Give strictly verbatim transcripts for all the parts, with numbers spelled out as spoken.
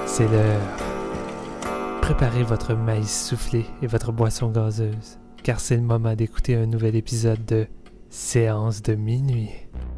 C'est l'heure. Préparez votre maïs soufflé et votre boisson gazeuse, car c'est le moment d'écouter un nouvel épisode de Séance de minuit.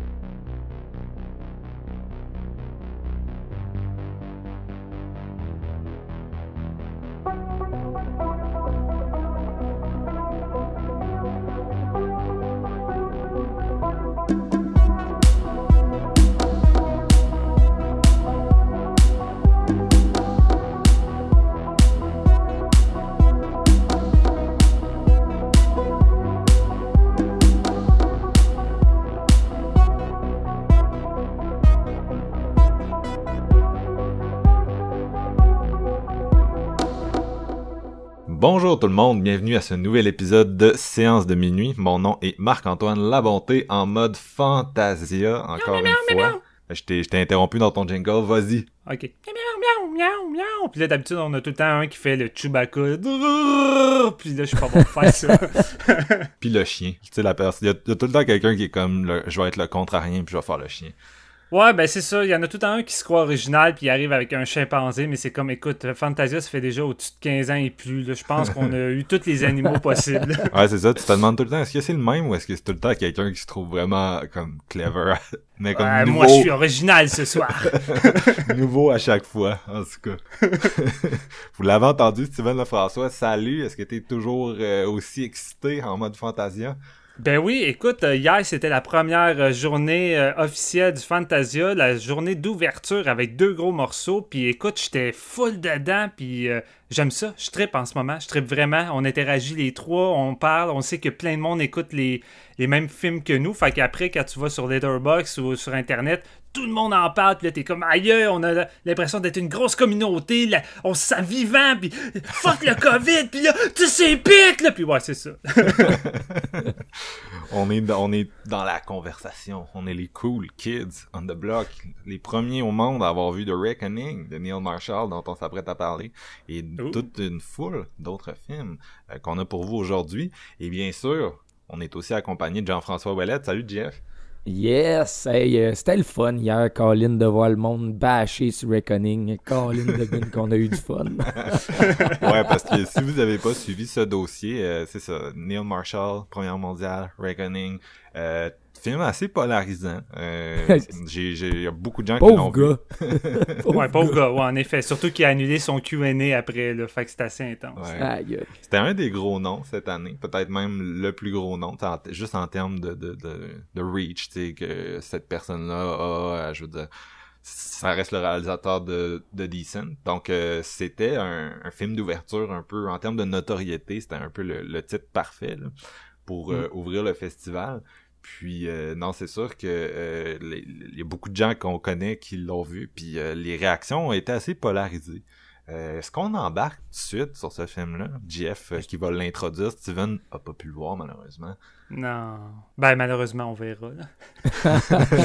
Bonjour tout le monde, bienvenue à ce nouvel épisode de Séance de minuit. Mon nom est Marc-Antoine Labonté en mode Fantasia, encore miaou, une miaou, fois. Miaou. Je t'ai, je t'ai interrompu dans ton jingle, vas-y. Ok. Miaou, miaou, miaou, miaou. Puis là, d'habitude, on a tout le temps un qui fait le Chewbacca. Puis là, je suis pas bon pour faire ça. Puis le chien. Tu sais, la personne, il y, a, il y a tout le temps quelqu'un qui est comme, le, je vais être le contrarien, puis je vais faire le chien. Ouais, ben c'est ça. Il y en a tout un qui se croit original puis il arrive avec un chimpanzé, mais c'est comme, écoute, Fantasia, ça fait déjà au-dessus de quinze ans et plus. Là. Je pense qu'on a eu tous les animaux possibles. Ouais, c'est ça. Tu te demandes tout le temps, est-ce que c'est le même ou est-ce que c'est tout le temps quelqu'un qui se trouve vraiment comme clever, mais comme ouais, nouveau... Moi, je suis original ce soir. Nouveau à chaque fois, en tout cas. Vous l'avez entendu, Steven Lefrançois. Salut, est-ce que t'es toujours euh, aussi excité en mode Fantasia? Ben oui, écoute, euh, hier, c'était la première euh, journée euh, officielle du Fantasia, la journée d'ouverture avec deux gros morceaux, puis écoute, j'étais full dedans, puis euh, j'aime ça, je trippe en ce moment, je trippe vraiment, on interagit les trois, on parle, on sait que plein de monde écoute les, les mêmes films que nous, fait qu'après, quand tu vas sur Letterboxd ou sur Internet, tout le monde en parle, puis là, t'es comme, aïe, on a l'impression d'être une grosse communauté, là, on se sent vivant, puis fuck le COVID, puis là, tu sais, pique, là, puis ouais, c'est ça. on, est dans, on est dans la conversation, on est les cool kids on the block, les premiers au monde à avoir vu The Reckoning de Neil Marshall, dont on s'apprête à parler, et Ooh. toute une foule d'autres films euh, qu'on a pour vous aujourd'hui, et bien sûr, on est aussi accompagné de Jean-François Ouellette. Salut, Jeff! Yes! Hey, euh, c'était le fun hier, Colin, de voir le monde bâcher sur Reckoning. Colin, devine qu'on a eu du fun. Ouais, parce que si vous n'avez pas suivi ce dossier, euh, c'est ça, Neil Marshall, Première mondiale, Reckoning, euh, film assez polarisant. Euh, j'ai, j'ai, y a beaucoup de gens pauvre qui l'ont gars. vu. Pauvre ouais, pauvre gars, ouais, en effet. Surtout qu'il a annulé son Q and A après, là, fait que c'était assez intense. Ouais. Aïe. C'était un des gros noms cette année, peut-être même le plus gros nom, en, juste en termes de, de, de, de reach, tu sais, que cette personne-là a, je veux dire, ça reste le réalisateur de, de Decent. Donc, euh, c'était un, un film d'ouverture un peu, en termes de notoriété, c'était un peu le, le titre parfait là, pour euh, mm. ouvrir le festival. Puis euh, non, c'est sûr que euh, il y a beaucoup de gens qu'on connaît qui l'ont vu, puis euh, les réactions ont été assez polarisées. Euh, est-ce qu'on embarque tout de suite sur ce film-là? Jeff, euh, qui va l'introduire, Steven a pas pu le voir malheureusement. Non. Ben malheureusement, on verra. Là.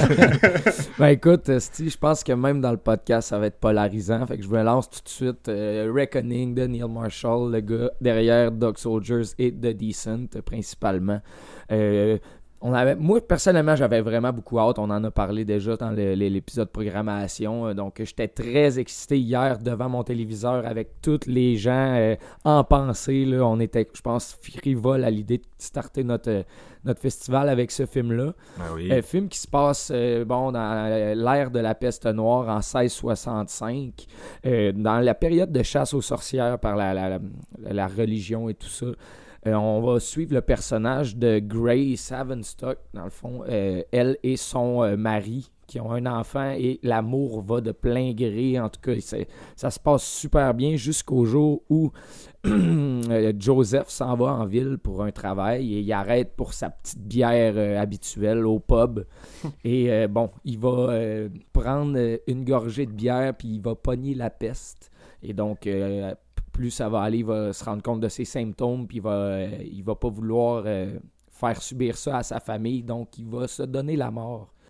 Ben écoute, Steve, je pense que même dans le podcast, ça va être polarisant. Fait que je me lance tout de suite. Euh, Reckoning de Neil Marshall, le gars derrière Dog Soldiers et The Decent, principalement. Euh, On avait, moi, personnellement, j'avais vraiment beaucoup hâte. On en a parlé déjà dans le, l'épisode programmation. Donc, j'étais très excité hier devant mon téléviseur avec tous les gens euh, en pensée. Là. On était, je pense, frivoles à l'idée de starter notre, notre festival avec ce film-là. Ben oui. Un film qui se passe euh, bon, dans l'ère de la peste noire en seize soixante-cinq, euh, dans la période de chasse aux sorcières par la, la, la, la religion et tout ça. Euh, on va suivre le personnage de Grace Havenstock, dans le fond, euh, elle et son euh, mari qui ont un enfant et l'amour va de plein gré. En tout cas, ça se passe super bien jusqu'au jour où euh, Joseph s'en va en ville pour un travail et il arrête pour sa petite bière euh, habituelle au pub. Et euh, bon, il va euh, prendre une gorgée de bière puis il va pogner la peste. Et donc... Euh, plus ça va aller, il va se rendre compte de ses symptômes, puis il va, euh, il va pas vouloir euh, faire subir ça à sa famille, donc il va se donner la mort.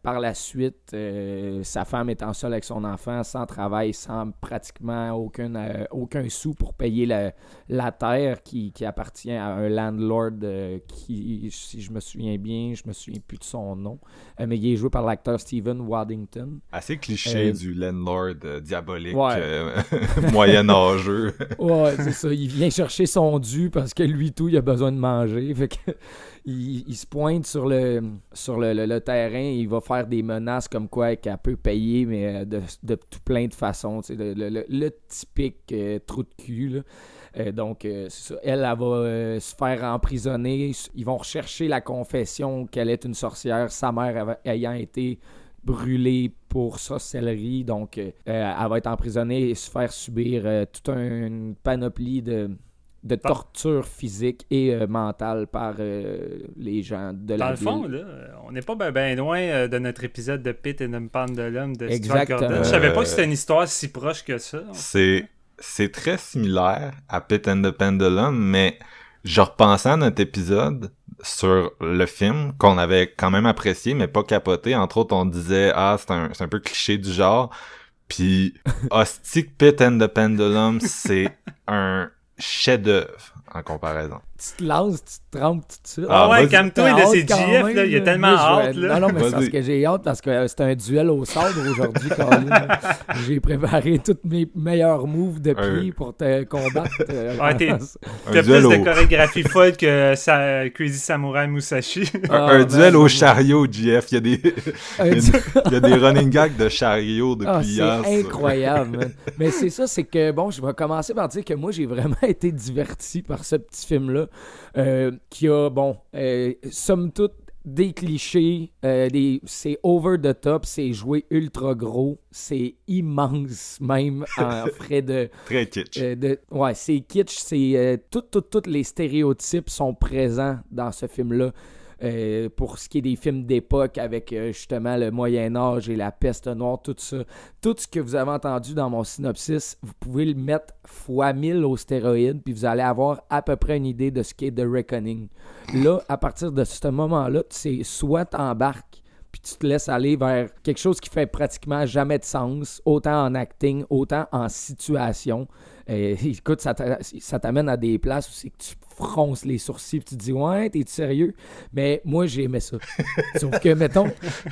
par la suite, euh, sa femme étant seule avec son enfant, sans travail, sans pratiquement aucun, euh, aucun sou pour payer la, la terre qui, qui appartient à un landlord euh, qui, si je me souviens bien, je me souviens plus de son nom, euh, mais il est joué par l'acteur Stephen Waddington. Assez cliché Euh, du landlord euh, diabolique, Ouais. euh, moyen-âgeux. Ouais, c'est ça. Il vient chercher son dû parce que lui, tout, il a besoin de manger. Fait que, il, il se pointe sur le sur le, le, le terrain et il va faire des menaces comme quoi qu'elle peut payer, mais de, de tout plein de façons. Tu sais, le, le, le typique euh, trou de cul, là. Euh, donc, euh, c'est ça. Elle, elle va euh, se faire emprisonner. Ils vont rechercher la confession qu'elle est une sorcière, sa mère avait- ayant été brûlée pour sorcellerie. Donc, euh, elle va être emprisonnée et se faire subir euh, toute un- une panoplie de, de torture physique et euh, mentale par euh, les gens de la Dans le ville. fond, là, on n'est pas bien ben loin euh, de notre épisode de Pit and the Pendulum de Stuart Exactement. Gordon. Je savais pas Euh, que c'était une histoire si proche que ça. C'est c'est très similaire à Pit and the Pendulum, mais je repensais à notre épisode sur le film qu'on avait quand même apprécié, mais pas capoté. Entre autres, on disait « Ah, c'est un, c'est un peu cliché du genre. » Puis « Hostique Pit and the Pendulum, c'est un chef-d'œuvre en comparaison. » Tu te lances, tu te trompes tout de suite. Ah, Ah ouais, vas-y. calme-toi, T'as là, hâte c'est quand J F, même, là, il a là. tellement Moi, je hâte, vais- là. Non, non, mais c'est Vas-y. parce que j'ai hâte parce que c'est un duel au sabre aujourd'hui, Colin. J'ai préparé tous mes meilleurs moves de pied Un- pour te combattre. euh, Ouais, t'es- Un T'as duel plus de au- chorégraphie folle que sa Crazy Samurai Musashi. Un, Ah, un ben, duel au ben, chariot, J F. Il y a des, Un il y a du- des- il y a des running gags de chariot depuis Ah, hier. c'est ça. incroyable, man. Mais c'est ça, c'est que, bon, je vais commencer par dire que moi, j'ai vraiment été diverti par ce petit film-là, euh, qui a, bon, euh, somme toute, des clichés, euh, des, c'est over the top, c'est joué ultra gros, c'est immense même en frais de... Très kitsch. Euh, de- ouais, c'est kitsch, c'est euh, tout, tout, tous les stéréotypes sont présents dans ce film-là. Euh, pour ce qui est des films d'époque avec euh, justement le Moyen-Âge et la peste noire, tout ça. Tout ce que vous avez entendu dans mon synopsis, vous pouvez le mettre fois mille aux stéroïdes, puis vous allez avoir à peu près une idée de ce qu'est The Reckoning. Là, à partir de ce moment-là, c'est soit t'embarques, puis tu te laisses aller vers quelque chose qui fait pratiquement jamais de sens, autant en acting, autant en situation. Euh, écoute, ça, t'a- ça t'amène à des places où c'est que tu fronces les sourcils, puis tu te dis « Ouais, t'es sérieux? » Mais moi, j'ai aimé ça. Sauf que, mettons,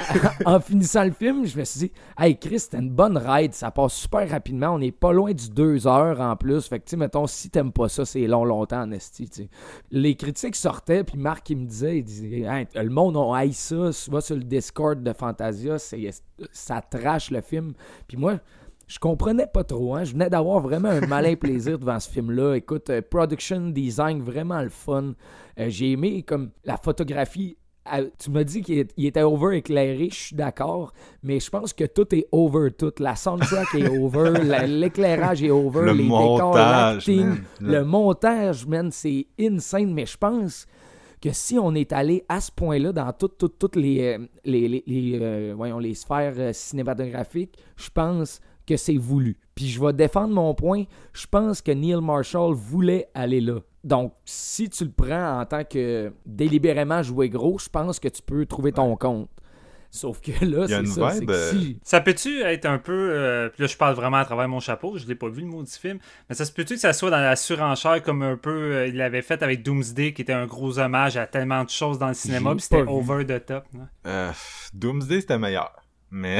en finissant le film, je me suis dit « Hey, Chris, c'était une bonne ride, ça passe super rapidement, on n'est pas loin du deux heures en plus. » Fait que, tu sais, mettons, si t'aimes pas ça, c'est long, longtemps en esti, tu sais. Les critiques sortaient, puis Marc, il me disait, il disait Hey, le monde, on haït ça, tu vas sur le Discord de Fantasia, c'est, ça trash le film. » Puis moi, je comprenais pas trop, hein. Je venais d'avoir vraiment un malin plaisir devant ce film-là. Écoute, euh, production design, vraiment le fun. Euh, j'ai aimé comme la photographie. Euh, tu m'as dit qu'il est- il était over éclairé, je suis d'accord, mais je pense que tout est over tout. La soundtrack est over, la- l'éclairage est over, Le les décors, montage, l'acting, man. le montage, man, c'est insane, mais je pense que si on est allé à ce point-là dans toutes toutes toutes les, euh, les, les, les, euh, voyons, les sphères euh, cinématographiques, je pense que c'est voulu. Puis je vais défendre mon point, je pense que Neil Marshall voulait aller là. Donc, si tu le prends en tant que délibérément jouer gros, je pense que tu peux trouver ton compte. Sauf que là, Il y a c'est une ça, c'est vibe, que euh, si... Ça peut-tu être un peu... euh, puis là, je parle vraiment à travers mon chapeau, je l'ai pas vu le maudit film, mais ça se peut-tu que ça soit dans la surenchère comme un peu... euh, il l'avait fait avec Doomsday, qui était un gros hommage à tellement de choses dans le cinéma, J'ai puis c'était pas vu. over the top. Là. Euh, Doomsday, c'était meilleur. Mais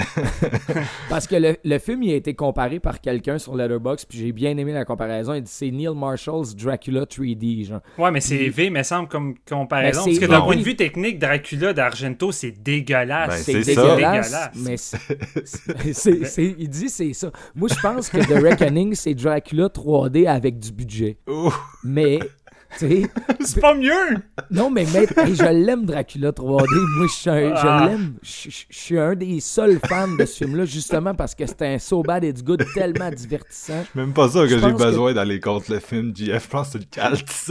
Parce que le, le film, il a été comparé par quelqu'un sur Letterboxd, puis j'ai bien aimé la comparaison. Il dit c'est Neil Marshall's Dracula trois D, genre. Ouais, mais c'est V, me semble, comme comparaison. Ben, c'est- parce que d'un ah point oui. de vue technique, Dracula d'Argento, c'est dégueulasse. Ben, C'est c'est ça. dégueulasse, dégueulasse. mais c'est, c'est- c'est- c'est- il dit c'est ça. Moi, je pense que The Reckoning, c'est Dracula trois D avec du budget. Ouh, Mais, tu sais, C'est pas mieux! non, mais, mais hey, je l'aime, Dracula trois D. Moi, je suis un- je Ah. l'aime. Je je- je suis un des seuls fans de ce film-là, justement parce que c'est un so bad it's good tellement divertissant. même pas ça que Je j'ai pense besoin d'aller contre le film, J F. Je pense que tu le caltes.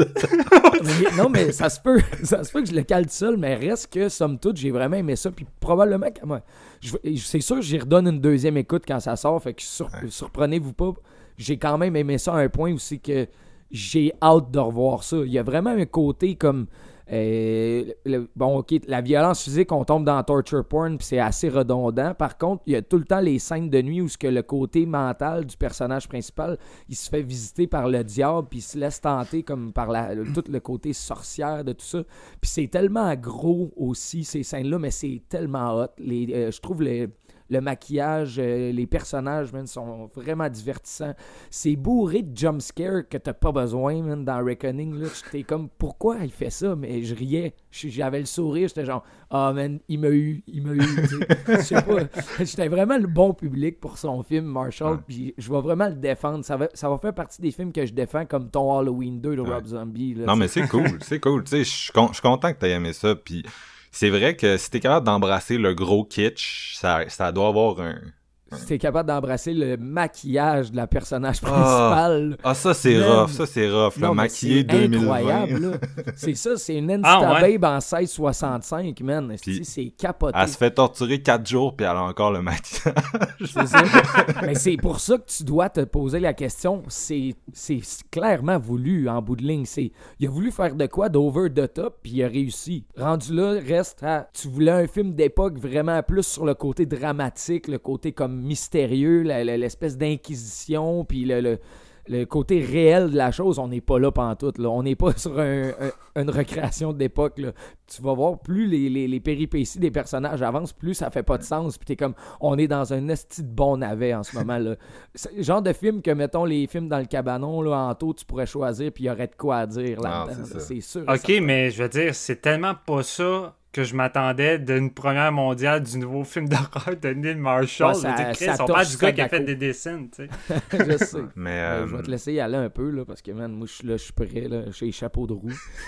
Mais- non, mais ça se peut. Ça se peut que je le cale tout seul, mais reste que, somme toute, j'ai vraiment aimé ça. Puis probablement que moi, je- c'est sûr que j'y redonne une deuxième écoute quand ça sort. Fait que sur- Ouais. surprenez-vous pas. J'ai quand même aimé ça à un point aussi que j'ai hâte de revoir ça. Il y a vraiment un côté comme Euh, le, bon, ok, la violence physique, on tombe dans torture porn, puis c'est assez redondant. Par contre, il y a tout le temps les scènes de nuit où ce que le côté mental du personnage principal, il se fait visiter par le diable, puis il se laisse tenter comme par la, le, tout le côté sorcière de tout ça. Puis c'est tellement gros aussi, ces scènes-là, mais c'est tellement hot. Les, euh, je trouve les... Le maquillage, euh, les personnages, man, sont vraiment divertissants. C'est bourré de jumpscares que t'as pas besoin, man, dans Reckoning. Là. J'étais comme, pourquoi il fait ça? Mais je riais. J'avais le sourire. J'étais genre, ah, oh, man, il m'a eu, il m'a eu. Je sais pas. J'étais vraiment le bon public pour son film, Marshall. Puis je vais vraiment le défendre. Ça va, ça va faire partie des films que je défends, comme ton Halloween deux de ouais. Rob Zombie. Là, non, t'sais. Mais c'est cool. C'est cool. Tu sais, je suis con- content que t'aies aimé ça. Puis. C'est vrai que si t'es capable d'embrasser le gros kitsch, ça, ça doit avoir un... Si t'es capable d'embrasser le maquillage de la personnage principale. Ah, ah ça c'est même... rough, ça c'est rough. Le maquillé deux mille vingt. Incroyable, là. C'est ça, c'est une Insta ah, ouais. Babe en seize soixante-cinq, man. Puis, c'est capoté. Elle se fait torturer quatre jours, puis elle a encore le maquillage. C'est ça. Mais c'est pour ça que tu dois te poser la question. C'est, c'est clairement voulu, en bout de ligne. C'est, il a voulu faire de quoi d'over the top, puis il a réussi. Rendu là, reste à... Tu voulais un film d'époque vraiment plus sur le côté dramatique, le côté comme mystérieux, la, la, l'espèce d'inquisition, puis le, le, le côté réel de la chose, on n'est pas là pantoute, là. On n'est pas sur un, un, une recréation d'époque, là. Tu vas voir, plus les, les, les péripéties des personnages avancent, plus ça fait pas de sens, puis t'es comme, on est dans un esti de bon navet en ce moment, là. C'est le genre de film que, mettons, les films dans le cabanon, là, en taux, tu pourrais choisir, puis il y aurait de quoi à dire là-dedans. Non, c'est, c'est sûr. Ok, mais je veux dire, c'est tellement pas ça que je m'attendais d'une première mondiale du nouveau film d'horreur de Neil Marshall. Ouais, ça, je veux dire, ça on parle du gars qui a D'accord. fait des dessins, tu sais. Je sais. Mais euh, euh... je vais te laisser y aller un peu, là, parce que, man, moi, je suis là, je suis prêt, là, j'ai les chapeaux de roue.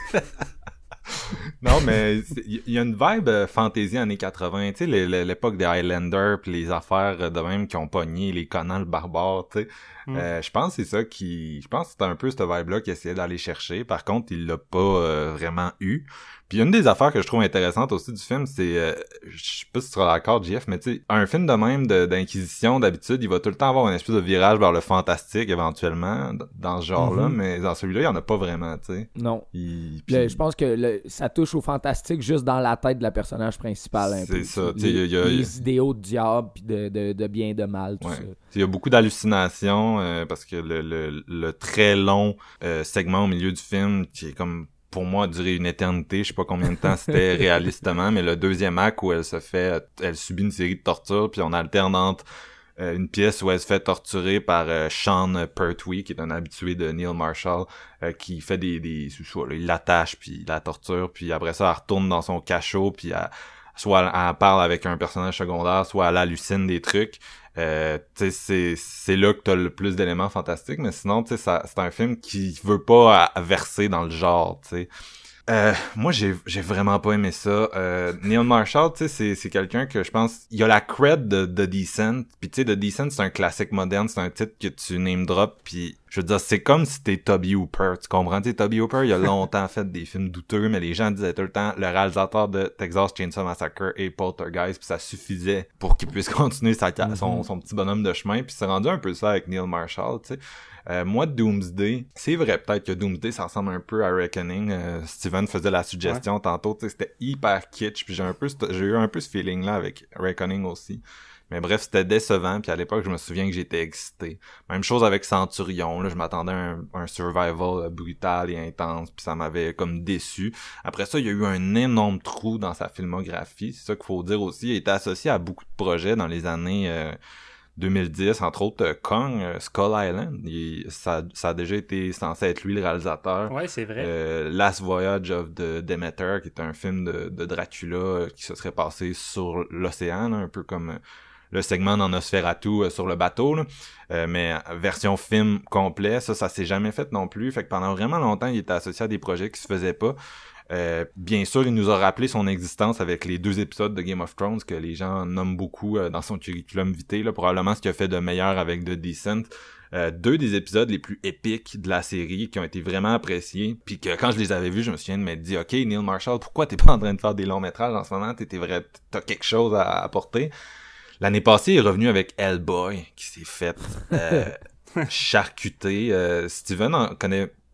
non, mais il y a une vibe euh, fantasy années quatre-vingts, tu sais, l'époque des Highlander, puis les affaires de même qui ont pogné, les Conan le barbare, tu sais. Mm. Euh, je pense que c'est ça qui... Je pense que c'était un peu cette vibe-là qu'il essayait d'aller chercher. Par contre, il l'a pas euh, vraiment eu. Puis une des affaires que je trouve intéressantes aussi du film, c'est... Euh, je sais pas si tu seras d'accord, J F, mais tu sais, un film de même de, d'inquisition, d'habitude, il va tout le temps avoir une espèce de virage vers le fantastique, éventuellement, dans ce genre-là, mm-hmm. mais dans celui-là, il y en a pas vraiment, tu sais. Non. Il, puis... le, je pense que le, ça touche au fantastique juste dans la tête de la personnage principale, un c'est peu. C'est ça, tu sais, les, il y a... les idéaux de diable, puis de, de, de bien et de mal, tout ouais. ça. Il y a beaucoup d'hallucinations, euh, parce que le, le, le très long euh, segment au milieu du film, qui est comme... pour moi, a duré une éternité. Je sais pas combien de temps c'était réalistement, mais le deuxième acte où elle se fait, elle subit une série de tortures, puis on alterne entre euh, une pièce où elle se fait torturer par euh, Sean Pertwee, qui est un habitué de Neil Marshall, euh, qui fait des, des, soit, là, il l'attache, puis il la torture, puis après ça, elle retourne dans son cachot, puis elle, soit elle, elle parle avec un personnage secondaire, soit elle hallucine des trucs. Euh, tu sais, c'est, c'est là que t'as le plus d'éléments fantastiques, mais sinon, tu sais, ça, c'est un film qui veut pas verser dans le genre, tu sais. Euh, moi, j'ai, j'ai vraiment pas aimé ça. Euh, Neil Marshall, tu sais, c'est, c'est quelqu'un que je pense, il a la cred de, de Descent, pis tu sais, The Descent, c'est un classique moderne, c'est un titre que tu name drop, pis je veux dire, c'est comme si t'es Toby Hooper, tu comprends? Tu sais, Toby Hooper, il a longtemps fait des films douteux, mais les gens disaient tout le temps, le réalisateur de Texas Chainsaw Massacre et Poltergeist, pis ça suffisait pour qu'il puisse continuer sa, mm-hmm. son, son petit bonhomme de chemin, pis c'est rendu un peu ça avec Neil Marshall, tu sais. Euh, moi, Doomsday, c'est vrai, peut-être que Doomsday, ça ressemble un peu à Reckoning. Euh, Steven faisait la suggestion ouais. tantôt, tu sais, c'était hyper kitsch, puis j'ai un peu, j'ai eu un peu ce feeling-là avec Reckoning aussi. Mais bref, c'était décevant, puis à l'époque, je me souviens que j'étais excité. Même chose avec Centurion, là, je m'attendais à un, un survival brutal et intense, puis ça m'avait comme déçu. Après ça, il y a eu un énorme trou dans sa filmographie, c'est ça qu'il faut dire aussi. Il était associé à beaucoup de projets dans les années... Euh, deux mille dix, entre autres, euh, Kong, euh, Skull Island, il, ça, ça a déjà été censé être lui le réalisateur. Ouais, c'est vrai. Euh, Last Voyage of the Demeter, qui est un film de, de Dracula euh, qui se serait passé sur l'océan, là, un peu comme euh, le segment dans Nosferatu euh, sur le bateau, là. Euh, mais version film complet, ça, ça s'est jamais fait non plus. Fait que pendant vraiment longtemps, il était associé à des projets qui se faisaient pas. Euh, bien sûr, il nous a rappelé son existence avec les deux épisodes de Game of Thrones que les gens nomment beaucoup euh, dans son curriculum vitae, là, probablement ce qu'il a fait de meilleur avec The Descent. Euh, deux des épisodes les plus épiques de la série qui ont été vraiment appréciés, puis que quand je les avais vus, je me souviens de m'être dit, ok, Neil Marshall, pourquoi t'es pas en train de faire des longs métrages en ce moment? T'étais vrai, t'as quelque chose à apporter. L'année passée, il est revenu avec Hellboy, qui s'est fait euh, charcuter. Euh, Steven en connaît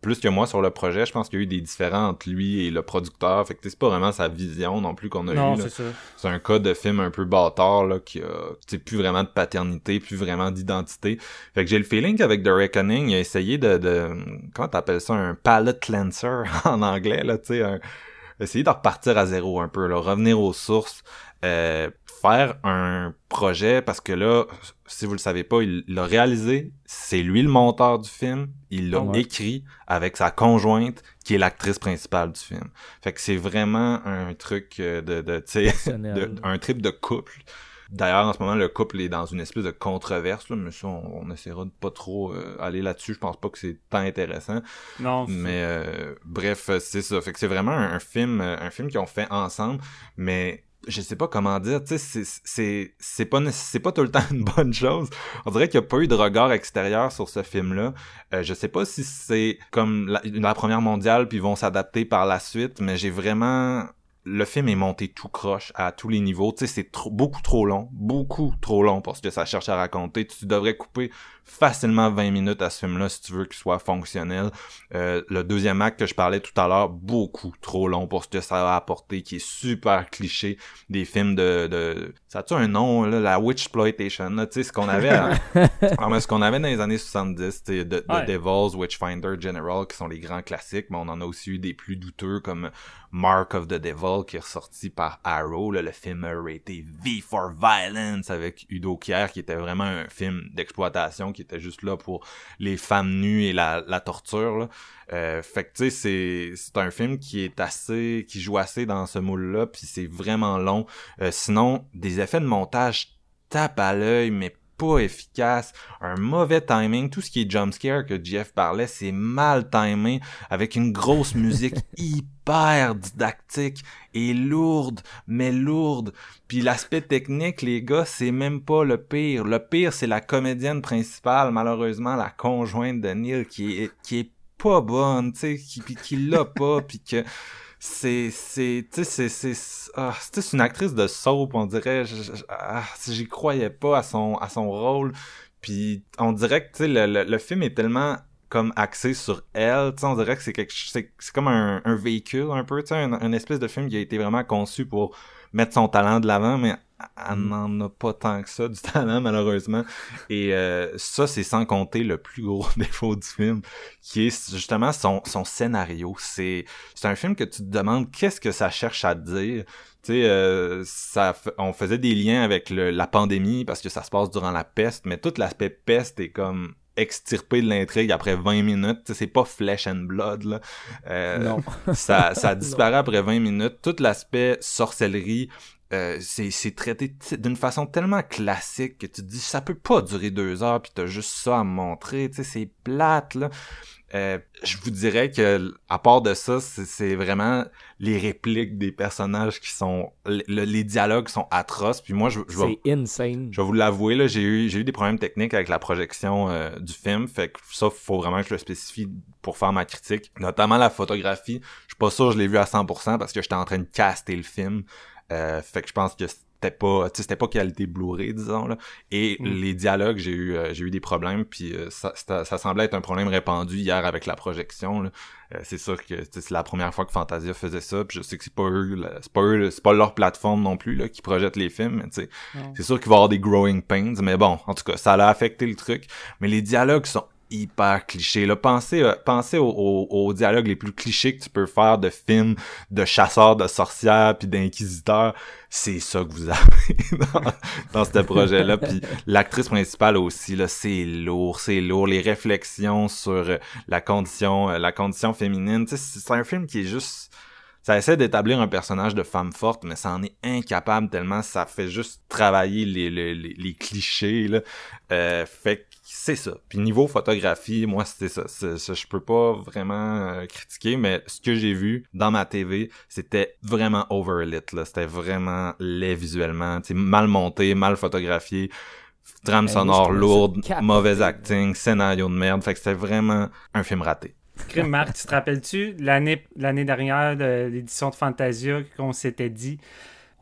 plus que moi sur le projet. Je pense qu'il y a eu des différends entre lui et le producteur. Fait que c'est pas vraiment sa vision non plus qu'on a non, eu. c'est ça. C'est un cas de film un peu bâtard, là, qui a, tu sais, plus vraiment de paternité, plus vraiment d'identité. Fait que j'ai le feeling qu'avec The Reckoning, il a essayé de, de, comment t'appelles ça, un palate cleanser en anglais, là, tu sais, un, essayer de repartir à zéro un peu, là, revenir aux sources, euh, faire un projet, parce que là, si vous le savez pas, il l'a réalisé, c'est lui le monteur du film, il l'a ouais. écrit avec sa conjointe, qui est l'actrice principale du film. Fait que c'est vraiment un truc de, de tu sais, un trip de couple. D'ailleurs, en ce moment, le couple est dans une espèce de controverse, là, mais ça, on, on essaiera de pas trop euh, aller là-dessus. Je pense pas que c'est tant intéressant. Non. Mais euh, bref, c'est ça. Fait que c'est vraiment un, un film, un film qu'ils ont fait ensemble, mais je sais pas comment dire, tu sais, c'est, c'est, c'est pas, c'est pas tout le temps une bonne chose. On dirait qu'il y a pas eu de regard extérieur sur ce film-là. Euh, je sais pas si c'est comme la, la première mondiale puis ils vont s'adapter par la suite, mais j'ai vraiment, le film est monté tout croche à tous les niveaux. Tu sais, c'est trop, beaucoup trop long, beaucoup trop long pour ce que ça cherche à raconter. Tu devrais couper facilement vingt minutes à ce film-là si tu veux qu'il soit fonctionnel. Euh, le deuxième acte que je parlais tout à l'heure, beaucoup trop long pour ce que ça va apporter, qui est super cliché des films de... de ça a-tu un nom, là, la Witchploitation, là, tu sais, ce qu'on avait à, alors, ce qu'on avait dans les années soixante-dix, tu sais, de, ouais. The Devils, Witchfinder, General, qui sont les grands classiques, mais on en a aussi eu des plus douteux comme Mark of the Devil, qui est ressorti par Arrow, là, le film raté V for Violence avec Udo Kier, qui était vraiment un film d'exploitation qui était juste là pour les femmes nues et la, la torture, là. Euh, fait que tu sais, c'est, c'est un film qui est assez, qui joue assez dans ce moule-là, puis c'est vraiment long. Euh, sinon, des effets de montage tapent à l'œil, mais pas efficace, un mauvais timing, tout ce qui est jumpscare que Jeff parlait, c'est mal timé, avec une grosse musique hyper didactique et lourde, mais lourde. Puis l'aspect technique, les gars, c'est même pas le pire. Le pire, c'est la comédienne principale, malheureusement, la conjointe de Neil, qui est, qui est pas bonne, tu sais, qui, qui, qui l'a pas, puis que c'est c'est tu sais c'est c'est ah, c'est une actrice de soap, on dirait, je, je, ah, j'y croyais pas à son à son rôle, puis on dirait que tu sais le, le le film est tellement comme axé sur elle, tu sais, on dirait que c'est quelque c'est c'est comme un un véhicule un peu, tu sais, un, un espèce de film qui a été vraiment conçu pour mettre son talent de l'avant, mais elle n'en a pas tant que ça du talent, malheureusement. Et euh, ça, c'est sans compter le plus gros défaut du film, qui est justement son son scénario. C'est c'est un film que tu te demandes qu'est-ce que ça cherche à te dire. Tu sais, euh, ça, on faisait des liens avec le, la pandémie parce que ça se passe durant la peste, mais tout l'aspect peste est comme extirpé de l'intrigue après vingt minutes. T'sais, c'est pas Flesh and Blood, là. Euh, non. ça, ça disparaît après vingt minutes. Tout l'aspect sorcellerie, euh, c'est, c'est traité d'une façon tellement classique que tu te dis, ça peut pas durer deux heures pis t'as juste ça à me montrer. T'sais, c'est plate, là. Euh, je vous dirais que à part de ça, c'est, c'est vraiment les répliques des personnages qui sont le, les dialogues sont atroces. Puis moi, je, je vais, c'est insane. Je vais vous l'avouer là, j'ai eu j'ai eu des problèmes techniques avec la projection euh, du film, fait que ça faut vraiment que je le spécifie pour faire ma critique. Notamment la photographie, je suis pas sûr que je l'ai vu à cent pour cent parce que j'étais en train de caster le film. Euh, fait que je pense que c'était pas tu sais c'était pas qualité Blu-ray disons là, et mm. les dialogues j'ai eu euh, j'ai eu des problèmes, puis euh, ça, ça ça semblait être un problème répandu hier avec la projection là. Euh, c'est sûr que c'est la première fois que Fantasia faisait ça, puis je sais que c'est pas eux là, c'est pas eux c'est pas leur plateforme non plus là qui projette les films, mais tu sais c'est sûr qu'il va y avoir des growing pains, mais bon en tout cas ça a affecté le truc, mais les dialogues sont hyper cliché là. Pensez euh, pensez aux, aux, aux dialogues les plus clichés que tu peux faire de films de chasseurs de sorcières puis d'inquisiteurs. C'est ça que vous avez dans, dans ce projet là. Puis l'actrice principale aussi là, c'est lourd, c'est lourd. Les réflexions sur la condition la condition féminine, tu sais, c'est un film qui est juste, ça essaie d'établir un personnage de femme forte, mais ça en est incapable tellement ça fait juste travailler les les les, les clichés là. Euh, fait que c'est ça. Puis niveau photographie, moi c'était ça. C'est, ça je peux pas vraiment euh, critiquer, mais ce que j'ai vu dans ma T V, c'était vraiment overlit là. C'était vraiment laid visuellement, tu sais, mal monté, mal photographié, trame hey, sonore lourde, mauvais acting, scénario de merde. Fait que c'était vraiment un film raté. Crime, Marc, tu te rappelles-tu l'année l'année dernière de l'édition de Fantasia qu'on s'était dit?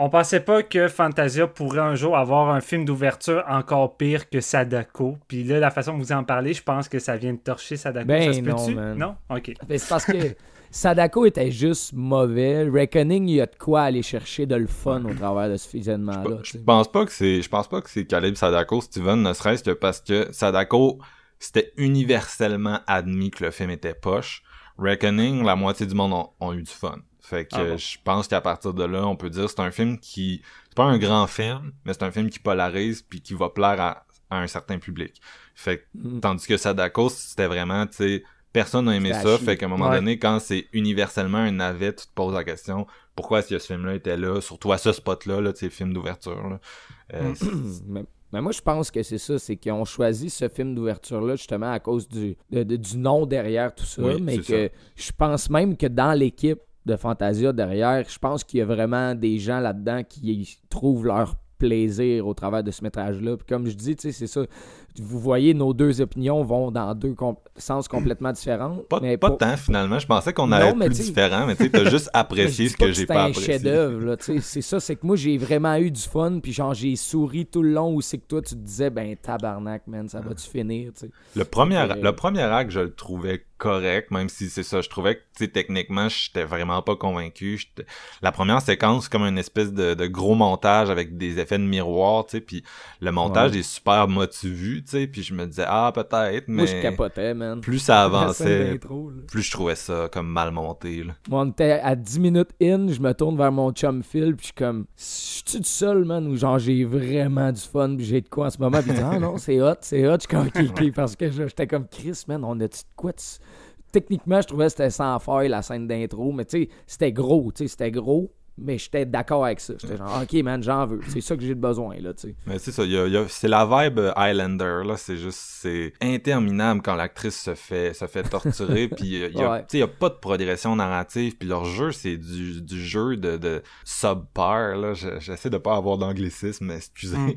On pensait pas que Fantasia pourrait un jour avoir un film d'ouverture encore pire que Sadako. Puis là, la façon que vous en parlez, je pense que ça vient de torcher Sadako. Ben ça se non, peut-tu? man. Non? OK. Ben, c'est parce que Sadako était juste mauvais. Reckoning, il y a de quoi aller chercher de le fun au travers de ce visionnement-là. Je pense pas que c'est, je pense pas que c'est calibre Sadako, Steven, ne serait-ce que parce que Sadako, c'était universellement admis que le film était poche. Reckoning, la moitié du monde ont, ont eu du fun. Fait que ah bon. Je pense qu'à partir de là, on peut dire que c'est un film qui... C'est pas un grand film, mais c'est un film qui polarise puis qui va plaire à, à un certain public. Fait que, mm. tandis que Sadako, c'était vraiment, tu sais, personne n'a aimé ça. Fait qu'à un moment ouais. donné, quand c'est universellement un navet, tu te poses la question, pourquoi est-ce que ce film-là était là, surtout à ce spot-là, là, tu sais, film d'ouverture, là. Euh, mais, mais moi, je pense que c'est ça, c'est qu'ils ont choisi ce film d'ouverture-là justement à cause du, de, de, du nom derrière tout ça, oui, mais que ça. Je pense même que dans l'équipe de Fantasia derrière, je pense qu'il y a vraiment des gens là-dedans qui trouvent leur plaisir au travers de ce métrage-là. Puis comme je dis, tu sais, c'est ça. Vous voyez, nos deux opinions vont dans deux com- sens complètement différents. Pas, mais pas pour... tant, finalement. Je pensais qu'on allait être plus différents, mais tu sais, t'as juste apprécié ce que, que j'ai pas apprécié. C'est un chef-d'œuvre, là, tu sais. C'est ça, c'est que moi, j'ai vraiment eu du fun, puis genre, j'ai souri tout le long où c'est que toi, tu te disais, ben, tabarnak, man, ça va-tu finir, tu sais. Le premier, le premier acte, je le trouvais correct, même si c'est ça. Je trouvais que, tu sais, techniquement, j'étais vraiment pas convaincu. J'étais... La première séquence, c'est comme une espèce de, de gros montage avec des effets de miroir, tu sais, puis le montage ouais. est super motivé, tu sais, puis je me disais, ah, peut-être, mais... Moi, je capotais, man. Plus ça avançait, plus je trouvais ça comme mal monté, là. Moi, on était à dix minutes in, je me tourne vers mon chum Phil, puis je suis comme, je suis tout seul, man, ou genre, j'ai vraiment du fun, puis j'ai de quoi en ce moment, puis il dit, ah non, c'est hot, c'est hot, je suis comme, ok, ok, parce que j'étais comme, Chris, man, on a-tu de quoi, tu... Techniquement, je trouvais que c'était sans faille, la scène d'intro, mais tu sais, c'était gros, tu sais, c'était gros, mais j'étais d'accord avec ça. J'étais genre, ok, man, j'en veux. C'est ça que j'ai besoin, là, tu sais. Mais c'est ça, y a, y a, c'est la vibe Highlander, là, c'est juste, c'est interminable quand l'actrice se fait, se fait torturer, puis y a, ouais. tu sais, y a pas de progression narrative, puis leur jeu, c'est du, du jeu de, de subpar, là, j'essaie de pas avoir d'anglicisme, mais excusez. Mm.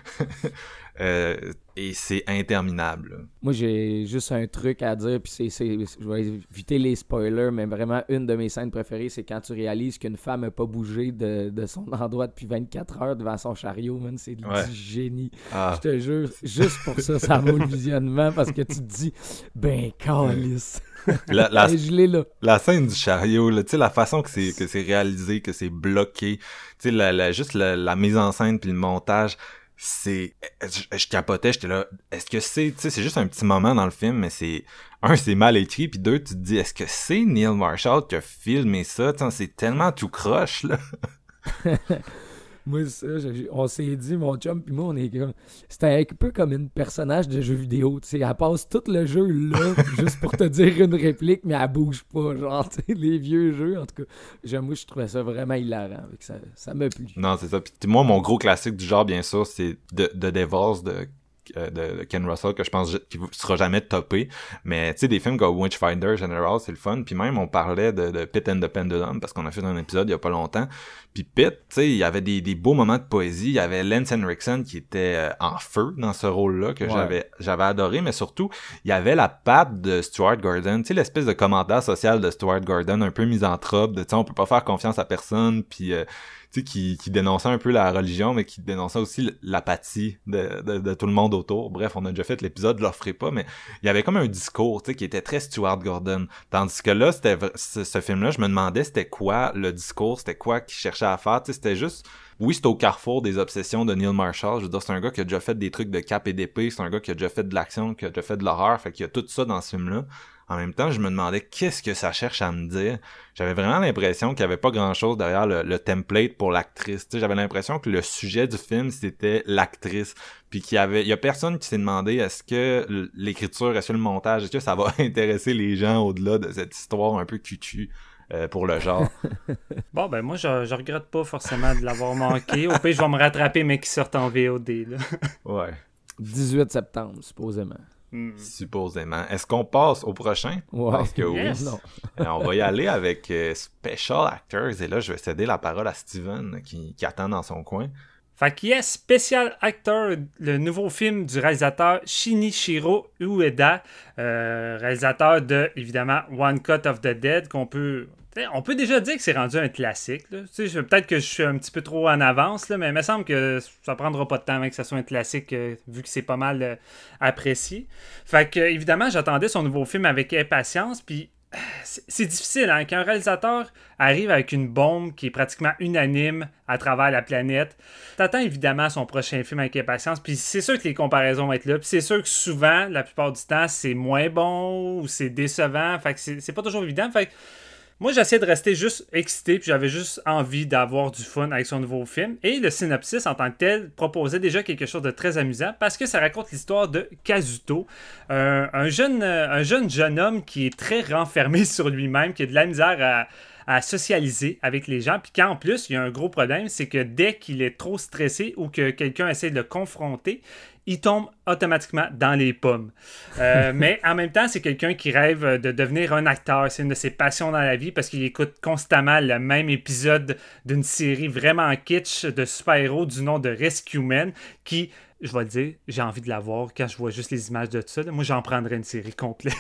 Euh, et c'est interminable. Moi, j'ai juste un truc à dire, puis c'est, c'est, je vais éviter les spoilers, mais vraiment, une de mes scènes préférées, c'est quand tu réalises qu'une femme n'a pas bougé de, de son endroit depuis vingt-quatre heures devant son chariot, man, c'est ouais. du génie. Ah. Je te jure, juste pour ça, ça vaut le visionnement, parce que tu te dis, ben, câlisse. La, la, je l'ai là. La scène du chariot, tu sais, la façon que c'est, que c'est réalisé, que c'est bloqué, tu sais, la, la, juste la, la mise en scène puis le montage, c'est je, je capotais, j'étais là, est-ce que c'est tu sais c'est juste un petit moment dans le film, mais c'est un, c'est mal écrit, puis deux, tu te dis, est-ce que c'est Neil Marshall qui a filmé ça? T'sais, c'est tellement tout croche, là. Moi, ça, on s'est dit, mon chum puis moi, on est comme... C'était un peu comme une personnage de jeu vidéo, tu sais. Elle passe tout le jeu là, juste pour te dire une réplique, mais elle bouge pas, genre, tu sais, les vieux jeux, en tout cas. J'aime, moi, je trouvais ça vraiment hilarant, avec ça, ça m'a plu. Non, c'est ça. Puis moi, mon gros classique du genre, bien sûr, c'est The, The Devils de... de Ken Russell, que je pense qu'il sera jamais topé, mais tu sais, des films comme Witchfinder General, c'est le fun, puis même on parlait de, de Pitt and the Pendulum, parce qu'on a fait un épisode il y a pas longtemps, puis Pitt, tu sais, il y avait des, des beaux moments de poésie, il y avait Lance Henriksen qui était euh, en feu dans ce rôle-là, que ouais. j'avais j'avais adoré, mais surtout, il y avait la patte de Stuart Gordon, tu sais, l'espèce de commentaire social de Stuart Gordon, un peu misanthrope, de tu sais, on peut pas faire confiance à personne, puis euh, tu sais, qui, qui dénonçait un peu la religion, mais qui dénonçait aussi l'apathie de, de, de tout le monde autour. Bref, on a déjà fait l'épisode, je le referai pas, mais il y avait comme un discours, tu sais, qui était très Stuart Gordon. Tandis que là, c'était ce, ce film-là, je me demandais c'était quoi le discours, c'était quoi qu'il cherchait à faire, tu sais, c'était juste... Oui, c'est au carrefour des obsessions de Neil Marshall. Je veux dire, c'est un gars qui a déjà fait des trucs de cap et d'épée, c'est un gars qui a déjà fait de l'action, qui a déjà fait de l'horreur, fait qu'il y a tout ça dans ce film-là. En même temps, je me demandais qu'est-ce que ça cherche à me dire. J'avais vraiment l'impression qu'il y avait pas grand-chose derrière le, le template pour l'actrice. Tu sais, j'avais l'impression que le sujet du film, c'était l'actrice. Puis qu'il y avait, il y a personne qui s'est demandé est-ce que l'écriture, est-ce que le montage, est-ce que ça va intéresser les gens au-delà de cette histoire un peu cucu. Euh, pour le genre. Bon, ben moi, je, je regrette pas forcément de l'avoir manqué. Au pire, je vais me rattraper, mais qui sortent en V O D, là. Ouais. dix-huit septembre, supposément. Mm. Supposément. Est-ce qu'on passe au prochain? Ouais. Parce que oui. Yes. Non. On va y aller avec euh, Special Actors. Et là, je vais céder la parole à Steven, qui, qui attend dans son coin. Fait qu'il y a Special Actor, le nouveau film du réalisateur Shinichiro Ueda, euh, réalisateur de, évidemment, One Cut of the Dead, qu'on peut... On peut déjà dire que c'est rendu un classique. Là. Peut-être que je suis un petit peu trop en avance, là, mais il me semble que ça prendra pas de temps avant que ça soit un classique, euh, vu que c'est pas mal euh, apprécié. Fait que, évidemment, j'attendais son nouveau film avec impatience, puis c'est, c'est difficile, hein, quand un réalisateur arrive avec une bombe qui est pratiquement unanime à travers la planète. T'attends évidemment son prochain film avec impatience, puis c'est sûr que les comparaisons vont être là, puis c'est sûr que souvent, la plupart du temps, c'est moins bon ou c'est décevant, fait que c'est, c'est pas toujours évident, fait que moi, j'essayais de rester juste excité, puis j'avais juste envie d'avoir du fun avec son nouveau film. Et le synopsis, en tant que tel, proposait déjà quelque chose de très amusant parce que ça raconte l'histoire de Kazuto, un, un, jeune, un jeune jeune homme qui est très renfermé sur lui-même, qui a de la misère à, à socialiser avec les gens. Puis qu'en plus, il y a un gros problème, c'est que dès qu'il est trop stressé ou que quelqu'un essaie de le confronter, il tombe automatiquement dans les pommes. Euh, mais en même temps, c'est quelqu'un qui rêve de devenir un acteur. C'est une de ses passions dans la vie parce qu'il écoute constamment le même épisode d'une série vraiment kitsch de super-héros du nom de Rescue Men qui, je vais le dire, j'ai envie de la voir quand je vois juste les images de tout ça. Là. Moi, j'en prendrais une série complète.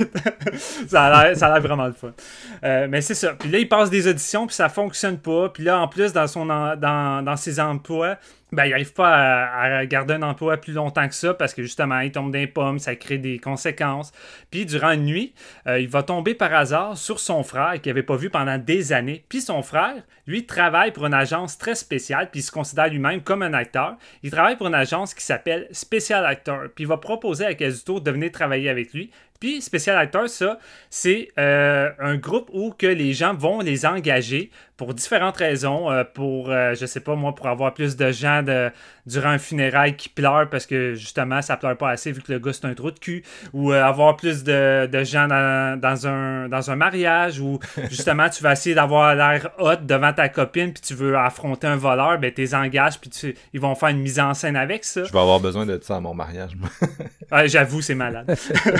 ça, a l'air, ça a l'air vraiment le fun. Euh, mais c'est ça. Puis là, il passe des auditions, puis ça fonctionne pas. Puis là, en plus, dans, son, dans, dans ses emplois, ben, il n'arrive pas à, à garder un emploi plus longtemps que ça parce que justement, il tombe dans les pommes, ça crée des conséquences. Puis durant une nuit, euh, il va tomber par hasard sur son frère qu'il n'avait pas vu pendant des années. Puis son frère, lui, travaille pour une agence très spéciale, puis il se considère lui-même comme un acteur. Il travaille pour une agence qui s'appelle Special Actor. Puis il va proposer à Kazuto de venir travailler avec lui. Puis Special Actor, ça, c'est euh, un groupe où que les gens vont les engager pour différentes raisons, euh, pour, euh, je sais pas moi, pour avoir plus de gens de, durant un funérail qui pleurent parce que justement, ça pleure pas assez vu que le gars c'est un trou de cul, ou euh, avoir plus de, de gens dans, dans, un, dans un mariage, ou justement, tu vas essayer d'avoir l'air hot devant ta copine puis tu veux affronter un voleur, ben t'es engages puis tu, ils vont faire une mise en scène avec ça. Je vais avoir besoin de ça à mon mariage, moi. Ouais, j'avoue, c'est malade.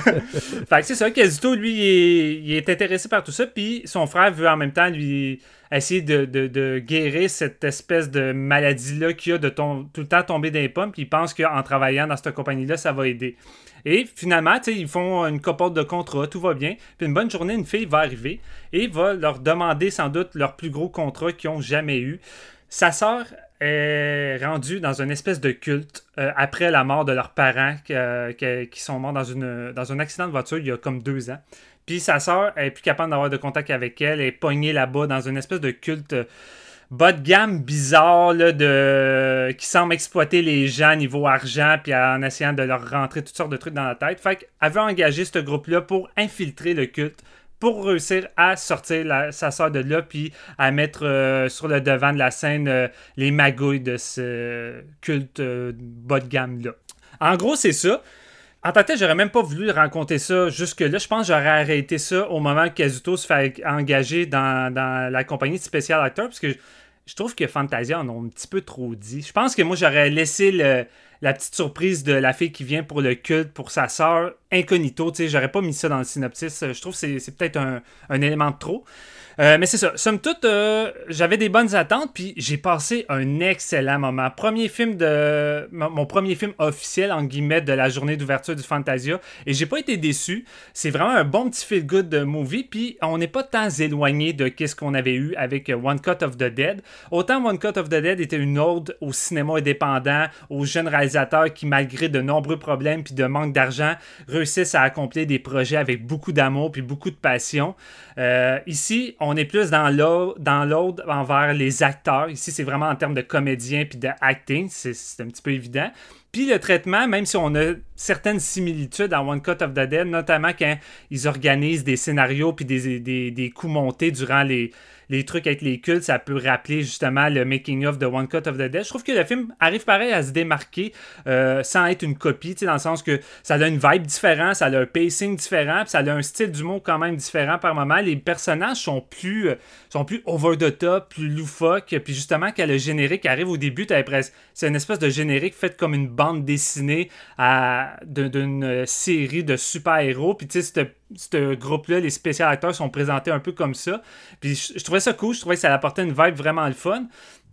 Fait que c'est ça, Kazuto, lui, il est, il est intéressé par tout ça, puis son frère veut en même temps lui essayer de, de, de guérir cette espèce de maladie-là qu'il a de tom- tout le temps tomber dans les pommes, puis il pense qu'en travaillant dans cette compagnie-là, ça va aider. Et finalement, tu sais, ils font une copote de contrat, tout va bien, puis une bonne journée, une fille va arriver et va leur demander sans doute leur plus gros contrat qu'ils ont jamais eu. Sa sœur est rendue dans une espèce de culte euh, après la mort de leurs parents euh, qui, qui sont morts dans, une, dans un accident de voiture il y a comme deux ans. Puis sa sœur est plus capable d'avoir de contact avec elle, elle est pognée là-bas dans une espèce de culte euh, bas de gamme bizarre là, de... qui semble exploiter les gens niveau argent puis en essayant de leur rentrer toutes sortes de trucs dans la tête. Fait qu'elle veut engager ce groupe-là pour infiltrer le culte, pour réussir à sortir la, sa sœur de là, puis à mettre euh, sur le devant de la scène euh, les magouilles de ce culte euh, bas de gamme-là. En gros, c'est ça. En tant que tel, j'aurais même pas voulu raconter ça jusque-là. Je pense que j'aurais arrêté ça au moment que Kazuto se fait engager dans, dans la compagnie de Special Actor, parce que je, je trouve que Fantasia en ont un petit peu trop dit. Je pense que moi, j'aurais laissé le... la petite surprise de la fille qui vient pour le culte pour sa sœur incognito, tu sais, j'aurais pas mis ça dans le synopsis. Je trouve que c'est, c'est peut-être un, un élément de trop. Euh, mais c'est ça. Somme toute, euh, j'avais des bonnes attentes, puis j'ai passé un excellent moment. Premier film de... Mon premier film officiel, en guillemets, de la journée d'ouverture du Fantasia, et j'ai pas été déçu. C'est vraiment un bon petit feel-good movie, puis on n'est pas tant éloigné de qu'est-ce qu'on avait eu avec One Cut of the Dead. Autant One Cut of the Dead était une ode au cinéma indépendant, aux jeunes réalisateurs qui, malgré de nombreux problèmes puis de manque d'argent, réussissent à accomplir des projets avec beaucoup d'amour puis beaucoup de passion. Euh, ici, on est plus dans l'aude, dans l'aude envers les acteurs. Ici, c'est vraiment en termes de comédiens puis de acting. C'est, c'est un petit peu évident. Puis le traitement, même si on a certaines similitudes à One Cut of the Dead, notamment quand ils organisent des scénarios puis des, des, des coups montés durant les, les trucs avec les cultes, ça peut rappeler justement le making-of de One Cut of the Dead. Je trouve que le film arrive pareil à se démarquer euh, sans être une copie, dans le sens que ça a une vibe différente, ça a un pacing différent, puis ça a un style d'humour quand même différent par moment. Les personnages sont plus, euh, sont plus over the top, plus loufoques, puis justement quand le générique arrive au début, t'as l'impression, c'est une espèce de générique fait comme une bande dessinée à, d'une série de super-héros, puis tu sais, ce groupe-là, les spécial acteurs sont présentés un peu comme ça. Puis je, je trouvais ça cool, je trouvais que ça apportait une vibe vraiment le fun.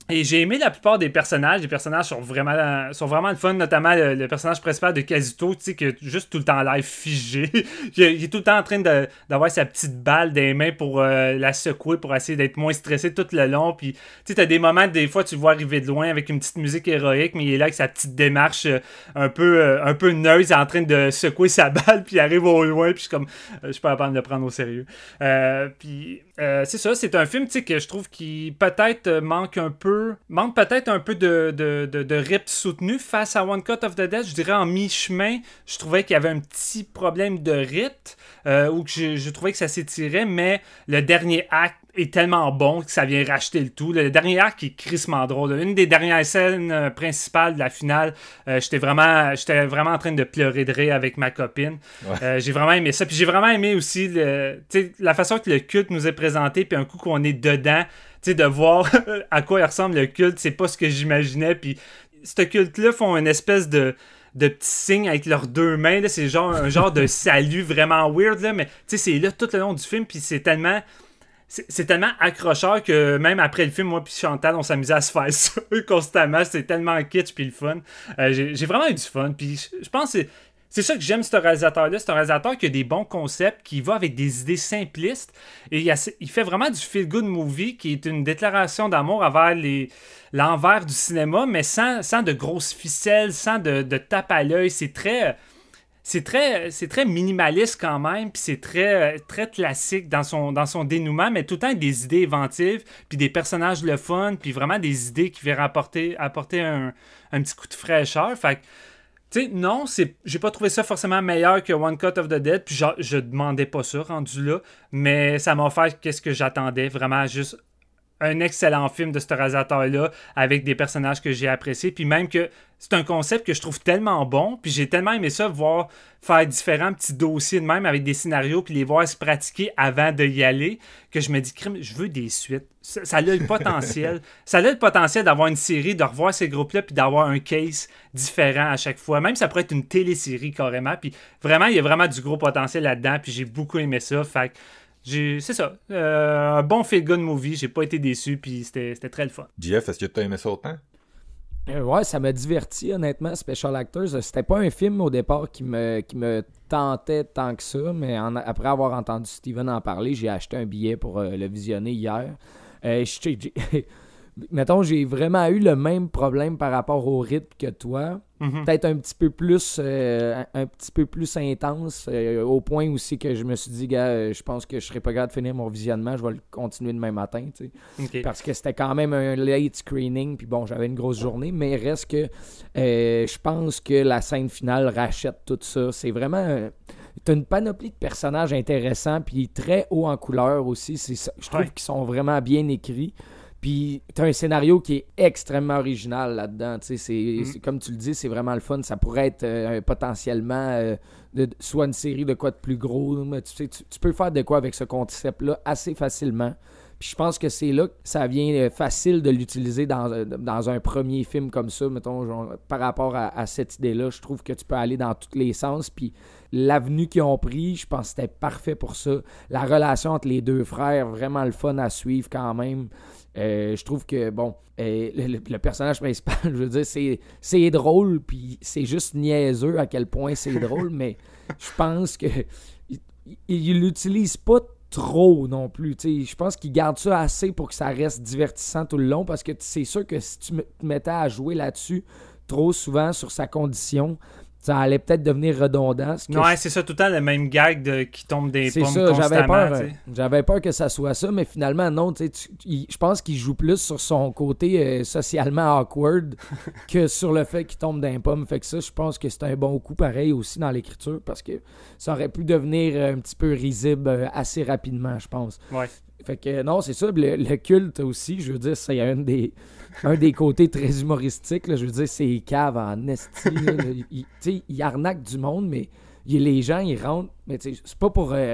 Et j'ai aimé la plupart des personnages. Les personnages sont vraiment, sont vraiment le fun, notamment le, le personnage principal de Kazuto, tu sais, qui a juste tout le temps l'air figé. il, est, il est tout le temps en train de, d'avoir sa petite balle des mains pour euh, la secouer, pour essayer d'être moins stressé tout le long. Puis, tu sais, t'as des moments, des fois, tu le vois arriver de loin avec une petite musique héroïque, mais il est là avec sa petite démarche euh, un peu euh, un peu nerds, en train de secouer sa balle, puis il arrive au loin, puis je suis comme, euh, je suis pas capable de le prendre au sérieux. Euh, puis, euh, c'est ça, c'est un film, tu sais, que je trouve qui peut-être manque un peu manque peut-être un peu de, de, de, de rythme soutenu face à One Cut of the Dead. Je dirais en mi-chemin, je trouvais qu'il y avait un petit problème de rythme, euh, ou que je, je trouvais que ça s'étirait, mais le dernier acte est tellement bon que ça vient racheter le tout. Le dernier acte est crissement drôle. Une des dernières scènes euh, principales de la finale, euh, j'étais vraiment j'étais vraiment en train de pleurer de rire avec ma copine. Ouais. Euh, j'ai vraiment aimé ça. Puis j'ai vraiment aimé aussi le, la façon que le culte nous est présenté, puis un coup qu'on est dedans, tu sais, de voir à quoi il ressemble le culte, c'est pas ce que j'imaginais. Puis ce culte-là font une espèce de de petits signes avec leurs deux mains. Là. C'est genre un genre de salut vraiment weird, là, mais tu sais, c'est là tout le long du film, puis c'est tellement... C'est, c'est tellement accrocheur que même après le film, moi puis Chantal, on s'amusait à se faire ça constamment. C'est tellement kitsch puis le fun. Euh, j'ai, j'ai vraiment eu du fun. Puis je, je pense que c'est, c'est ça que j'aime ce réalisateur-là. C'est un réalisateur qui a des bons concepts, qui va avec des idées simplistes. Et il, a, il fait vraiment du feel-good movie, qui est une déclaration d'amour envers les, l'envers du cinéma, mais sans, sans de grosses ficelles, sans de, de tape à l'œil. C'est très... C'est très, c'est très minimaliste quand même, puis c'est très, très classique dans son, dans son dénouement, mais tout le temps avec des idées inventives, puis des personnages le fun, puis vraiment des idées qui viennent apporter, apporter un, un petit coup de fraîcheur. Fait que, tu sais, non, c'est, j'ai pas trouvé ça forcément meilleur que One Cut of the Dead, puis je, je demandais pas ça rendu là, mais ça m'a offert qu'est-ce que j'attendais, vraiment juste un excellent film de ce réalisateur-là avec des personnages que j'ai appréciés. Puis même que c'est un concept que je trouve tellement bon. Puis j'ai tellement aimé ça, voir faire différents petits dossiers de même avec des scénarios puis les voir se pratiquer avant d'y aller, que je me dis, crime, je veux des suites. Ça, ça a le potentiel. ça a le potentiel d'avoir une série, de revoir ces groupes-là puis d'avoir un case différent à chaque fois. Même ça pourrait être une télésérie carrément. Puis vraiment, il y a vraiment du gros potentiel là-dedans. Puis j'ai beaucoup aimé ça. Fait que J'ai, c'est ça. Euh, un bon feel-good movie. J'ai pas été déçu, puis c'était, c'était très le fun. Jeff, est-ce que tu as aimé ça autant? Euh, ouais, ça m'a diverti, honnêtement, Special Actors. C'était pas un film, au départ, qui me, qui me tentait tant que ça, mais en, après avoir entendu Steven en parler, j'ai acheté un billet pour euh, le visionner hier. Euh, j'ai, j'ai, mettons, j'ai vraiment eu le même problème par rapport au rythme que toi. Mm-hmm. Peut-être un petit peu plus euh, un, un petit peu plus intense, euh, au point aussi que je me suis dit, gars, euh, je pense que je serais pas capable de finir mon visionnement, je vais le continuer demain matin, tu sais. Okay. Parce que c'était quand même un late screening, puis bon, j'avais une grosse journée, mais reste que euh, je pense que la scène finale rachète tout ça. C'est vraiment... Euh, t'as une panoplie de personnages intéressants, puis très haut en couleur aussi. C'est, je trouve ouais. qu'ils sont vraiment bien écrits. Puis t'as un scénario qui est extrêmement original là-dedans. C'est, mm-hmm. c'est, comme tu le dis, c'est vraiment le fun. Ça pourrait être euh, potentiellement euh, de, soit une série de quoi de plus gros. Mais tu, sais, tu, tu peux faire de quoi avec ce concept-là assez facilement. Puis je pense que c'est là que ça vient facile de l'utiliser dans, dans un premier film comme ça, mettons, genre, par rapport à, à cette idée-là. Je trouve que tu peux aller dans tous les sens. Puis l'avenue qu'ils ont pris, je pense que c'était parfait pour ça. La relation entre les deux frères, vraiment le fun à suivre quand même. Euh, je trouve que, bon, euh, le, le personnage principal, je veux dire, c'est, c'est drôle, puis c'est juste niaiseux à quel point c'est drôle, mais je pense que il, il l'utilise pas trop non plus. T'sais, je pense qu'il garde ça assez pour que ça reste divertissant tout le long, parce que c'est sûr que si tu te mettais à jouer là-dessus trop souvent sur sa condition, ça allait peut-être devenir redondant. Ouais, je... c'est ça, tout le temps le même gag de, qui tombe des c'est pommes ça, constamment. J'avais peur, euh, j'avais peur que ça soit ça, mais finalement, non. Tu, il, je pense qu'il joue plus sur son côté euh, socialement awkward que sur le fait qu'il tombe d'un pomme. Fait que ça, je pense que c'est un bon coup pareil aussi dans l'écriture, parce que ça aurait pu devenir un petit peu risible euh, assez rapidement, je pense. Ouais. Fait que non, c'est ça. Le, le culte aussi, je veux dire, c'est un des, un des côtés très humoristiques. Là, je veux dire, c'est cave en esti. Là, il, il, il arnaque du monde, mais il, les gens, ils rentrent. Mais c'est pas pour. Euh,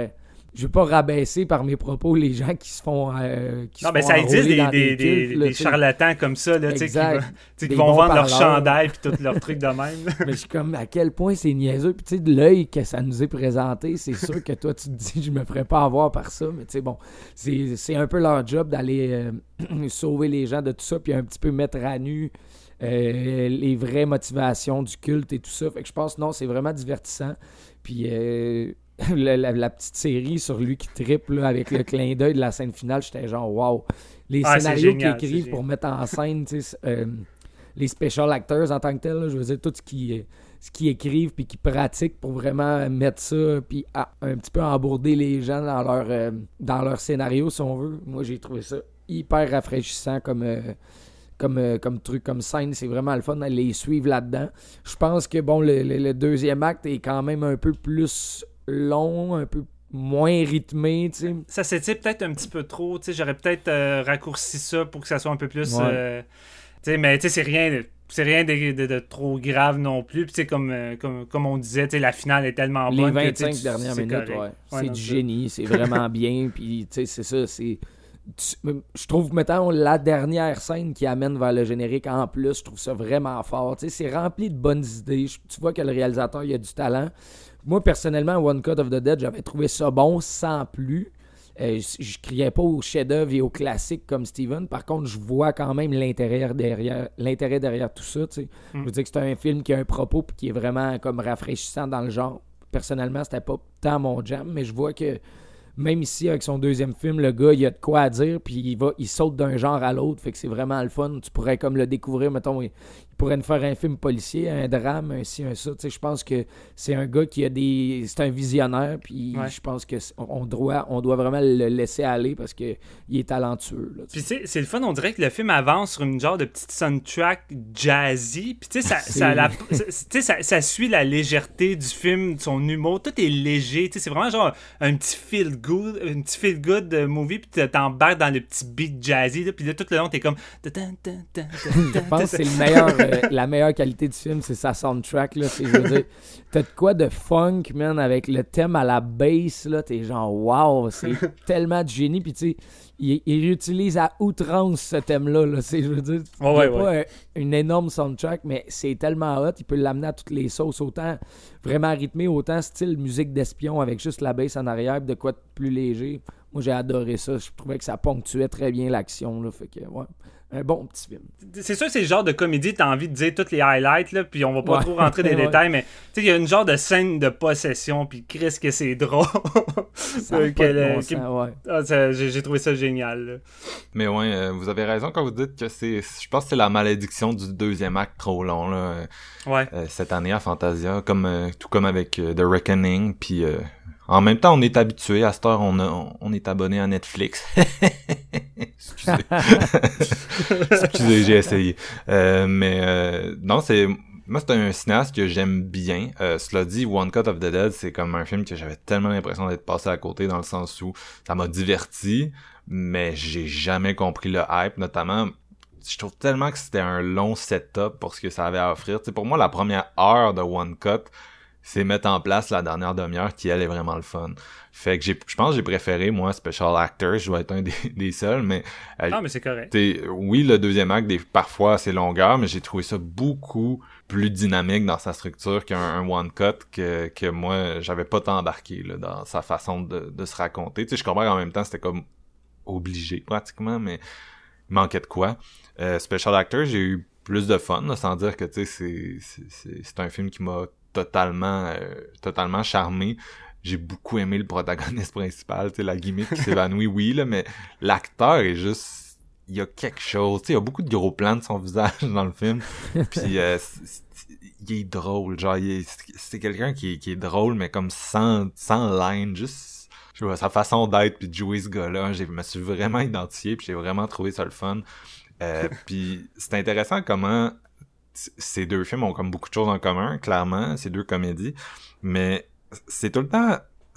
je veux pas rabaisser par mes propos les gens qui se font euh, qui non se mais font ça existe des, enrôler des, dans des, des, cultes, là, des tu sais. charlatans comme ça là, tu sais, qui, va- Exact. tu sais, qui Des vont bons vendre leur parleurs. chandail puis tous leurs trucs de même. Mais je suis comme à quel point c'est niaiseux. Puis tu sais, de l'œil que ça nous est présenté, c'est sûr que toi tu te dis je me ferais pas avoir par ça. Mais tu sais, bon, c'est, c'est un peu leur job d'aller euh, sauver les gens de tout ça, puis un petit peu mettre à nu euh, les vraies motivations du culte et tout ça. Fait que je pense non, c'est vraiment divertissant. Puis euh, la, la, la petite série sur lui qui trippe là, avec le clin d'œil de la scène finale, j'étais genre wow. Les Ah, c'est scénarios génial, qu'ils c'est écrivent génial. pour mettre en scène, tu sais, euh, les special actors en tant que tel, là, je veux dire, tout ce qui ce qu'ils écrivent puis qu'ils pratiquent pour vraiment mettre ça puis à- un petit peu embourder les gens dans leur euh, dans leur scénario si on veut. Moi j'ai trouvé ça hyper rafraîchissant comme euh, comme, euh, comme truc, comme scène, c'est vraiment le fun d'aller les suivre là-dedans. Je pense que bon le, le, le deuxième acte est quand même un peu plus long, un peu moins rythmé, tu sais. Ça s'étire peut-être un petit peu trop, tu sais, j'aurais peut-être euh, raccourci ça pour que ça soit un peu plus Ouais. euh, tu sais, mais tu sais c'est rien de, c'est rien de, de, de trop grave non plus. Puis tu sais comme, euh, comme comme on disait, tu sais la finale est tellement Les bonne que, tu sais, vingt-cinq tu- dernières c'est minutes, correct. ouais. Ouais, C'est non, du c'est- génie, c'est vraiment bien. Puis, tu sais, c'est ça, c'est... tu- je trouve, mettons, la dernière scène qui amène vers le générique en plus, je trouve ça vraiment fort. Tu sais, c'est rempli de bonnes idées. Je- Tu vois que le réalisateur, il a du talent. Moi, personnellement, One Cut of the Dead, j'avais trouvé ça bon sans plus. Euh, je, je criais pas au chef-d'œuvre et au classique comme Steven. Par contre, je vois quand même l'intérêt derrière, l'intérêt derrière tout ça. Tu sais. Mm. Je veux dire que c'est un film qui a un propos et qui est vraiment comme rafraîchissant dans le genre. Personnellement, c'était pas tant mon jam, mais je vois que même ici, avec son deuxième film, le gars, il a de quoi à dire, puis il va, il saute d'un genre à l'autre, fait que c'est vraiment le fun. Tu pourrais comme le découvrir, mettons, il, il pourrait nous faire un film policier, un drame, un ci, un ça. Tu sais, je pense que c'est un gars qui a des... C'est un visionnaire, puis Ouais. je pense que c'est- on doit, on doit vraiment le laisser aller parce que il est talentueux. Là, tu Puis sais. tu sais, c'est le fun, on dirait que le film avance sur une genre de petite soundtrack jazzy. Puis tu sais, ça, C'est- ça, la- ça- tu sais, ça, ça suit la légèreté du film, de son humour. Tout est léger. Tu sais, c'est vraiment genre un petit feel good, un petit feel good euh, movie. Puis t'embarques dans le petit beat jazzy. Là, puis là, tout le long, t'es comme. Je pense que c'est le meilleur, euh, la meilleure qualité du film, c'est sa soundtrack. Là. C'est, je veux dire, t'as de quoi de funk, man, avec le thème à la bass. Là, t'es genre, wow, c'est tellement de génie. Puis tu sais, il, il réutilise à outrance ce thème-là. Là. C'est, je veux dire, Ouais, il y a ouais, pas un- une énorme soundtrack, mais c'est tellement hot. Il peut l'amener à toutes les sauces, autant vraiment rythmé, autant style musique d'espion avec juste la bass en arrière, de quoi de plus léger. Moi, j'ai adoré ça. Je trouvais que ça ponctuait très bien l'action. Là. Fait que, ouais, un bon petit film. C'est sûr que c'est le genre de comédie, t'as envie de dire toutes les highlights, là, puis on va pas Ouais. trop rentrer dans les Ouais. détails, mais tu sais, il y a une genre de scène de possession, puis Chris, que c'est drôle. Ça a Euh, pas de qu'elle, bon euh, qui- sens, ouais. Ah, ça, j'ai, j'ai trouvé ça génial. Là. Mais ouais, euh, vous avez raison quand vous dites que c'est... Je pense que c'est la malédiction du deuxième acte trop long, là, euh, Ouais. euh, cette année à Fantasia, comme euh, tout comme avec euh, The Reckoning, puis euh, en même temps, on est habitué, à cette heure, on, a, on, on est abonné à Netflix. Excusez. Excusez, j'ai essayé. Euh, mais euh, non, c'est... Moi, c'est un cinéaste que j'aime bien. Euh, cela dit, One Cut of the Dead, c'est comme un film que j'avais tellement l'impression d'être passé à côté, dans le sens où ça m'a diverti, mais j'ai jamais compris le hype, notamment... Je trouve tellement que c'était un long setup pour ce que ça avait à offrir. Tu sais, pour moi, la première heure de One Cut, c'est mettre en place la dernière demi-heure qui, elle, est vraiment le fun. Fait que j'ai, je pense que j'ai préféré, moi, Special Actor. Je dois être un des, des seuls, mais... euh, Ah, mais c'est correct. t'sais, oui, le deuxième acte, des, parfois, assez longueur, mais j'ai trouvé ça beaucoup plus dynamique dans sa structure qu'un un One Cut que, que moi, j'avais pas tant embarqué là, dans sa façon de, de se raconter. Tu sais, je comprends qu'en même temps, c'était comme obligé, pratiquement, mais il manquait de quoi. Euh, Special Actor, j'ai eu plus de fun, là, sans dire que tu sais c'est, c'est, c'est, c'est un film qui m'a totalement euh, totalement charmé. J'ai beaucoup aimé le protagoniste principal, tu sais, la gimmick qui s'évanouit, oui, là, mais l'acteur est juste... Il y a quelque chose, tu sais, il y a beaucoup de gros plans de son visage dans le film, puis euh, c'est- c'est- il est drôle, genre, il est, c'est quelqu'un qui est, qui est drôle, mais comme sans, sans line, juste... Je vois, sa façon d'être puis de jouer ce gars-là, je me suis vraiment identifié, puis j'ai vraiment trouvé ça le fun. Euh, puis c'est intéressant comment c- ces deux films ont comme beaucoup de choses en commun, clairement, ces deux comédies, mais c'est tout le temps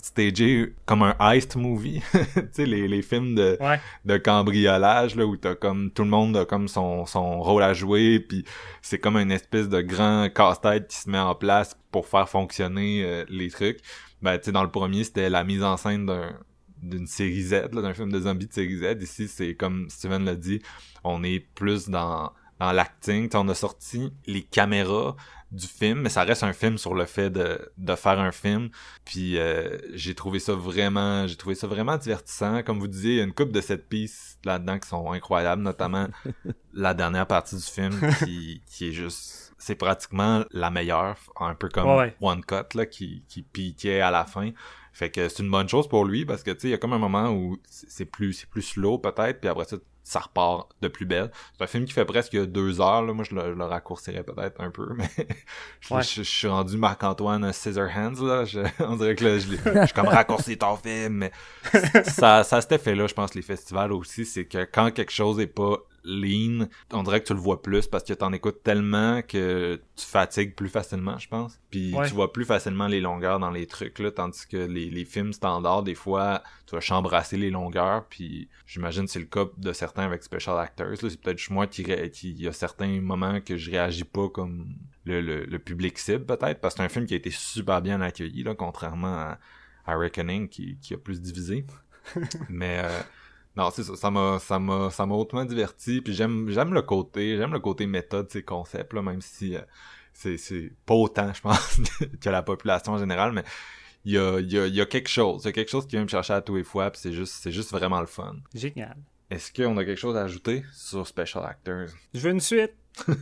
stagé comme un heist movie. Tu sais, les, les films de, ouais. de cambriolage, là, où t'as comme, tout le monde a comme son, son rôle à jouer, puis c'est comme une espèce de grand casse-tête qui se met en place pour faire fonctionner euh, les trucs. Ben, tu sais, dans le premier, c'était la mise en scène d'un d'une série Z, là, d'un film de zombies de série Z. Ici, c'est comme Steven l'a dit, on est plus dans, dans l'acting. T'sais, on a sorti les caméras du film, mais ça reste un film sur le fait de, de faire un film. Puis euh, j'ai trouvé ça vraiment, j'ai trouvé ça vraiment divertissant. Comme vous disiez, il y a une couple de set pieces là-dedans qui sont incroyables, notamment la dernière partie du film qui, qui est juste, c'est pratiquement la meilleure, un peu comme ouais. One Cut là, qui, qui piquait à la fin. Fait que c'est une bonne chose pour lui parce que tu sais, il y a comme un moment où c'est plus c'est plus slow peut-être, puis après ça ça repart de plus belle. C'est un film qui fait presque deux heures, là. Moi je le, je le raccourcirais peut-être un peu, mais je, ouais. je, je suis rendu Marc-Antoine Scissorhands là. Je, on dirait que là, je, je suis comme raccourci ton film, mais ça ça a cet effet là, je pense les festivals aussi, c'est que quand quelque chose est pas lean, on dirait que tu le vois plus parce que t'en écoutes tellement que tu fatigues plus facilement, je pense. Puis ouais. tu vois plus facilement les longueurs dans les trucs, là, tandis que les, les films standards, des fois, tu vas chambrasser les longueurs, puis j'imagine que c'est le cas de certains avec Special Actors, là. C'est peut-être juste moi qui, ré... qui y a certains moments que je réagis pas comme le, le, le public cible, peut-être, parce que c'est un film qui a été super bien accueilli, là, contrairement à, à Reckoning, qui, qui a plus divisé. Mais... Euh, non, c'est ça, ça m'a, ça m'a, ça m'a hautement diverti, puis j'aime, j'aime le côté, j'aime le côté méta de ces concepts, là, même si euh, c'est, c'est pas autant, je pense, que la population en général, mais il y a, il y a, il y a quelque chose, il y a quelque chose qui vient me chercher à tous les fois, puis c'est juste, c'est juste vraiment le fun. Génial. Est-ce qu'on a quelque chose à ajouter sur Special Actors? Je veux une suite.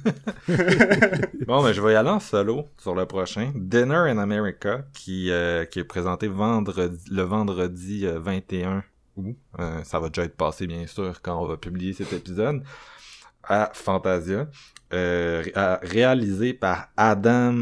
Bon, ben je vais y aller en solo sur le prochain. Dinner in America, qui, euh, qui est présenté vendredi, le vendredi euh, vingt et un août. Euh, ça va déjà être passé, bien sûr, quand on va publier cet épisode. À Fantasia. Euh, ré- réalisé par Adam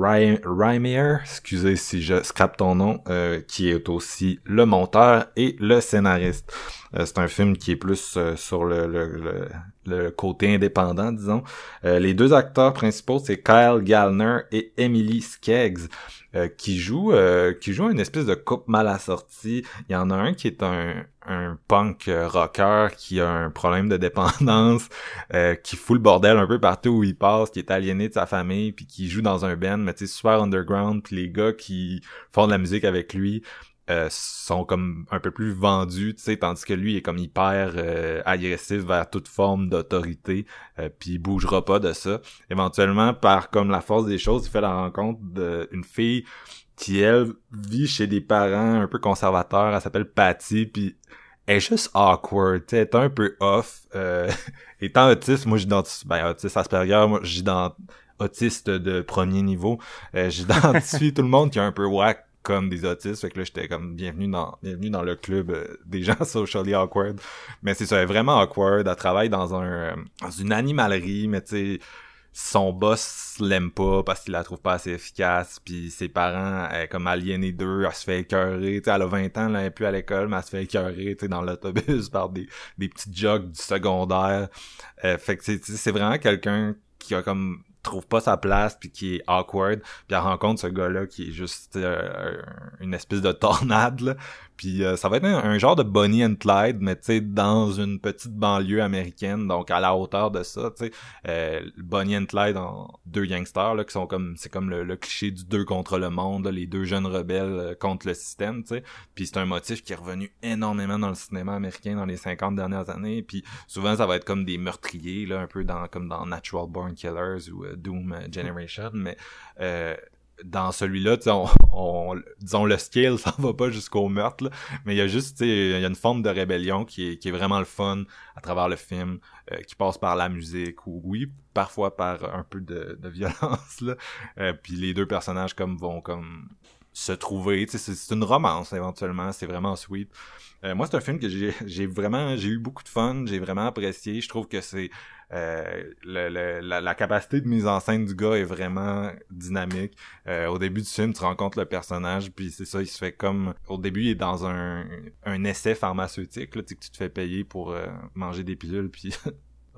Reimer, excusez si je scrape ton nom, euh, qui est aussi le monteur et le scénariste. Euh, c'est un film qui est plus euh, sur le, le, le, le côté indépendant, disons. Euh, les deux acteurs principaux, c'est Kyle Gallner et Emily Skeggs, euh, qui jouent euh, qui jouent une espèce de couple mal assorti. Il y en a un qui est un un punk rocker qui a un problème de dépendance, euh, qui fout le bordel un peu partout où il passe, qui est aliéné de sa famille, puis qui joue dans un band, mais tu sais, super underground, puis les gars qui font de la musique avec lui euh, sont comme un peu plus vendus, tu sais, tandis que lui est comme hyper euh, agressif vers toute forme d'autorité, euh, puis il bougera pas de ça. Éventuellement, par comme la force des choses, il fait la rencontre d'une fille qui, elle, vit chez des parents un peu conservateurs. Elle s'appelle Patty, puis elle est juste awkward, tu sais, elle est un peu off. Euh, étant autiste, moi, j'identifie... Ben, autiste Asperger, moi, j'identifie autiste de premier niveau. Euh, j'identifie tout le monde qui est un peu whack comme des autistes. Fait que là, j'étais comme bienvenue dans bienvenue dans le club euh, des gens socially awkward. Mais c'est ça, elle est vraiment awkward. Elle travaille dans un euh, dans une animalerie, mais tu sais... son boss l'aime pas parce qu'il la trouve pas assez efficace, puis ses parents, elle est comme aliénée d'eux, elle se fait écœurer, tu sais, elle a vingt ans, là, elle est plus à l'école, mais elle se fait écœurer, tu sais, dans l'autobus par des, des petits jocks du secondaire. Euh, fait que c'est, c'est vraiment quelqu'un qui a comme trouve pas sa place puis qui est awkward, puis elle rencontre ce gars-là qui est juste euh, une espèce de tornade, là. Puis euh, ça va être un, un genre de Bonnie and Clyde, mais tu sais, dans une petite banlieue américaine, donc à la hauteur de ça, tu sais. Euh, Bonnie and Clyde, en deux gangsters, là, qui sont comme, c'est comme le, le cliché du deux contre le monde, là, les deux jeunes rebelles euh, contre le système, tu sais. Puis c'est un motif qui est revenu énormément dans le cinéma américain dans les cinquante dernières années, puis souvent ça va être comme des meurtriers, là, un peu dans comme dans Natural Born Killers ou euh, Doom Generation, mais... Euh, dans celui-là, tu sais, on, on, disons, le scale, ça va pas jusqu'au meurtre, là, mais il y a juste, tu sais, il y a une forme de rébellion qui est, qui est vraiment le fun à travers le film, euh, qui passe par la musique, ou oui, parfois par un peu de, de violence, là, euh, puis les deux personnages, comme, vont, comme, se trouver, tu sais, c'est, c'est une romance, éventuellement, c'est vraiment sweet. Euh, moi, c'est un film que j'ai, j'ai vraiment, j'ai eu beaucoup de fun, j'ai vraiment apprécié, je trouve que c'est, Euh, le, le, la, la capacité de mise en scène du gars est vraiment dynamique. Euh, au début du film, tu rencontres le personnage, puis c'est ça, il se fait comme... Au début, il est dans un, un essai pharmaceutique, là, tu sais, que tu te fais payer pour euh, manger des pilules, puis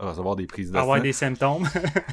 recevoir des prises de avoir sang. des symptômes.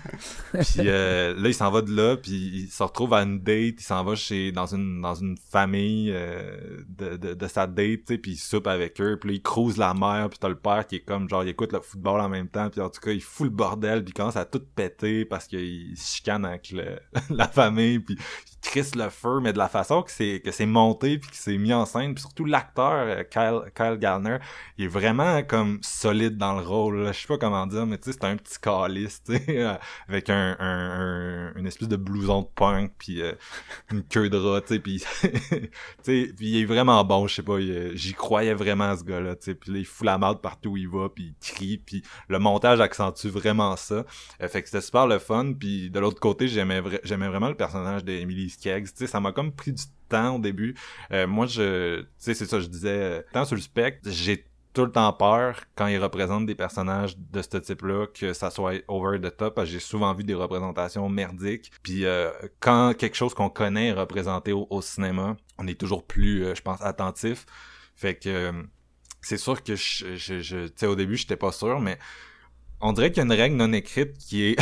Puis euh, là, il s'en va de là, puis il se retrouve à une date, il s'en va chez dans une dans une famille euh, de, de de sa date, tu sais, puis il soupe avec eux, puis là, il crouse la mère, puis t'as le père qui est comme genre il écoute le football en même temps, puis en tout cas il fout le bordel, puis il commence à tout péter parce qu'il se chicane avec le, la famille, puis il crisse le feu, mais de la façon que c'est que c'est monté, puis que c'est mis en scène, puis surtout l'acteur Kyle Kyle Gallner, il est vraiment comme solide dans le rôle, là. Je sais pas comment dire, mais tu sais c'est un petit calice, tu sais, avec un, un, un une espèce de blouson de punk, puis euh, une queue de rat, tu sais, puis tu sais, puis il est vraiment bon, je sais pas, il, j'y croyais vraiment ce gars-là, tu sais, puis là il fout la merde partout où il va, puis il crie, puis le montage accentue vraiment ça, euh, fait que c'était super le fun, puis de l'autre côté j'aimais vra- j'aimais vraiment le personnage d'Emily Skeggs, tu sais, ça m'a comme pris du temps au début, euh, moi je, tu sais, c'est ça, je disais, euh, tant sur le spectre, j'ai tout le temps peur quand ils représentent des personnages de ce type-là que ça soit over the top, parce que j'ai souvent vu des représentations merdiques, puis euh, quand quelque chose qu'on connaît est représenté au, au cinéma, on est toujours plus, euh, je pense, attentif, fait que euh, c'est sûr que je, je, je tu sais, au début j'étais pas sûr, mais on dirait qu'il y a une règle non écrite qui est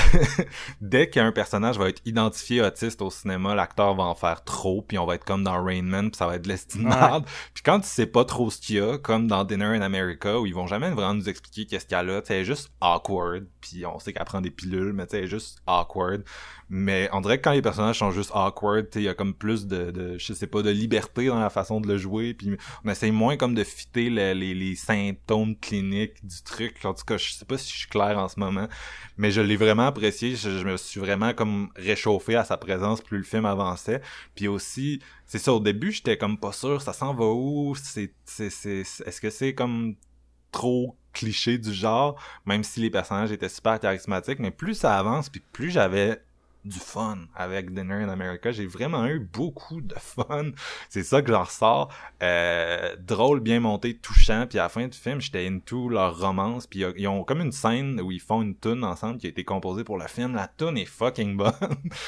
dès qu'un personnage va être identifié autiste au cinéma, l'acteur va en faire trop, puis on va être comme dans Rain Man, puis ça va être l'estimade. Ouais. Puis quand tu sais pas trop ce qu'il y a, comme dans Dinner in America, où ils vont jamais vraiment nous expliquer qu'est-ce qu'il y a là, c'est juste awkward, puis on sait qu'elle prend des pilules, mais c'est juste awkward. Mais on dirait que quand les personnages sont juste awkward, il y a comme plus de, de, je sais pas, de liberté dans la façon de le jouer, puis on essaye moins comme de fitter le, les, les symptômes cliniques du truc. En tout cas, je sais pas si je suis clair en ce moment, mais je l'ai vraiment apprécié, je, je me suis vraiment comme réchauffé à sa présence plus le film avançait, puis aussi, c'est ça, au début, j'étais comme pas sûr, ça s'en va où, c'est, c'est, c'est, est-ce que c'est comme trop cliché du genre, même si les personnages étaient super charismatiques, mais plus ça avance, puis plus j'avais du fun avec Dinner in America. J'ai vraiment eu beaucoup de fun. C'est ça que j'en ressors. Euh, drôle, bien monté, touchant. Puis à la fin du film, j'étais into leur romance. Puis ils ont comme une scène où ils font une tune ensemble qui a été composée pour le film. La tune est fucking bonne.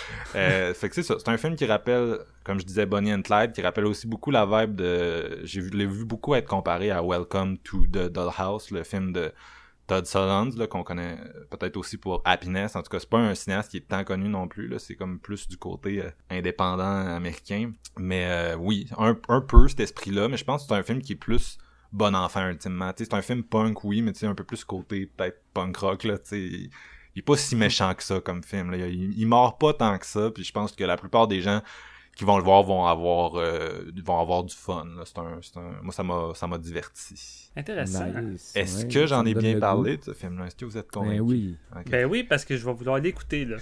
euh, fait que c'est ça. C'est un film qui rappelle, comme je disais, Bonnie and Clyde, qui rappelle aussi beaucoup la vibe de... J'ai vu, l'ai vu beaucoup être comparé à Welcome to the Dollhouse, le film de Todd Solondz, là, qu'on connaît peut-être aussi pour Happiness. En tout cas, c'est pas un cinéaste qui est tant connu non plus, là. C'est comme plus du côté euh, indépendant américain. Mais euh, oui, un, un peu cet esprit-là. Mais je pense que c'est un film qui est plus bon enfant, ultimement. T'sais, c'est un film punk, oui, mais un peu plus côté peut-être punk rock, là. T'sais, il, il est pas si méchant que ça comme film, là. Il, il mord pas tant que ça. Puis je pense que la plupart des gens qui vont le voir vont avoir euh, vont avoir du fun, là. C'est un, c'est un... Moi, ça m'a ça m'a diverti. Intéressant. Nice. Est-ce ouais, que j'en ai bien parlé goût. de ce film-là? Est-ce que vous êtes convaincus? Ben oui. Okay. Ben oui, parce que je vais vouloir l'écouter, là.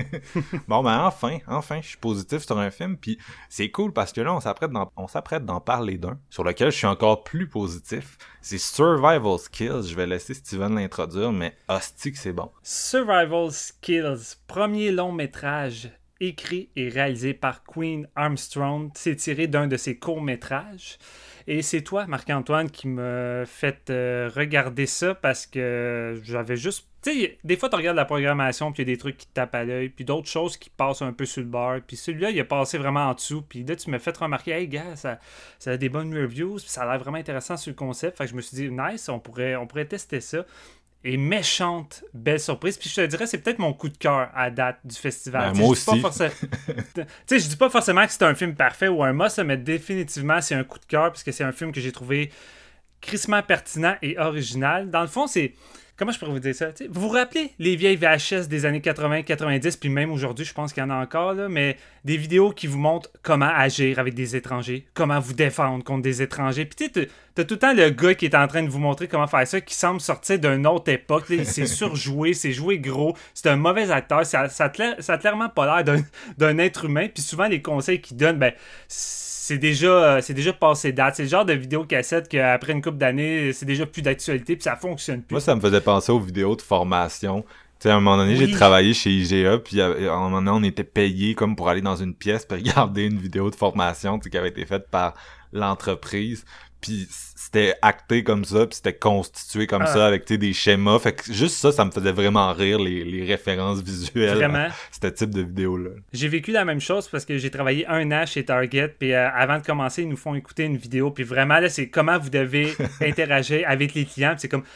Bon, ben enfin, enfin, je suis positif sur un film, puis c'est cool parce que là, on s'apprête d'en, on s'apprête d'en parler d'un, sur lequel je suis encore plus positif. C'est Survival Skills. Je vais laisser Steven l'introduire, mais hostie que c'est bon. Survival Skills, premier long métrage écrit et réalisé par Queen Armstrong. C'est tiré d'un de ses courts-métrages. Et c'est toi, Marc-Antoine, qui m'a fait euh, regarder ça parce que j'avais juste... Tu sais, des fois, tu regardes la programmation puis il y a des trucs qui te tapent à l'œil, puis d'autres choses qui passent un peu sur le bord. Puis celui-là, il a passé vraiment en dessous. Puis là, tu m'as fait remarquer, hey, gars, ça, ça a des bonnes reviews, puis ça a l'air vraiment intéressant sur le concept. Fait que je me suis dit, nice, on pourrait, on pourrait tester ça. Et méchante belle surprise. Puis je te dirais, c'est peut-être mon coup de cœur à date du festival. Ben, moi aussi. Tu sais, je dis pas forcément que c'est un film parfait ou un must, mais définitivement, c'est un coup de cœur puisque c'est un film que j'ai trouvé crissement pertinent et original. Dans le fond, c'est... Comment je pourrais vous dire ça? T'sais, vous vous rappelez les vieilles V H S des années quatre-vingts quatre-vingt-dix, puis même aujourd'hui, je pense qu'il y en a encore, là, mais des vidéos qui vous montrent comment agir avec des étrangers, comment vous défendre contre des étrangers. Puis tu sais, t'as tout le temps le gars qui est en train de vous montrer comment faire ça, qui semble sortir d'une autre époque. Là, c'est surjoué, c'est joué gros, c'est un mauvais acteur, ça, ça, a, ça a clairement pas l'air d'un, d'un être humain. Puis souvent, les conseils qu'il donne, ben... c'est déjà, c'est déjà passé date. C'est le genre de vidéocassette qu'après une couple d'années, c'est déjà plus d'actualité puis ça fonctionne plus. Moi, ça me faisait penser aux vidéos de formation. Tu sais, à un moment donné, oui. J'ai travaillé chez I G A, puis à un moment donné, on était payé comme pour aller dans une pièce puis regarder une vidéo de formation, tu sais, qui avait été faite par l'entreprise. Puis c'était acté comme ça, puis c'était constitué comme ah. ça avec tu sais, des schémas. Fait que juste ça, ça me faisait vraiment rire, les, les références visuelles vraiment. À ce type de vidéo-là. J'ai vécu la même chose parce que j'ai travaillé un an chez Target, puis euh, avant de commencer, ils nous font écouter une vidéo, puis vraiment, là, c'est comment vous devez interagir avec les clients, puis c'est comme...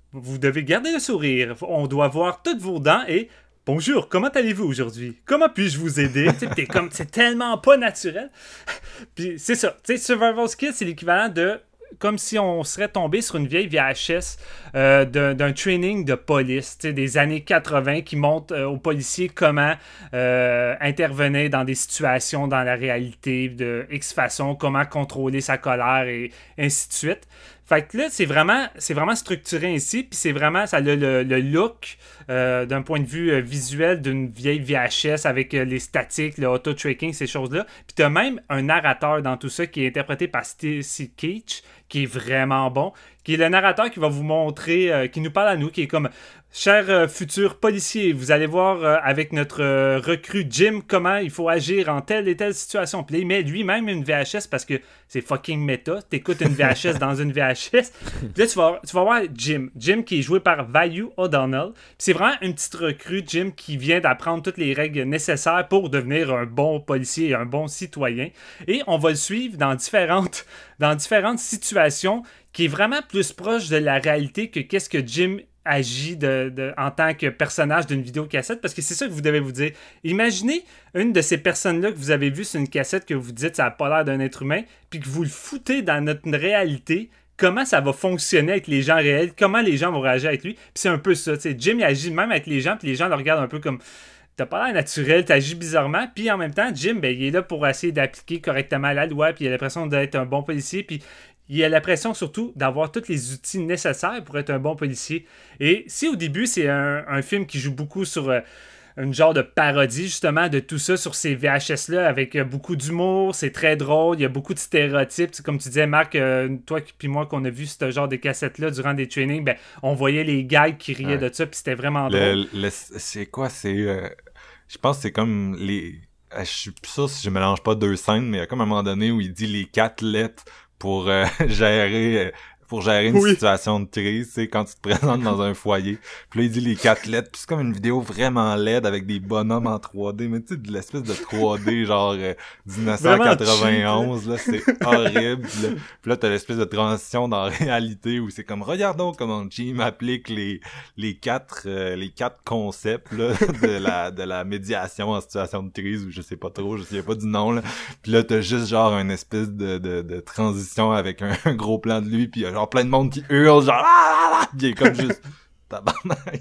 vous devez garder le sourire. On doit voir toutes vos dents et bonjour, comment allez-vous aujourd'hui? Comment puis-je vous aider? T'sais, comme, c'est tellement pas naturel. Puis c'est ça. T'sais, Survival Skills, c'est l'équivalent de comme si on serait tombé sur une vieille V H S euh, d'un, d'un training de police des années quatre-vingts qui montre euh, aux policiers comment euh, intervenir dans des situations dans la réalité de X façon, comment contrôler sa colère et ainsi de suite. Fait que là, c'est vraiment, c'est vraiment structuré ici, puis c'est vraiment, ça a le, le, le look euh, d'un point de vue euh, visuel d'une vieille V H S avec euh, les statiques, le auto-tracking, ces choses-là. Puis t'as même un narrateur dans tout ça qui est interprété par Stacy Keach, qui est vraiment bon, qui est le narrateur qui va vous montrer, euh, qui nous parle à nous, qui est comme « Cher euh, futur policier, vous allez voir euh, avec notre euh, recrue Jim comment il faut agir en telle et telle situation. » Puis là, il met lui-même une V H S parce que c'est fucking méta. T'écoutes une V H S dans une V H S. Puis là, tu vas, tu vas voir Jim. Jim qui est joué par Vayu O'Donnell. Puis c'est vraiment une petite recrue, Jim, qui vient d'apprendre toutes les règles nécessaires pour devenir un bon policier et un bon citoyen. Et on va le suivre dans différentes, dans différentes situations qui est vraiment plus proche de la réalité que qu'est-ce que Jim agit de, de, en tant que personnage d'une vidéocassette, parce que c'est ça que vous devez vous dire. Imaginez une de ces personnes-là que vous avez vues sur une cassette que vous dites ça n'a pas l'air d'un être humain, puis que vous le foutez dans notre réalité, comment ça va fonctionner avec les gens réels, comment les gens vont réagir avec lui. Puis c'est un peu ça, tu sais, Jim il agit même avec les gens, puis les gens le regardent un peu comme t'as pas l'air naturel, t'agis bizarrement, puis en même temps, Jim, ben, il est là pour essayer d'appliquer correctement la loi, puis il a l'impression d'être un bon policier, puis il a l'impression surtout d'avoir tous les outils nécessaires pour être un bon policier. Et si au début, c'est un, un film qui joue beaucoup sur euh, une genre de parodie, justement, de tout ça, sur ces V H S-là, avec euh, beaucoup d'humour, c'est très drôle, il y a beaucoup de stéréotypes. T'sais, comme tu disais, Marc, euh, toi puis moi, qu'on a vu ce genre de cassettes-là durant des trainings, ben, on voyait les gars qui riaient ouais. de ça, puis c'était vraiment le, drôle. Le, c'est quoi? C'est... Euh, je pense que c'est comme les... Je suis plus sûr si je mélange pas deux scènes, mais il y a comme un moment donné où il dit les quatre lettres pour euh, gérer pour gérer une oui. situation de crise, tu sais, quand tu te présentes dans un foyer. Puis là, il dit les quatre lettres, puis c'est comme une vidéo vraiment laide avec des bonhommes en trois D, mais tu sais, de l'espèce de trois D, genre euh, dix-neuf cent quatre-vingt-onze, là, c'est horrible. Puis là, puis là, t'as l'espèce de transition dans la réalité où c'est comme, regardons comment Jim applique les les quatre euh, les quatre concepts, là, de la de la médiation en situation de crise, ou je sais pas trop, je sais pas du nom, là. Puis là, t'as juste genre une espèce de de, de transition avec un, un gros plan de lui, puis genre plein de monde qui hurle, genre ah, ah, il est comme juste tabarnak.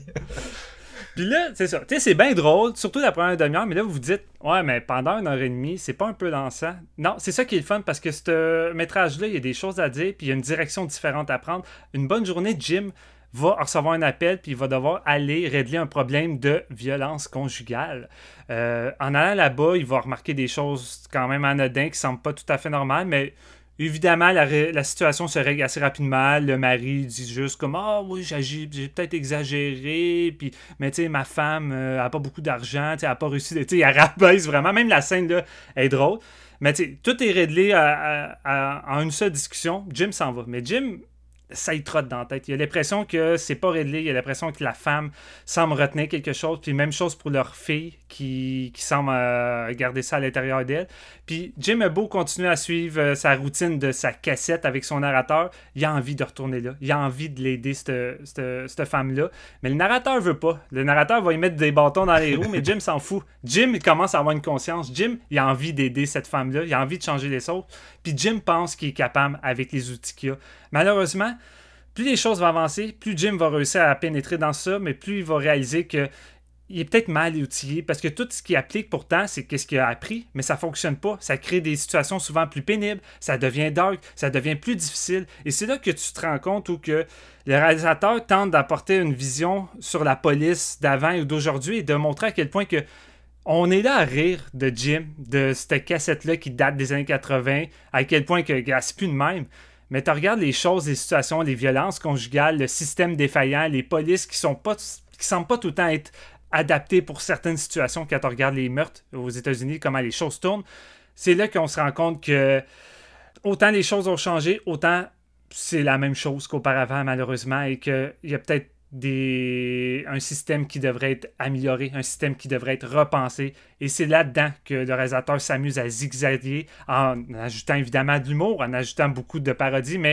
Puis là, c'est ça. Tu sais, c'est bien drôle, surtout la première demi-heure, mais là, vous vous dites, ouais, mais pendant une heure et demie, c'est pas un peu lassant. Non, c'est ça qui est le fun, parce que ce métrage-là, il y a des choses à dire, puis il y a une direction différente à prendre. Une bonne journée, Jim va recevoir un appel, puis il va devoir aller régler un problème de violence conjugale. Euh, en allant là-bas, il va remarquer des choses quand même anodines qui semblent pas tout à fait normales, mais évidemment, la, la situation se règle assez rapidement. Le mari dit juste comme « Ah oui, j'agis, j'ai peut-être exagéré, puis mais tu sais, ma femme euh, a pas beaucoup d'argent, tu sais, elle a pas réussi, tu sais, elle rabaisse vraiment. » Même la scène là est drôle. Mais tu sais, tout est réglé à, à, à, en une seule discussion. Jim s'en va. Mais Jim, ça y trotte dans la tête. Il a l'impression que c'est pas réglé. Il a l'impression que la femme semble retenir quelque chose. Puis même chose pour leur fille qui, qui semble euh, garder ça à l'intérieur d'elle. Puis Jim a beau continuer à suivre euh, sa routine de sa cassette avec son narrateur, il a envie de retourner là. Il a envie de l'aider, cette, cette, cette femme-là. Mais le narrateur veut pas. Le narrateur va y mettre des bâtons dans les roues, mais Jim s'en fout. Jim, il commence à avoir une conscience. Jim, il a envie d'aider cette femme-là. Il a envie de changer les choses. Puis Jim pense qu'il est capable avec les outils qu'il a. Malheureusement, plus les choses vont avancer, plus Jim va réussir à pénétrer dans ça, mais plus il va réaliser que il est peut-être mal outillé, parce que tout ce qu'il applique pourtant, c'est qu'est-ce qu'il a appris, mais ça fonctionne pas. Ça crée des situations souvent plus pénibles, ça devient dark, ça devient plus difficile. Et c'est là que tu te rends compte où que le réalisateur tente d'apporter une vision sur la police d'avant ou d'aujourd'hui et de montrer à quel point que on est là à rire de Jim, de cette cassette-là qui date des années quatre-vingts, à quel point que, que c'est plus de même. Mais tu regardes les choses, les situations, les violences conjugales, le système défaillant, les polices qui sont pas, qui semblent pas tout le temps être adaptées pour certaines situations quand tu regardes les meurtres aux États-Unis, comment les choses tournent. C'est là qu'on se rend compte que autant les choses ont changé, autant c'est la même chose qu'auparavant, malheureusement, et qu'il y a peut-être Des... un système qui devrait être amélioré, un système qui devrait être repensé. Et c'est là-dedans que le réalisateur s'amuse à zigzaguer en ajoutant évidemment de l'humour, en ajoutant beaucoup de parodies, mais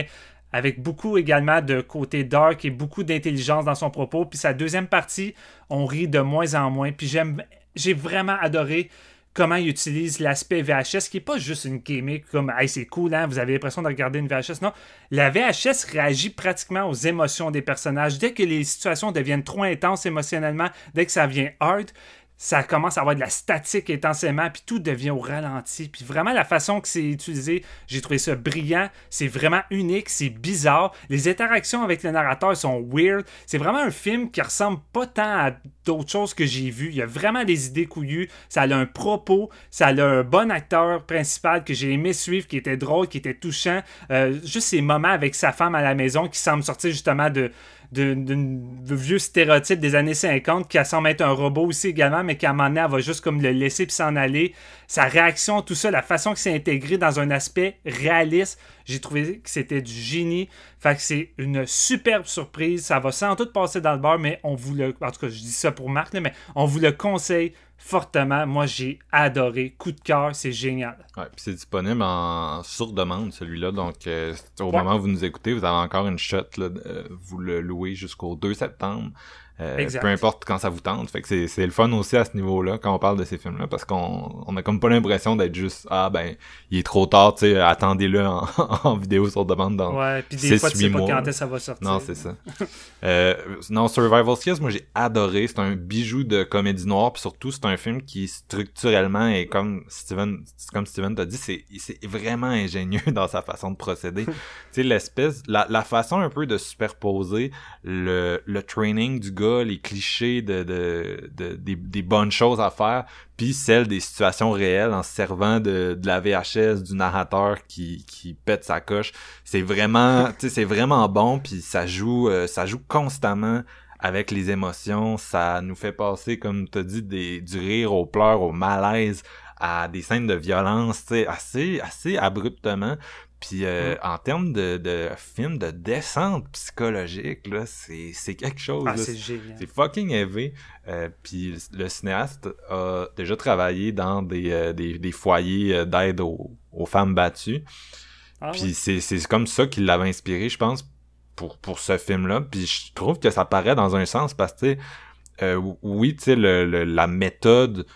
avec beaucoup également de côté dark et beaucoup d'intelligence dans son propos. Puis sa deuxième partie, on rit de moins en moins. Puis j'aime, j'ai vraiment adoré comment il utilise l'aspect V H S, qui n'est pas juste une gimmick comme « Hey, c'est cool, hein, vous avez l'impression de regarder une V H S ». Non, la V H S réagit pratiquement aux émotions des personnages. Dès que les situations deviennent trop intenses émotionnellement, dès que ça devient hard, ça commence à avoir de la statique intensément, puis tout devient au ralenti. Puis vraiment, la façon que c'est utilisé, j'ai trouvé ça brillant. C'est vraiment unique, c'est bizarre. Les interactions avec le narrateur sont weird. C'est vraiment un film qui ressemble pas tant à d'autres choses que j'ai vues. Il y a vraiment des idées couillues. Ça a un propos. Ça a un bon acteur principal que j'ai aimé suivre, qui était drôle, qui était touchant. Euh, juste ces moments avec sa femme à la maison qui semblent sortir justement de... de, de, de vieux stéréotypes des années cinquante qui semble être un robot aussi également, mais qu'à un moment donné, elle va juste comme le laisser puis s'en aller. Sa réaction, tout ça, la façon que c'est intégré dans un aspect réaliste, j'ai trouvé que c'était du génie. Fait que c'est une superbe surprise. Ça va sans doute passer dans le beurre, mais on vous le... En tout cas, je dis ça pour Marc, là, mais on vous le conseille fortement. Moi, j'ai adoré. Coup de cœur, c'est génial. Ouais, puis c'est disponible en sur demande, celui-là. Donc, euh, au ouais. moment où vous nous écoutez, vous avez encore une shot. Là, euh, vous le louez jusqu'au deux septembre. Euh, peu importe quand ça vous tente. Fait que c'est, c'est le fun aussi à ce niveau-là quand on parle de ces films-là, parce qu'on on a comme pas l'impression d'être juste ah ben il est trop tard, tu sais, attendez-le en, en vidéo sur demande dans ouais, puis des fois tu sais pas mois. quand ça va sortir. Non, c'est ça. euh, non, Survival Skills, moi j'ai adoré. C'est un bijou de comédie noire, puis surtout c'est un film qui structurellement est comme Steven, comme Steven t'a dit, c'est c'est vraiment ingénieux dans sa façon de procéder. Tu sais, l'espèce, la la façon un peu de superposer le le training du gars, les clichés de, de, de des, des bonnes choses à faire, puis celles des situations réelles en se servant de, de la V H S, du narrateur qui, qui pète sa coche. C'est vraiment, tu sais, c'est vraiment bon, puis ça joue, euh, ça joue constamment avec les émotions. Ça nous fait passer, comme t'as dit, des, du rire au pleur, au malaise, à des scènes de violence, tu sais, assez, assez abruptement. Puis euh, mm. en termes de, de film de descente psychologique, là, c'est, c'est quelque chose. Ah, là, c'est, c'est génial. C'est fucking heavy. Euh, puis le cinéaste a déjà travaillé dans des, euh, des, des foyers d'aide aux, aux femmes battues. Ah, puis ouais. c'est, c'est comme ça qu'il l'avait inspiré, je pense, pour, pour ce film-là. Puis je trouve que ça paraît dans un sens parce que, tu sais, euh, oui, tu sais, le, le, la méthode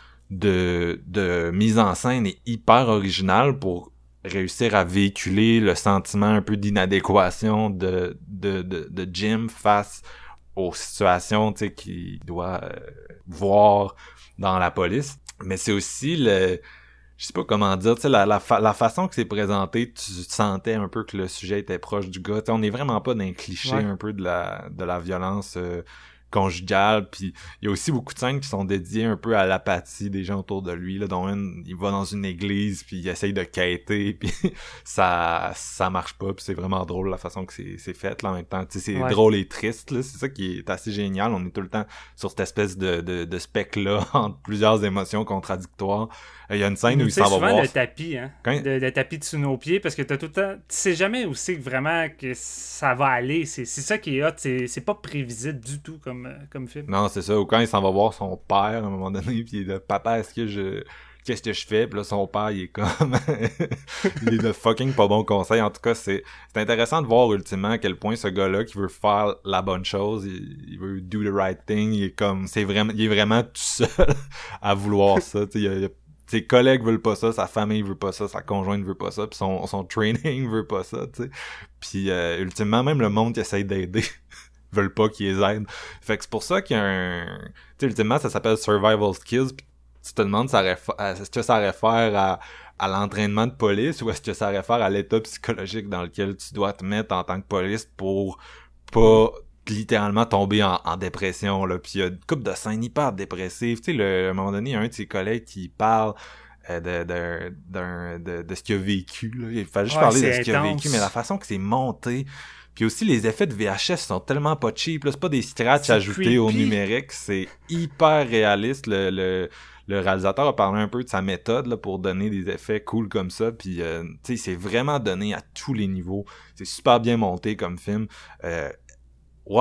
de, de mise en scène est hyper originale pour réussir à véhiculer le sentiment un peu d'inadéquation de, de, de, de Jim face aux situations, tu sais, qu'il doit euh, voir dans la police. Mais c'est aussi le... Je sais pas comment dire, tu sais, la, la, fa- la façon que c'est présenté, tu sentais un peu que le sujet était proche du gars. Tu sais, on est vraiment pas dans un cliché ouais. un peu de la, de la violence euh, conjugale, puis il y a aussi beaucoup de scènes qui sont dédiées un peu à l'apathie des gens autour de lui, là, dont une, il va dans une église, puis il essaye de quêter, puis ça ça marche pas, puis c'est vraiment drôle la façon que c'est, c'est fait, là, en même temps, tu sais, c'est ouais. drôle et triste, là, c'est ça qui est assez génial, on est tout le temps sur cette espèce de, de, de spectre-là, entre plusieurs émotions contradictoires. Il y a une scène où il s'en va souvent voir... le tapis, hein, Quand... le, le tapis dessous nos pieds, parce que t'as tout le temps... Tu sais jamais où c'est que vraiment que ça va aller, c'est, c'est ça qui est hot, c'est, c'est pas prévisible du tout comme, comme film. Non, c'est ça, ou quand il s'en va voir son père, à un moment donné, puis il est là, papa, est-ce que je... Qu'est-ce que je fais? Puis là, son père, il est comme... il est de fucking pas bon conseil. En tout cas, c'est, c'est intéressant de voir ultimement à quel point ce gars-là qui veut faire la bonne chose, il, il veut do the right thing, il est comme... c'est vraiment, il est vraiment tout seul à vouloir ça, tu sais, il y a, il y a ses collègues veulent pas ça, sa famille veut pas ça, sa conjointe veut pas ça, puis son, son training veut pas ça, tu sais. Puis euh, ultimement, même le monde qui essaye d'aider veulent pas qu'ils les aident. Fait que c'est pour ça qu'il y a un... Tu sais, ultimement, ça s'appelle Survival Skills, puis tu te demandes ça réfère, est-ce que ça réfère à, à l'entraînement de police ou est-ce que ça réfère à l'état psychologique dans lequel tu dois te mettre en tant que police pour pas... littéralement tomber en, en dépression, là. Puis il y a une couple de scènes hyper dépressives. Tu sais, le, à un moment donné, il y a un de ses collègues qui parle euh, de, de, de, de, de ce qu'il a vécu, là. Il fallait juste ouais, parler de ce qu'il a vécu, mais la façon que c'est monté. Puis aussi, les effets de V H S sont tellement pas cheap, là. C'est pas des scratchs c'est ajoutés creepy. Au numérique. C'est hyper réaliste. Le, le, le réalisateur a parlé un peu de sa méthode, là, pour donner des effets cool comme ça. Puis, euh, tu sais, c'est vraiment donné à tous les niveaux. C'est super bien monté comme film. Euh, Wow!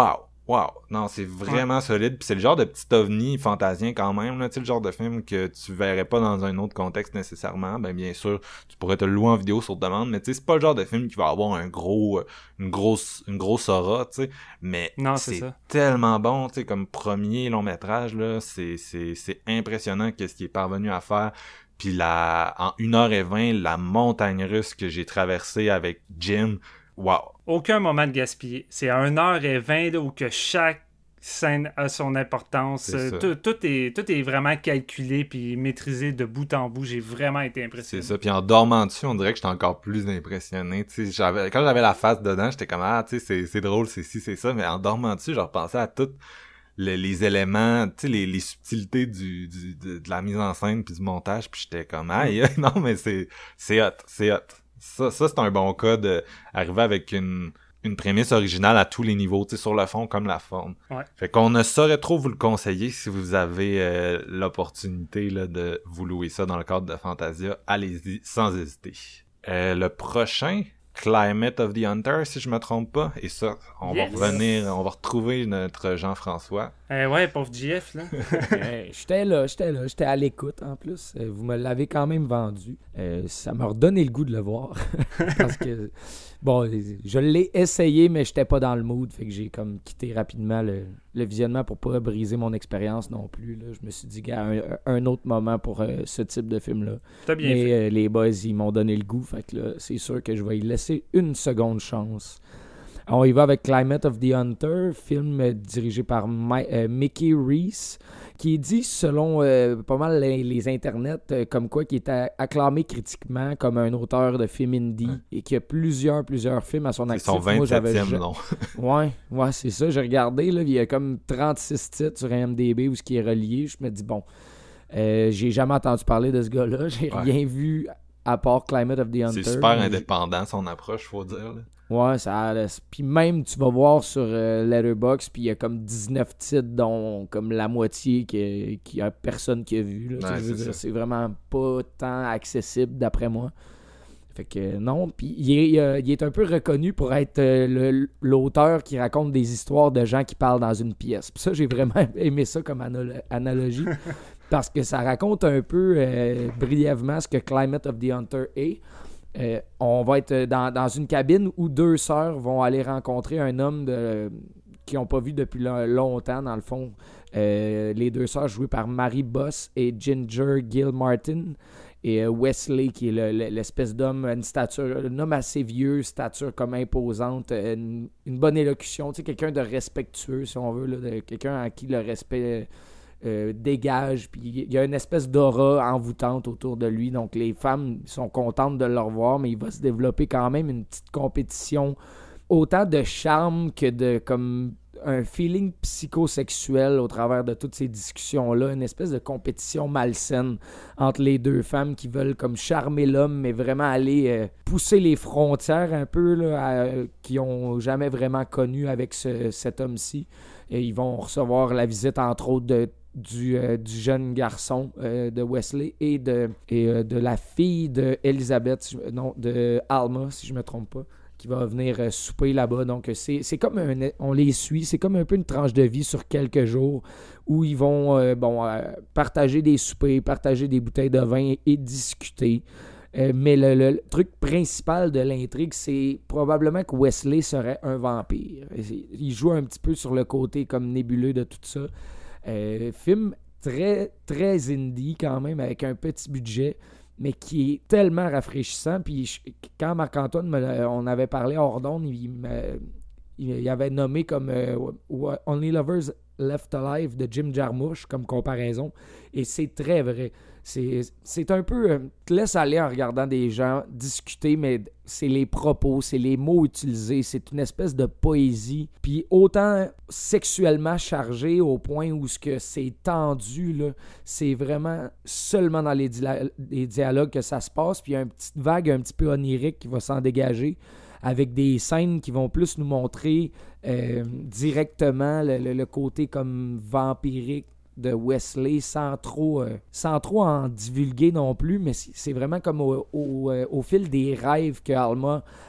Wow, non, c'est vraiment ouais. solide, puis c'est le genre de petit ovni fantasien quand même, là, tu sais, le genre de film que tu verrais pas dans un autre contexte nécessairement. Ben bien sûr, tu pourrais te le louer en vidéo sur demande, mais tu sais, c'est pas le genre de film qui va avoir un gros, une grosse, une grosse aura, tu sais. Mais non, c'est, c'est ça. tellement bon, tu sais, comme premier long métrage là, c'est, c'est, c'est impressionnant qu'est-ce qu'il est parvenu à faire. Puis la, en une heure vingt, la montagne russe que j'ai traversée avec Jim. Wow. Aucun moment de gaspillé. C'est à une heure vingt là, où que chaque scène a son importance. Tout, tout, est, tout est vraiment calculé puis maîtrisé de bout en bout. J'ai vraiment été impressionné. C'est ça. Puis en dormant dessus, on dirait que j'étais encore plus impressionné. T'sais, j'avais, quand j'avais la face dedans, j'étais comme « Ah, tu sais, c'est, c'est drôle, c'est ci, c'est ça. » Mais en dormant dessus, je repensais à tous les, les éléments, tu sais, les, les subtilités du, du, de, de la mise en scène puis du montage. Puis j'étais comme « Aïe, non, mais c'est, c'est hot, c'est hot. » Ça, ça c'est un bon cas d'arriver avec une, une prémisse originale à tous les niveaux, tu sais, sur le fond comme la forme. Ouais. Fait qu'on ne saurait trop vous le conseiller si vous avez euh, l'opportunité là, de vous louer ça dans le cadre de Fantasia. Allez-y sans hésiter. Euh, le prochain, Climate of the Hunter, si je me trompe pas. Et ça, on yes. va revenir, on va retrouver notre Jean-François. Eh ouais, pauvre J F, là. hey, j'étais là, j'étais là, j'étais à l'écoute en plus. Vous me l'avez quand même vendu. Euh, ça m'a redonné le goût de le voir. Parce que, bon, je l'ai essayé, mais j'étais pas dans le mood. Fait que j'ai comme quitté rapidement le, le visionnement pour pas briser mon expérience non plus. Là. Je me suis dit, gars, un, un autre moment pour euh, ce type de film-là. T'as bien mais fait. Euh, les boys, ils m'ont donné le goût. Fait que là, c'est sûr que je vais y laisser une seconde chance. On y va avec Climate of the Hunter, film euh, dirigé par My, euh, Mickey Reese, qui est dit, selon euh, pas mal les, les internets, euh, comme quoi qui est a- acclamé critiquement comme un auteur de film indie hein? Et qui a plusieurs, plusieurs films à son actif. C'est son vingt-septième nom. ouais, ouais, c'est ça. J'ai regardé, là, il y a comme trente-six titres sur I M D B où ce qui est relié. Je me dis, bon, euh, j'ai jamais entendu parler de ce gars-là. J'ai ouais. rien vu à part Climate of the Hunter. C'est super indépendant, son approche, faut dire, là. Ouais, ça puis même tu vas voir sur euh, Letterboxd, puis il y a comme dix-neuf titres dont comme la moitié qui qui a personne qui a vu là, ouais, je veux c'est, dire, c'est vraiment pas tant accessible d'après moi. Fait que non, puis il est, euh, il est un peu reconnu pour être euh, le, l'auteur qui raconte des histoires de gens qui parlent dans une pièce. Puis ça, j'ai vraiment aimé ça comme anal- analogie parce que ça raconte un peu euh, brièvement ce que Climate of the Hunter est. Euh, on va être dans, dans une cabine où deux sœurs vont aller rencontrer un homme de, qu'ils n'ont pas vu depuis le, longtemps, dans le fond. Euh, les deux sœurs jouées par Mary Boss et Ginger Gill Martin. Et euh, Wesley, qui est le, le, l'espèce d'homme, une stature, un homme assez vieux, stature comme imposante, une, une bonne élocution, tu sais, quelqu'un de respectueux, si on veut, là, de, quelqu'un à qui le respect... Euh, dégage, puis il y a une espèce d'aura envoûtante autour de lui, donc les femmes sont contentes de le revoir, mais il va se développer quand même une petite compétition, autant de charme que de comme un feeling psychosexuel au travers de toutes ces discussions-là, une espèce de compétition malsaine entre les deux femmes qui veulent comme charmer l'homme, mais vraiment aller euh, pousser les frontières un peu, là, à, euh, qu'ils n'ont jamais vraiment connu avec ce, cet homme-ci. Et ils vont recevoir la visite, entre autres, de Du, euh, du jeune garçon euh, de Wesley et de, et, euh, de la fille de Elizabeth, non, de Alma, si je me trompe pas, qui va venir euh, souper là-bas. Donc, c'est, c'est comme un, on les suit, c'est comme un peu une tranche de vie sur quelques jours où ils vont euh, bon, euh, partager des soupers, partager des bouteilles de vin et, et discuter. Euh, mais le, le, le truc principal de l'intrigue, c'est probablement que Wesley serait un vampire. Il joue un petit peu sur le côté comme nébuleux de tout ça. Euh, film très, très indie quand même, avec un petit budget, mais qui est tellement rafraîchissant. Puis je, quand Marc-Antoine, me, on avait parlé hors d'onde, il, me, il avait nommé comme euh, Only Lovers Left Alive de Jim Jarmusch comme comparaison. Et c'est très vrai. C'est, c'est un peu... Euh, te laisse aller en regardant des gens discuter, mais c'est les propos, c'est les mots utilisés, c'est une espèce de poésie. Puis autant sexuellement chargé au point où ce que c'est tendu, là, c'est vraiment seulement dans les, di- les dialogues que ça se passe. Puis il y a une petite vague un petit peu onirique qui va s'en dégager, avec des scènes qui vont plus nous montrer euh, directement le, le, le côté comme vampirique de Wesley sans trop, euh, sans trop en divulguer non plus, mais c'est, c'est vraiment comme au, au, euh, au fil des rêves que Alma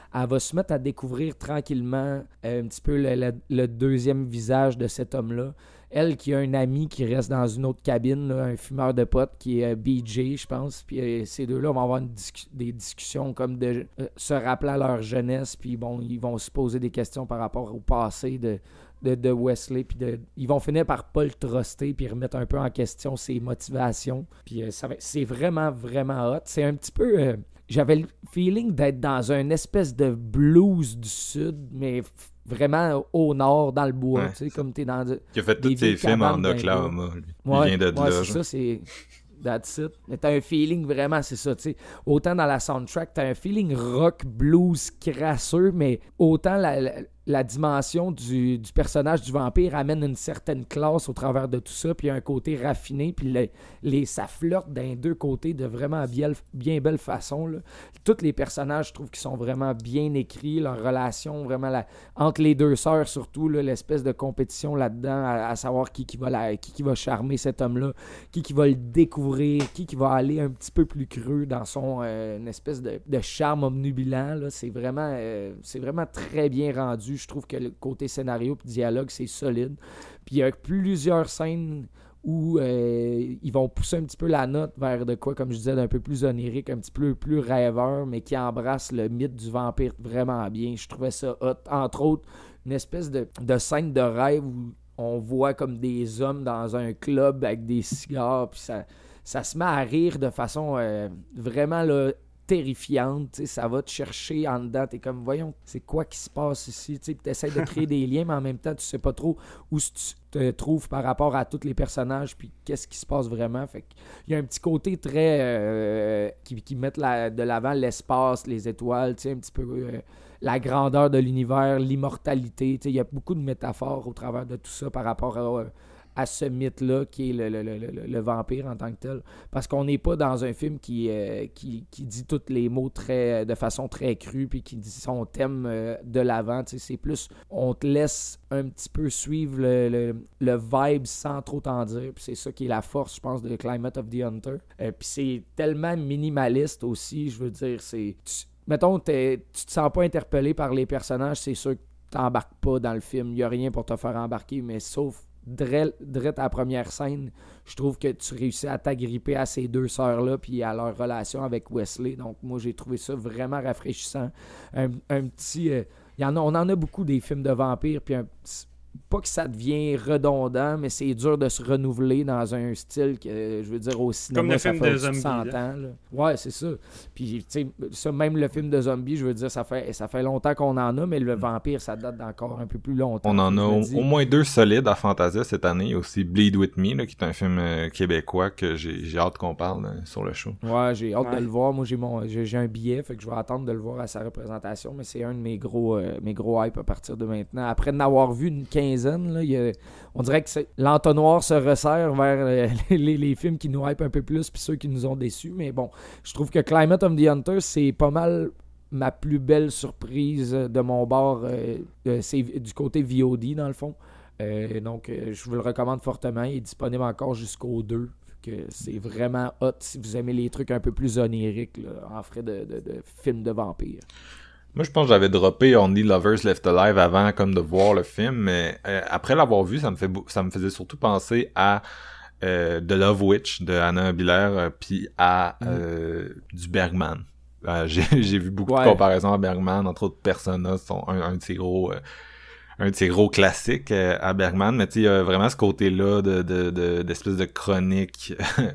elle va se mettre à découvrir tranquillement euh, un petit peu le, le, le deuxième visage de cet homme-là. Elle qui a un ami qui reste dans une autre cabine, là, un fumeur de potes qui est euh, B J, je pense. Puis euh, ces deux-là vont avoir une discu- des discussions comme de euh, se rappeler à leur jeunesse. Puis bon, ils vont se poser des questions par rapport au passé de, de, de Wesley. Puis de, ils vont finir par pas le truster puis remettre un peu en question ses motivations. Puis euh, ça va, c'est vraiment, vraiment hot. C'est un petit peu... Euh, j'avais le feeling d'être dans une espèce de blues du sud, mais... vraiment au nord, dans le bois, ouais, tu sais, comme t'es dans... De, qui a fait tous ses films en Oklahoma, lui. Ouais, il vient de ouais, là. c'est genre. ça, c'est... That's it. Mais t'as un feeling vraiment, c'est ça, tu sais. Autant dans la soundtrack, t'as un feeling rock, blues, crasseux, mais autant la... la la dimension du, du personnage du vampire amène une certaine classe au travers de tout ça, puis il y a un côté raffiné, puis le, les, ça flirte d'un deux côtés de vraiment bien, bien belle façon. Là. Tous les personnages, je trouve qu'ils sont vraiment bien écrits, leur relation, vraiment, la, entre les deux sœurs surtout, là, l'espèce de compétition là-dedans, à, à savoir qui, qui, va la, qui, qui va charmer cet homme-là, qui, qui va le découvrir, qui, qui va aller un petit peu plus creux dans son euh, une espèce de, de charme omnubilant. Là. C'est, vraiment, euh, c'est vraiment très bien rendu. Je trouve que le côté scénario et dialogue, c'est solide. Puis il y a plusieurs scènes où euh, ils vont pousser un petit peu la note vers de quoi, comme je disais, d'un peu plus onirique, un petit peu plus rêveur, mais qui embrasse le mythe du vampire vraiment bien. Je trouvais ça hot. Entre autres, une espèce de, de scène de rêve où on voit comme des hommes dans un club avec des cigares, puis ça, ça se met à rire de façon euh, vraiment là, terrifiante, t'sais, ça va te chercher en dedans, t'es comme, voyons, c'est quoi qui se passe ici, tu essaies de créer des liens, mais en même temps, tu sais pas trop où tu te trouves par rapport à tous les personnages, puis qu'est-ce qui se passe vraiment, fait qu'il y a un petit côté très, euh, qui, qui met la, de l'avant l'espace, les étoiles, tu sais, un petit peu euh, la grandeur de l'univers, l'immortalité, tu sais, il y a beaucoup de métaphores au travers de tout ça par rapport à... à ce mythe-là qui est le, le, le, le, le vampire en tant que tel. Parce qu'on n'est pas dans un film qui, euh, qui, qui dit tous les mots très, de façon très crue puis qui dit son thème euh, de l'avant. Tu sais, c'est plus, on te laisse un petit peu suivre le, le, le vibe sans trop t'en dire. Puis c'est ça qui est la force, je pense, de Climate of the Hunter. Euh, puis c'est tellement minimaliste aussi, je veux dire, c'est... Tu, mettons, t'es, tu te sens pas interpellé par les personnages, c'est sûr que t'embarques pas dans le film. Il y a rien pour te faire embarquer, mais sauf direct à la première scène, je trouve que tu réussis à t'agripper à ces deux sœurs-là puis à leur relation avec Wesley. Donc, moi, j'ai trouvé ça vraiment rafraîchissant. Un, un petit... Euh, y en a, on en a beaucoup des films de vampires, puis un petit... Pas que ça devient redondant, mais c'est dur de se renouveler dans un style que, je veux dire, au cinéma, comme le ça film fait de zombies, cent ans. Là. Ouais, c'est ça. Puis, tu sais, ça, même le film de zombies, je veux dire, ça fait, ça fait longtemps qu'on en a, mais le vampire, ça date d'encore un peu plus longtemps. On en a au, dis. au moins deux solides à Fantasia cette année. Il y a aussi Bleed With Me, là, qui est un film euh, québécois que j'ai, j'ai hâte qu'on parle euh, sur le show. Ouais, j'ai hâte ouais. de le voir. Moi, j'ai, mon, j'ai, j'ai un billet, fait que je vais attendre de le voir à sa représentation, mais c'est un de mes gros, euh, mes gros hype à partir de maintenant. Après en avoir vu une quinzaine, là, il y a on dirait que c'est, l'entonnoir se resserre vers euh, les, les films qui nous hype un peu plus puis ceux qui nous ont déçus. Mais bon, je trouve que Climate of the Hunter, c'est pas mal ma plus belle surprise de mon bord. Euh, c'est du côté V O D, dans le fond. Euh, donc, euh, je vous le recommande fortement. Il est disponible encore jusqu'au deux. Que c'est vraiment hot si vous aimez les trucs un peu plus oniriques là, en frais de, de, de films de vampires. Moi, je pense que j'avais droppé Only Lovers Left Alive avant comme de voir le film, mais euh, après l'avoir vu, ça me fait ça me faisait surtout penser à euh, The Love Witch de Anna Biller euh, puis à euh, mm. du Bergman. Euh, j'ai, j'ai vu beaucoup ouais. de comparaisons à Bergman, entre autres Persona, sont un, un de ses gros euh, un de ses gros classiques euh, à Bergman, mais tu sais, il y a vraiment ce côté-là de, de, de d'espèce de chronique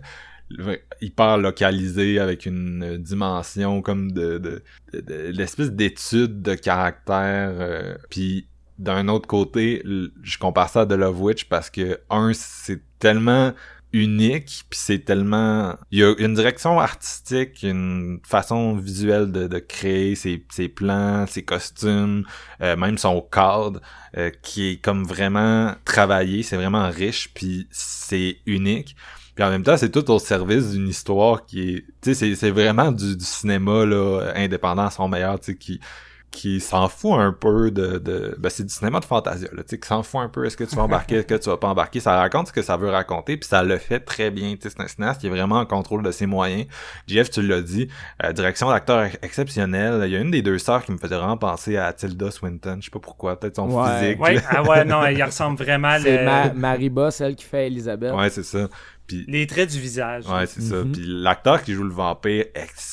hyper localisé avec une dimension comme de, de, de, de l'espèce d'étude de caractère euh, puis d'un autre côté je compare ça à The Love Witch parce que un c'est tellement unique puis c'est tellement il y a une direction artistique, une façon visuelle de, de créer ses, ses plans, ses costumes, euh, même son cadre euh, qui est comme vraiment travaillé, c'est vraiment riche puis c'est unique. Puis en même temps, c'est tout au service d'une histoire qui est... Tu sais, c'est, c'est vraiment du, du cinéma là indépendant à son meilleur, tu sais, qui, qui s'en fout un peu de, de ben c'est du cinéma de fantasia, là, tu sais, qui s'en fout un peu, est-ce que tu vas embarquer, est-ce que tu vas pas embarquer, ça raconte ce que ça veut raconter, puis ça le fait très bien, tu sais, c'est un cinéaste qui est vraiment en contrôle de ses moyens. Jeff, tu l'as dit, euh, direction d'acteur exceptionnelle, il y a une des deux sœurs qui me faisait vraiment penser à Tilda Swinton, je sais pas pourquoi, peut-être son ouais. physique. Ouais, ah ouais, non, il ressemble vraiment. C'est le... Ma- Mariba, celle qui fait Elisabeth. Ouais, c'est ça. Pis, les traits du visage. Ouais, c'est mm-hmm. ça. Puis l'acteur qui joue le vampire,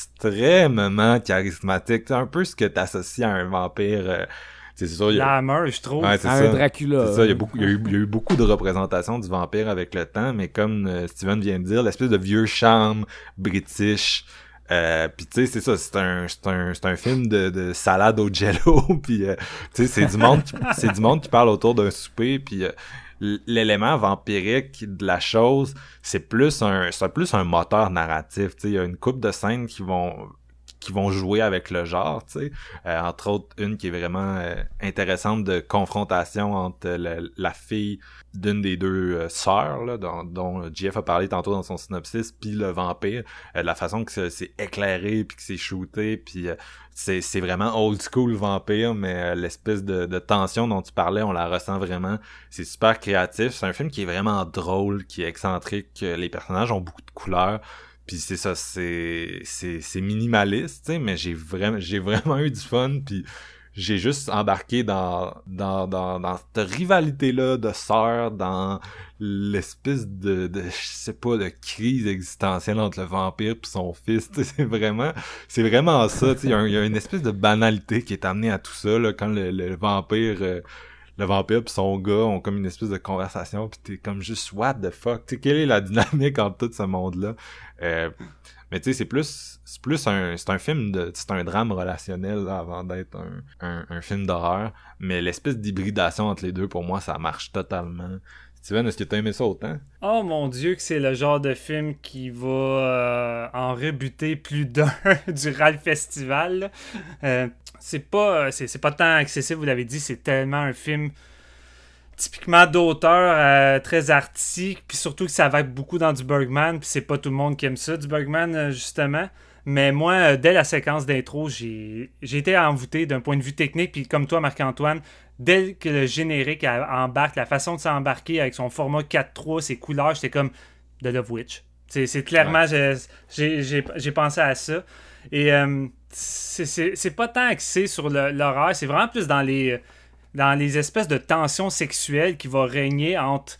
extrêmement charismatique. C'est un peu ce que t'associes à un vampire. Euh, c'est ça. Il y a... La Hammer, je trouve. Ouais, c'est à ça. un Dracula. C'est ça. Il y a beaucoup, il y a eu, il y a eu beaucoup de représentations du vampire avec le temps, mais comme euh, Steven vient de dire, l'espèce de vieux charme british. Euh, puis tu sais, c'est ça, c'est un c'est un c'est un film de, de salade au jello. Puis euh, tu sais, c'est du monde qui, c'est du monde qui parle autour d'un souper. Puis euh, l'élément vampirique de la chose, c'est plus un c'est plus un moteur narratif, tu sais, il y a une couple de scènes qui vont qui vont jouer avec le genre, tu sais, euh, entre autres une qui est vraiment euh, intéressante de confrontation entre la, la fille d'une des deux euh, sœurs là, dont, dont J F a parlé tantôt dans son synopsis, puis le vampire, euh, la façon que c'est éclairé puis que c'est shooté, puis euh, c'est c'est vraiment old school vampire, mais euh, l'espèce de, de tension dont tu parlais, on la ressent vraiment. C'est super créatif, c'est un film qui est vraiment drôle, qui est excentrique, les personnages ont beaucoup de couleurs. Puis c'est ça, c'est c'est c'est minimaliste, tu sais, mais j'ai vraiment j'ai vraiment eu du fun, puis j'ai juste embarqué dans dans dans dans cette rivalité là de sœurs, dans l'espèce de de je sais pas de crise existentielle entre le vampire puis son fils, tu sais, c'est vraiment c'est vraiment ça, tu sais, il y, y a une espèce de banalité qui est amenée à tout ça là quand le, le vampire euh, le vampire pis son gars ont comme une espèce de conversation pis t'es comme juste what the fuck, tu sais, quelle est la dynamique entre tout ce monde-là. Euh, mais tu sais, c'est plus c'est plus un c'est un film de c'est un drame relationnel là, avant d'être un, un un film d'horreur, mais l'espèce d'hybridation entre les deux, pour moi, ça marche totalement. Steven, est-ce que t'as aimé ça autant? Oh mon Dieu, que c'est le genre de film qui va euh, en rebuter plus d'un durant le festival. Euh, c'est pas c'est, c'est pas tant accessible, vous l'avez dit, c'est tellement un film typiquement d'auteur, euh, très artistique, puis surtout que ça va beaucoup dans du Bergman, puis c'est pas tout le monde qui aime ça, du Bergman, euh, justement. Mais moi, euh, dès la séquence d'intro, j'ai, j'ai été envoûté d'un point de vue technique, puis comme toi, Marc-Antoine, dès que le générique embarque, la façon de s'embarquer avec son format quatre trois, ses couleurs, j'étais comme The Love Witch. C'est, c'est clairement, ouais. j'ai, j'ai, j'ai pensé à ça. Et euh, c'est, c'est, c'est pas tant axé sur le, l'horreur, c'est vraiment plus dans les... dans les espèces de tensions sexuelles qui va régner entre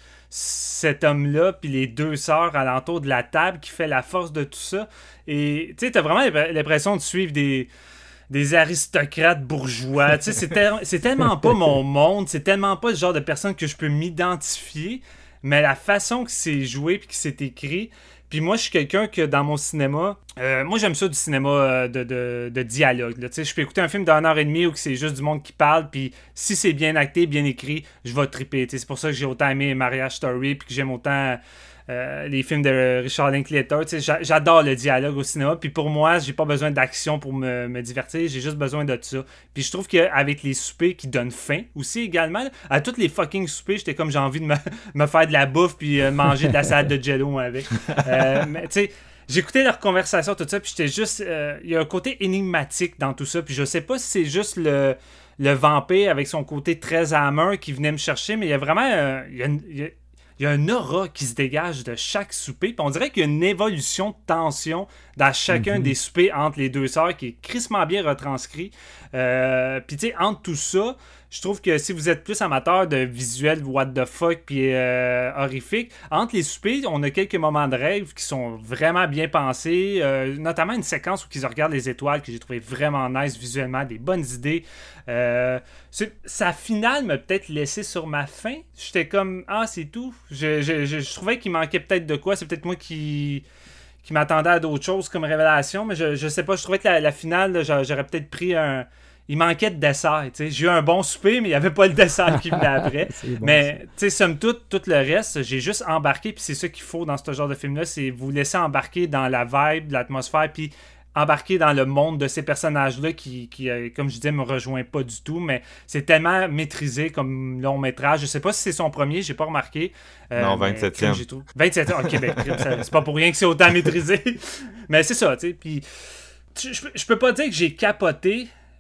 cet homme-là puis les deux sœurs alentour de la table qui fait la force de tout ça. Et tu sais, t'as vraiment l'impression de suivre des, des aristocrates bourgeois. Tu sais, c'est, tel- c'est tellement pas mon monde, c'est tellement pas le genre de personne que je peux m'identifier, mais la façon que c'est joué puis que c'est écrit... Puis moi, je suis quelqu'un que dans mon cinéma, euh, moi j'aime ça du cinéma euh, de, de, de dialogue. Là. Je peux écouter un film d'une heure et demie où c'est juste du monde qui parle, puis si c'est bien acté, bien écrit, je vais triper. T'sais, c'est pour ça que j'ai autant aimé Marriage Story, puis que j'aime autant euh, les films de Richard Linklater. J'a, j'adore le dialogue au cinéma, puis pour moi, j'ai pas besoin d'action pour me, me divertir, j'ai juste besoin de ça. Puis je trouve qu'avec les soupers qui donnent faim aussi également, là, à tous les fucking soupers, j'étais comme j'ai envie de me, me faire de la bouffe puis euh, manger de la salade de jello avec. Euh, mais tu sais, j'écoutais leur conversation, tout ça, puis j'étais juste... Il euh, y a un côté énigmatique dans tout ça, puis je sais pas si c'est juste le, le vampire avec son côté très Hammer qui venait me chercher, mais il y a vraiment... Euh, y a une, y a, il y a un aura qui se dégage de chaque souper. Puis on dirait qu'il y a une évolution de tension dans chacun mm-hmm. des soupers entre les deux sœurs qui est crissement bien retranscrit. Euh, puis tu sais, entre tout ça, je trouve que si vous êtes plus amateur de visuel what the fuck puis euh, horrifique, entre les soupers, on a quelques moments de rêve qui sont vraiment bien pensés. Euh, notamment une séquence où ils regardent les étoiles que j'ai trouvé vraiment nice visuellement, des bonnes idées. Euh, c'est, sa finale m'a peut-être laissé sur ma faim. J'étais comme, ah, c'est tout. Je, je, je, je trouvais qu'il manquait peut-être de quoi. C'est peut-être moi qui... qui m'attendait à d'autres choses comme révélation, mais je, je sais pas, je trouvais que la, la finale, là, j'aurais peut-être pris un... Il manquait de dessert, tu sais. J'ai eu un bon souper, mais il n'y avait pas le dessert qui venait après. Bon, mais, tu sais, somme toute, tout le reste, j'ai juste embarqué, puis c'est ça qu'il faut dans ce genre de film-là, c'est vous laisser embarquer dans la vibe, l'atmosphère, puis embarquer dans le monde de ces personnages-là qui, qui comme je disais, me rejoint pas du tout, mais c'est tellement maîtrisé comme long métrage. Je sais pas si c'est son premier, j'ai pas remarqué. Euh, non, vingt-septième. vingt-septième, ok, ben, c'est pas pour rien que c'est autant maîtrisé. Mais c'est ça, tu sais. Puis, je, je peux pas dire que j'ai capoté,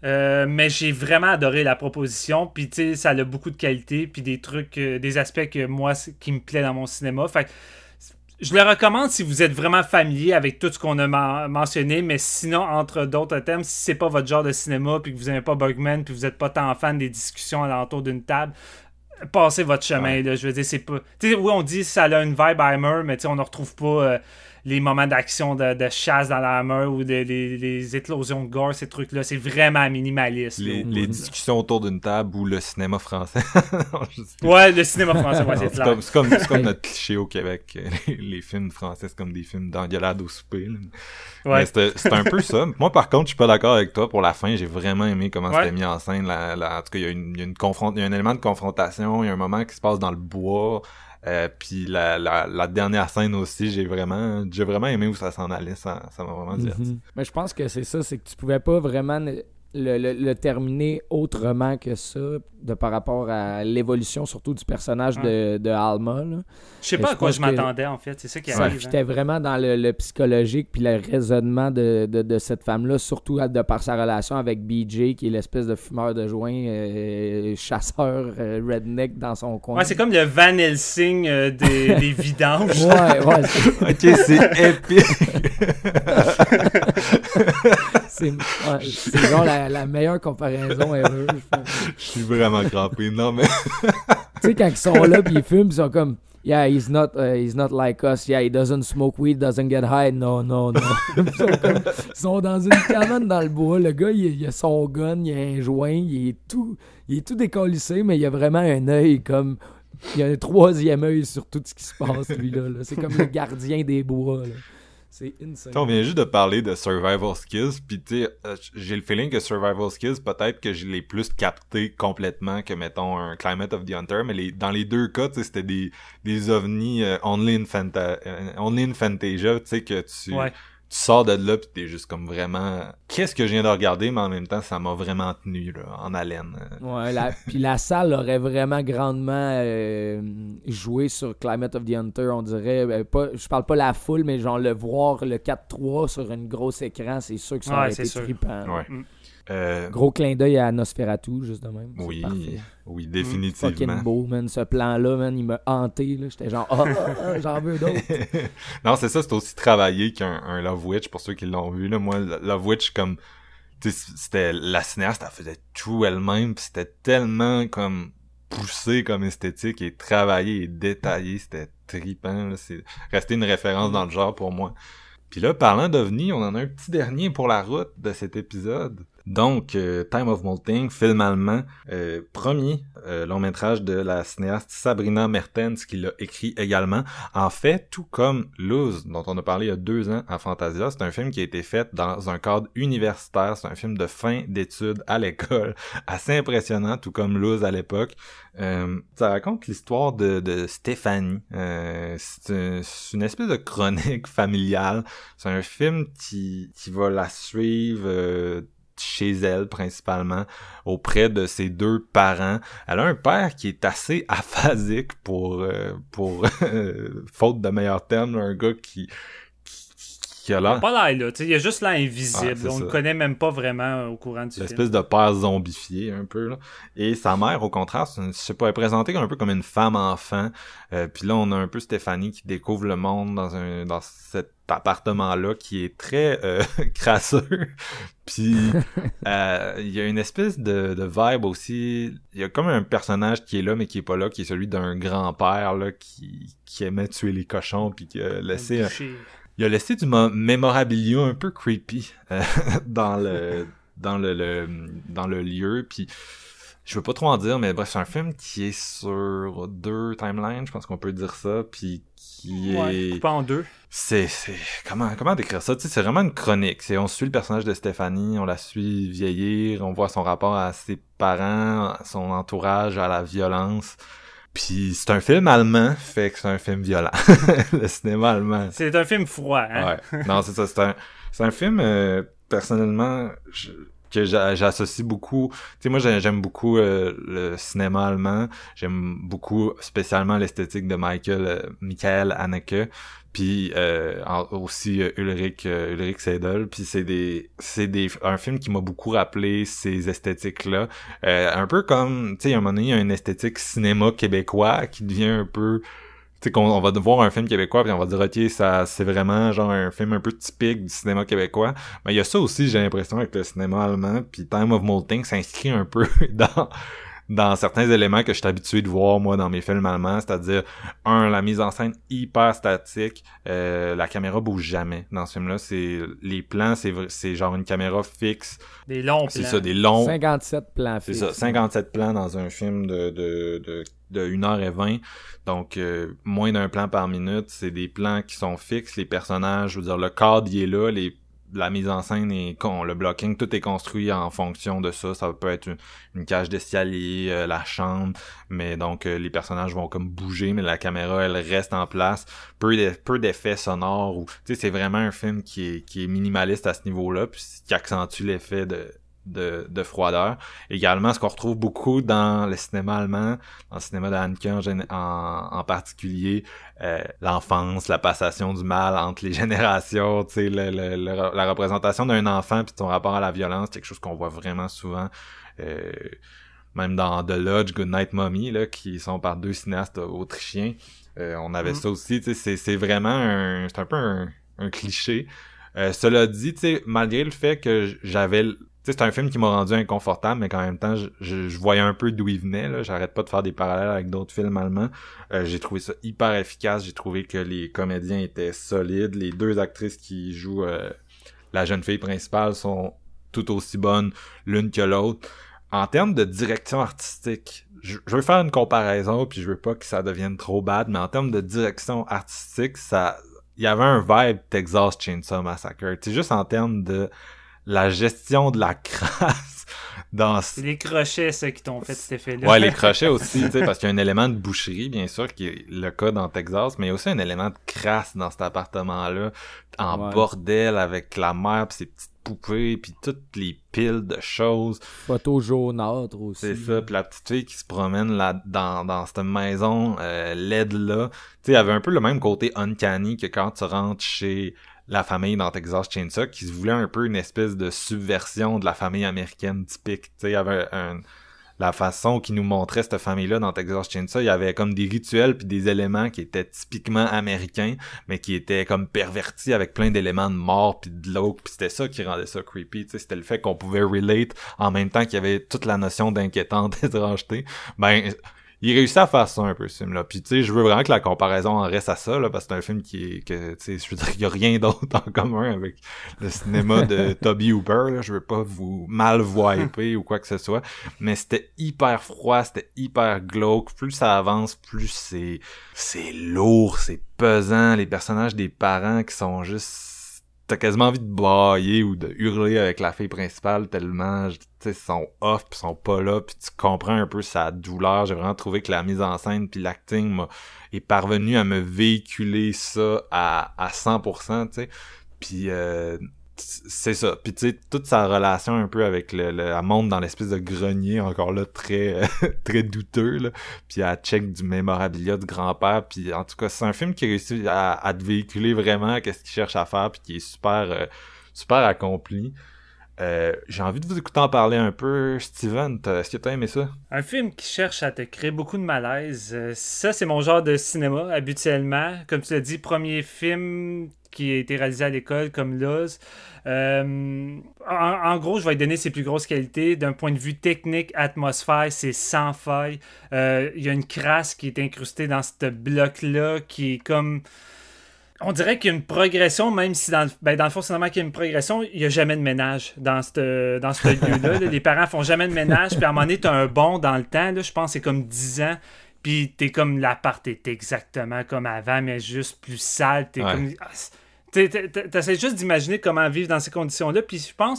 Euh, mais j'ai vraiment adoré la proposition, puis tu sais, ça a beaucoup de qualité, puis des trucs, euh, des aspects que moi, qui me plaît dans mon cinéma. Fait que je le recommande si vous êtes vraiment familier avec tout ce qu'on a man- mentionné, mais sinon, entre d'autres thèmes, si c'est pas votre genre de cinéma, puis que vous n'aimez pas Bergman, puis vous êtes pas tant fan des discussions alentour d'une table, passez votre chemin, ouais. là. Je veux dire, c'est pas... Tu sais, oui, on dit que ça a une vibe Hammer, mais tu sais, on ne retrouve pas euh, les moments d'action de, de chasse dans la Hammer ou de, les, les éclosions de gore, ces trucs-là. C'est vraiment minimaliste. Les, là, les discussions autour d'une table ou le cinéma français. Ouais, le cinéma français, ouais, c'est c'est, comme, c'est, comme, c'est comme notre cliché au Québec. Les, les films français, c'est comme des films d'engueulade au souper. Là. Ouais. Mais c'était, c'était un peu ça. Moi, par contre, je suis pas d'accord avec toi. Pour la fin, j'ai vraiment aimé comment ouais. c'était mis en scène. La, la, en tout cas, il y a, une, il y a une confront... il y a un élément de confrontation. Il y a un moment qui se passe dans le bois. Euh, puis la, la, la dernière scène aussi, j'ai vraiment j'ai vraiment aimé où ça s'en allait. Ça, ça m'a vraiment diverti. Mm-hmm. Mais je pense que c'est ça. C'est que tu pouvais pas vraiment... Le, le, le terminer autrement que ça de par rapport à l'évolution surtout du personnage de, de Alma. Là. Je sais pas je à quoi je m'attendais en fait, c'est ça qui ça arrive. Ça fitait hein. vraiment dans le, le psychologique puis le raisonnement de, de, de cette femme-là, surtout de par sa relation avec B J qui est l'espèce de fumeur de joint, euh, chasseur euh, redneck dans son coin. Ouais, c'est comme le Van Helsing euh, des, des vidanges. Ouais, ouais. C'est... ok, c'est épique. c'est, ouais, c'est genre la, la meilleure comparaison ever. Je suis vraiment crampé, non mais... tu sais, quand ils sont là pis ils fument, ils sont comme... Yeah, he's not, uh, he's not like us. Yeah, he doesn't smoke weed, doesn't get high. Non, non, non. Ils sont, comme, ils sont dans une cabane dans le bois. Le gars, il, il a son gun, il a un joint, il est tout, il est tout décollissé, mais il a vraiment un œil comme... Il a un troisième œil sur tout ce qui se passe, lui-là. Là. C'est comme le gardien des bois, là. C'est insane. On vient juste de parler de survival skills, puis tu sais, euh, j'ai le feeling que survival skills, peut-être que je l'ai plus capté complètement que, mettons, un Climate of the Hunter, mais les, dans les deux cas, tu sais, c'était des, des ovnis euh, only, in fanta- uh, only in Fantasia, tu sais, que tu... Ouais. Tu sors de là pis t'es juste comme vraiment... Qu'est-ce que je viens de regarder, mais en même temps, ça m'a vraiment tenu, là, en haleine. Ouais, la... puis la salle aurait vraiment grandement euh, joué sur Climate of the Hunter, on dirait. Ben, pas, je parle pas la foule, mais genre le voir, le quatre trois sur un gros écran, c'est sûr que ça aurait ouais, été trippant. Ouais. Mm. Euh... Gros clin d'œil à Nosferatu, juste de même. Oui, oui, définitivement. Mmh, fucking beau, man. Ce plan-là, man, il m'a hanté, là. J'étais genre, ah, oh, oh, j'en veux d'autres. Non, c'est ça, c'est aussi travaillé qu'un un Love Witch, pour ceux qui l'ont vu, là. Moi, Love Witch, comme, tu sais, c'était, la cinéaste, elle faisait tout elle-même, pis c'était tellement, comme, poussé comme esthétique et travaillé et détaillé. C'était trippant, là. C'est resté une référence mmh. dans le genre pour moi. Puis là, parlant d'OVNI, on en a un petit dernier pour la route de cet épisode. Donc, euh, Time of Molting, film allemand, euh, premier euh, long métrage de la cinéaste Sabrina Mertens qui l'a écrit également. En fait, tout comme Luz, dont on a parlé il y a deux ans à Fantasia, c'est un film qui a été fait dans un cadre universitaire, c'est un film de fin d'études à l'école, assez impressionnant, tout comme Luz à l'époque. Euh, ça raconte l'histoire de, de Stéphanie. Euh, c'est, un, c'est une espèce de chronique familiale. C'est un film qui, qui va la suivre... Euh, chez elle principalement, auprès de ses deux parents. Elle a un père qui est assez aphasique pour euh, pour faute de meilleurs termes, un gars qui qui a l'air... Il a pas l'air là, tu sais, il a juste l'air invisible. Ah, on ne le connaît même pas vraiment au courant du L'espèce film. L'espèce de père zombifié, un peu, là. Et sa mère, au contraire, c'est une, je sais pas, elle est présentée un peu comme une femme-enfant. Euh, puis là, on a un peu Stéphanie qui découvre le monde dans un dans cet appartement-là qui est très euh, crasseux. Puis euh, il y a une espèce de, de vibe aussi. Il y a comme un personnage qui est là, mais qui est pas là, qui est celui d'un grand-père là qui, qui aimait tuer les cochons puis qui a laissé... Il a laissé du mémorabilia un peu creepy euh, dans le dans le, le dans le lieu, puis je veux pas trop en dire, mais bref, c'est un film qui est sur deux timelines, je pense qu'on peut dire ça, puis qui ouais, est coupé en deux. C'est c'est comment comment décrire ça, tu sais, c'est vraiment une chronique, c'est on suit le personnage de Stéphanie, on la suit vieillir, on voit son rapport à ses parents, son entourage, à la violence. Puis c'est un film allemand, fait que c'est un film violent. Le cinéma allemand. C'est un film froid, hein? Ouais. Non, c'est ça. C'est un, c'est un film, euh, personnellement, je, que j'a- j'associe beaucoup. Tu sais, moi, j'ai- j'aime beaucoup euh, le cinéma allemand. J'aime beaucoup, spécialement, l'esthétique de Michael, euh, Michael Haneke. Puis euh, en- aussi euh, Ulrich, euh, Ulrich Seidel. Puis c'est des, c'est des, un film qui m'a beaucoup rappelé ces esthétiques-là. Euh, un peu comme, tu sais, à un moment donné, il y a une esthétique cinéma québécois qui devient un peu... Tu sais, qu'on on va voir un film québécois puis on va dire ok, ça c'est vraiment genre un film un peu typique du cinéma québécois. Mais il y a ça aussi, j'ai l'impression, avec le cinéma allemand. Puis Time of Molting s'inscrit un peu dans dans certains éléments que je suis habitué de voir moi dans mes films allemands, c'est-à-dire un, la mise en scène hyper statique, euh, la caméra bouge jamais dans ce film-là, c'est les plans, c'est c'est genre une caméra fixe. Des longs plans. C'est ça, des longs cinquante-sept plans c'est fixes. ça, cinquante-sept plans dans un film de de de de une heure vingt. Donc euh, moins d'un plan par minute, c'est des plans qui sont fixes, les personnages, je veux dire le cadre il est là, les la mise en scène est con, le blocking, tout est construit en fonction de ça. Ça peut être une, une cage d'escalier, euh, la chambre, mais donc euh, les personnages vont comme bouger, mais la caméra elle reste en place. Peu d'e- peu d'effets sonores ou tu sais c'est vraiment un film qui est qui est minimaliste à ce niveau-là, puis qui accentue l'effet de de de froideur. Également, ce qu'on retrouve beaucoup dans le cinéma allemand, dans le cinéma de Haneke en, gén- en, en particulier, euh, l'enfance, la passation du mal entre les générations, tu sais, le, le, le- la représentation d'un enfant puis son rapport à la violence, quelque chose qu'on voit vraiment souvent. Euh, même dans The Lodge, Goodnight Mommy, là, qui sont par deux cinéastes autrichiens. Euh, on avait Mm. ça aussi, tu sais, c'est, c'est vraiment un, c'est un peu un, un cliché. Euh, cela dit, tu sais, malgré le fait que j'avais... Tu sais, c'est un film qui m'a rendu inconfortable, mais qu'en même temps, je, je, je voyais un peu d'où il venait, là. J'arrête pas de faire des parallèles avec d'autres films allemands. Euh, j'ai trouvé ça hyper efficace. J'ai trouvé que les comédiens étaient solides. Les deux actrices qui jouent euh, la jeune fille principale sont tout aussi bonnes l'une que l'autre. En termes de direction artistique, je, je veux faire une comparaison, puis je veux pas que ça devienne trop bad, mais en termes de direction artistique, ça, il y avait un vibe Texas Chainsaw Massacre. Tu sais, juste en termes de la gestion de la crasse dans... C'est les crochets, ça, qui t'ont fait cet effet-là. Ouais, les crochets aussi, tu sais, parce qu'il y a un élément de boucherie, bien sûr, qui est le cas dans Texas, mais il y a aussi un élément de crasse dans cet appartement-là, en Ouais. bordel, avec la mère pis ses petites poupées, puis toutes les piles de choses. Photo jaunâtre aussi. C'est ça, puis la petite fille qui se promène là dans dans cette maison euh, laide là, tu sais, il y avait un peu le même côté uncanny que quand tu rentres chez la famille dans Texas Chainsaw, qui se voulait un peu une espèce de subversion de la famille américaine typique. Tu sais, il y avait un, la façon qu'ils nous montrait cette famille-là dans Texas Chainsaw, il y avait comme des rituels puis des éléments qui étaient typiquement américains, mais qui étaient comme pervertis avec plein d'éléments de mort puis de glauque, puis c'était ça qui rendait ça creepy. Tu sais, c'était le fait qu'on pouvait relate en même temps qu'il y avait toute la notion d'inquiétante étrangeté. Ben il réussit à faire ça un peu, ce film-là. Puis, tu sais, je veux vraiment que la comparaison en reste à ça, là, parce que c'est un film qui est, que, tu sais, je veux dire, il y a rien d'autre en commun avec le cinéma de Toby Hooper, là. Je veux pas vous mal wiper ou quoi que ce soit. Mais c'était hyper froid, c'était hyper glauque. Plus ça avance, plus c'est, c'est lourd, c'est pesant. Les personnages des parents qui sont juste, t'as quasiment envie de brailler ou de hurler avec la fille principale tellement, tu sais, sont off pis sont pas là, pis tu comprends un peu sa douleur. J'ai vraiment trouvé que la mise en scène pis l'acting m'a, est parvenu à me véhiculer ça à, à cent pour cent, tu sais. Pis euh, c'est ça. Puis tu sais, toute sa relation un peu avec le, le elle monte dans l'espèce de grenier, encore là, très très douteux, là. Puis elle check du mémorabilia du grand-père. Puis en tout cas, c'est un film qui réussit à, à te véhiculer vraiment qu'est-ce qu'il cherche à faire, puis qui est super euh, super accompli. Euh, j'ai envie de vous écouter en parler un peu. Steven, est-ce que t'as aimé ça? Un film qui cherche à te créer beaucoup de malaise. Euh, ça, c'est mon genre de cinéma, habituellement. Comme tu l'as dit, premier film qui a été réalisé à l'école, comme Luz. Euh, en, en gros, je vais lui donner ses plus grosses qualités. D'un point de vue technique, atmosphère, c'est sans faille. Euh, il y a une crasse qui est incrustée dans ce bloc-là, qui est comme... On dirait qu'il y a une progression, même si dans le, ben dans le fond, c'est normal qu'il y a une progression, il n'y a jamais de ménage dans ce dans ce lieu-là. Là. Les parents font jamais de ménage, puis à un moment donné, tu as un bond dans le temps, là, je pense que c'est comme dix ans, puis t'es comme l'appart est exactement comme avant, mais juste plus sale. T'es ouais. comme... T'essaies juste d'imaginer comment vivre dans ces conditions-là, puis je pense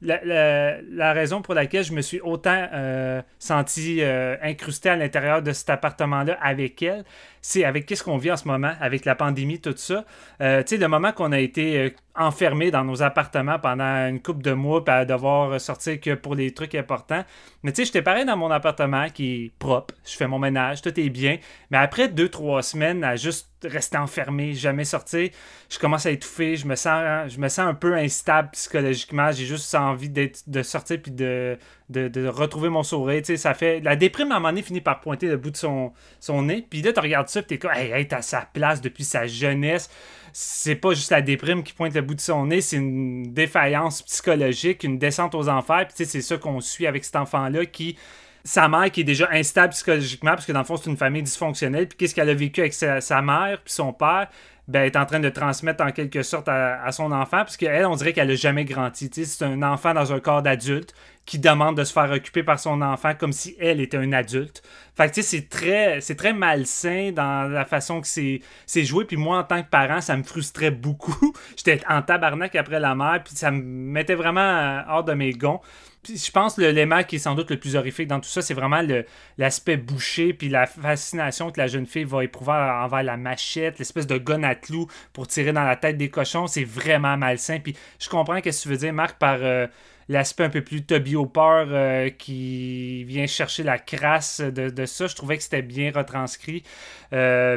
la, la, la raison pour laquelle je me suis autant euh, senti euh, incrusté à l'intérieur de cet appartement-là avec elle, c'est avec qu'est-ce qu'on vit en ce moment, avec la pandémie, tout ça. Euh, tu sais, le moment qu'on a été euh, enfermés dans nos appartements pendant une couple de mois, puis à devoir sortir que pour les trucs importants. Mais tu sais, j'étais pareil dans mon appartement qui est propre, je fais mon ménage, tout est bien. Mais après deux, trois semaines à juste rester enfermé, jamais sortir, je commence à étouffer, je me sens, je me sens un peu instable psychologiquement, j'ai juste envie d'être, de sortir puis de, de, de retrouver mon sourire, tu sais, ça fait, la déprime à un moment donné finit par pointer le bout de son, son nez, puis là tu regardes ça puis t'es comme, hey, hey, t'es à sa place depuis sa jeunesse, c'est pas juste la déprime qui pointe le bout de son nez, c'est une défaillance psychologique, une descente aux enfers, puis tu sais, c'est ça qu'on suit avec cet enfant-là qui... Sa mère qui est déjà instable psychologiquement, parce que dans le fond, c'est une famille dysfonctionnelle. Puis qu'est-ce qu'elle a vécu avec sa, sa mère, puis son père, ben, elle est en train de transmettre en quelque sorte à, à son enfant, parce qu'elle, on dirait qu'elle a jamais grandi. T'sais, c'est un enfant dans un corps d'adulte qui demande de se faire occuper par son enfant comme si elle était un adulte. Fait que tu sais, c'est très, c'est très malsain dans la façon que c'est, c'est joué. Puis moi, en tant que parent, ça me frustrait beaucoup. J'étais en tabarnak après la mère, puis ça me mettait vraiment hors de mes gonds. Puis je pense que l'élément qui est sans doute le plus horrifique dans tout ça, c'est vraiment le, l'aspect bouché, puis la fascination que la jeune fille va éprouver envers la machette, l'espèce de gun à clous pour tirer dans la tête des cochons. C'est vraiment malsain. Puis je comprends ce que tu veux dire, Marc, par euh, l'aspect un peu plus Toby Hooper euh, qui vient chercher la crasse de, de ça. Je trouvais que c'était bien retranscrit. Euh,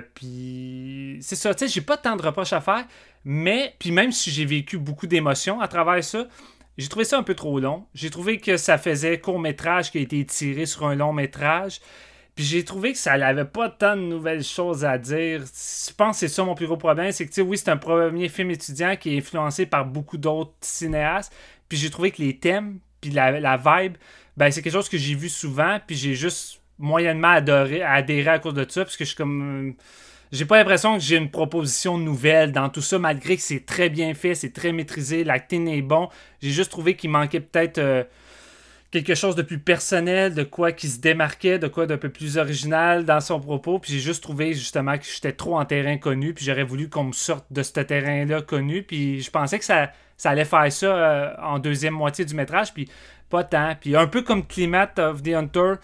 puis c'est ça, tu sais, j'ai pas tant de reproches à faire, mais puis même si j'ai vécu beaucoup d'émotions à travers ça, j'ai trouvé ça un peu trop long. J'ai trouvé que ça faisait court-métrage qui a été tiré sur un long-métrage. Puis j'ai trouvé que ça n'avait pas tant de nouvelles choses à dire. Je pense que c'est ça mon plus gros problème. C'est que, tu sais, oui, c'est un premier film étudiant qui est influencé par beaucoup d'autres cinéastes. Puis j'ai trouvé que les thèmes, puis la, la vibe, ben c'est quelque chose que j'ai vu souvent. Puis j'ai juste moyennement adoré, adhéré à cause de ça. Parce que je suis comme... J'ai pas l'impression que j'ai une proposition nouvelle dans tout ça, malgré que c'est très bien fait, c'est très maîtrisé, l'acting est bon. J'ai juste trouvé qu'il manquait peut-être euh, quelque chose de plus personnel, de quoi qui se démarquait, de quoi d'un peu plus original dans son propos. Puis j'ai juste trouvé justement que j'étais trop en terrain connu, puis j'aurais voulu qu'on me sorte de ce terrain-là connu. Puis je pensais que ça, ça allait faire ça euh, en deuxième moitié du métrage, puis pas tant. Puis un peu comme Climate of the Hunter,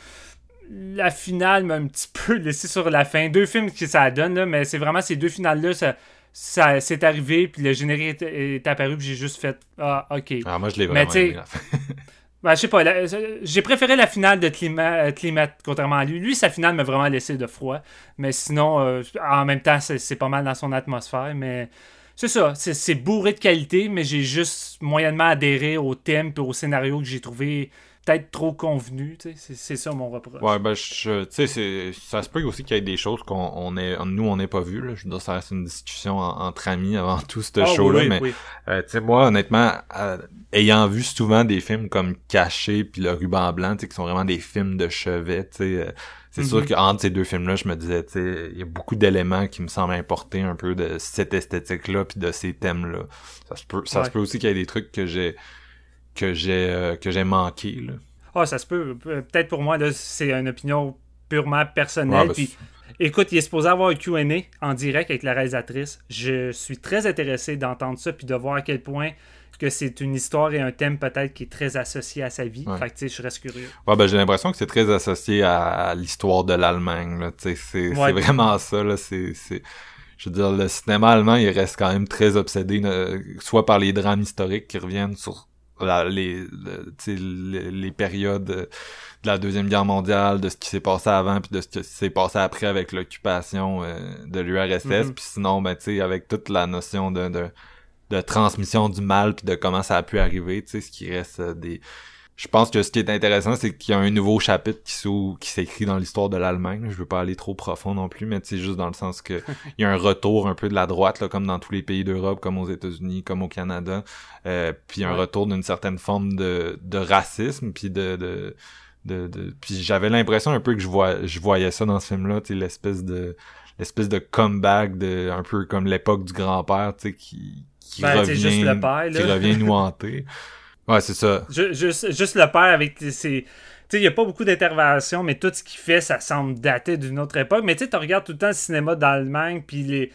la finale m'a un petit peu laissé sur la fin. Deux films que ça donne, là, mais c'est vraiment ces deux finales-là, ça, ça c'est arrivé, puis le générique est, est apparu, puis j'ai juste fait « Ah, ok ». Ah, moi, je l'ai vraiment aimé, la fin. Ben, je sais pas, la, j'ai préféré la finale de Climate, Climate contrairement à lui. Lui, sa finale m'a vraiment laissé de froid, mais sinon, euh, en même temps, c'est, c'est pas mal dans son atmosphère, mais... C'est ça, c'est, c'est bourré de qualité, mais j'ai juste moyennement adhéré au thème et au scénario que j'ai trouvé peut-être trop convenu, tu sais, c'est, c'est ça mon reproche. Ouais, ben, je, tu sais, c'est, ça se peut aussi qu'il y ait des choses qu'on on est, nous, on n'ait pas vues, là. Je veux dire, ça reste une discussion en, entre amis avant tout ce oh, show-là, oui, mais, oui. Euh, tu sais, moi, honnêtement, euh, ayant vu souvent des films comme Caché puis Le Ruban Blanc, tu sais, qui sont vraiment des films de chevet, tu sais, euh, c'est mm-hmm. sûr qu'entre ces deux films-là, je me disais, tu sais, il y a beaucoup d'éléments qui me semblent importer un peu de cette esthétique-là puis de ces thèmes-là. Ça se peut, ça ouais. se peut aussi qu'il y ait des trucs que j'ai, que j'ai, euh, que j'ai manqué, là. Ah, oh, ça se peut. Peut-être pour moi, là, c'est une opinion purement personnelle. Ouais, bah, puis, écoute, il est supposé avoir un Q and A en direct avec la réalisatrice. Je suis très intéressé d'entendre ça puis de voir à quel point que c'est une histoire et un thème peut-être qui est très associé à sa vie. Ouais. Fait que, tu sais, je reste curieux. Ouais, ben, j'ai l'impression que c'est très associé à, à l'histoire de l'Allemagne, là. Tu sais, c'est, ouais. c'est vraiment ça, là. C'est, c'est... Je veux dire, le cinéma allemand, il reste quand même très obsédé, euh, soit par les drames historiques qui reviennent sur La, les, le, les, les périodes de la Deuxième Guerre mondiale, de ce qui s'est passé avant, puis de ce qui s'est passé après avec l'occupation euh, de l'U R S S, mm-hmm. puis sinon, ben, tu sais, avec toute la notion de, de, de transmission du mal, puis de comment ça a pu arriver, tu sais, ce qui reste euh, des... Je pense que ce qui est intéressant, c'est qu'il y a un nouveau chapitre qui, qui s'écrit dans l'histoire de l'Allemagne. Je veux pas aller trop profond non plus, mais c'est juste dans le sens que il y a un retour un peu de la droite, là, comme dans tous les pays d'Europe, comme aux États-Unis, comme au Canada. Euh, puis un ouais. retour d'une certaine forme de, de racisme, puis de, de, de, de... Puis j'avais l'impression un peu que je, vois, je voyais ça dans ce film-là, tu sais, l'espèce de l'espèce de comeback, de un peu comme l'époque du grand-père, tu sais, qui, qui ben, revient, juste le père, là. qui revient nous hanter. Ouais, c'est ça. Juste, juste le père avec ses... Tu sais, il n'y a pas beaucoup d'interventions, mais tout ce qu'il fait, ça semble dater d'une autre époque. Mais tu sais, tu regardes tout le temps le cinéma d'Allemagne, puis les...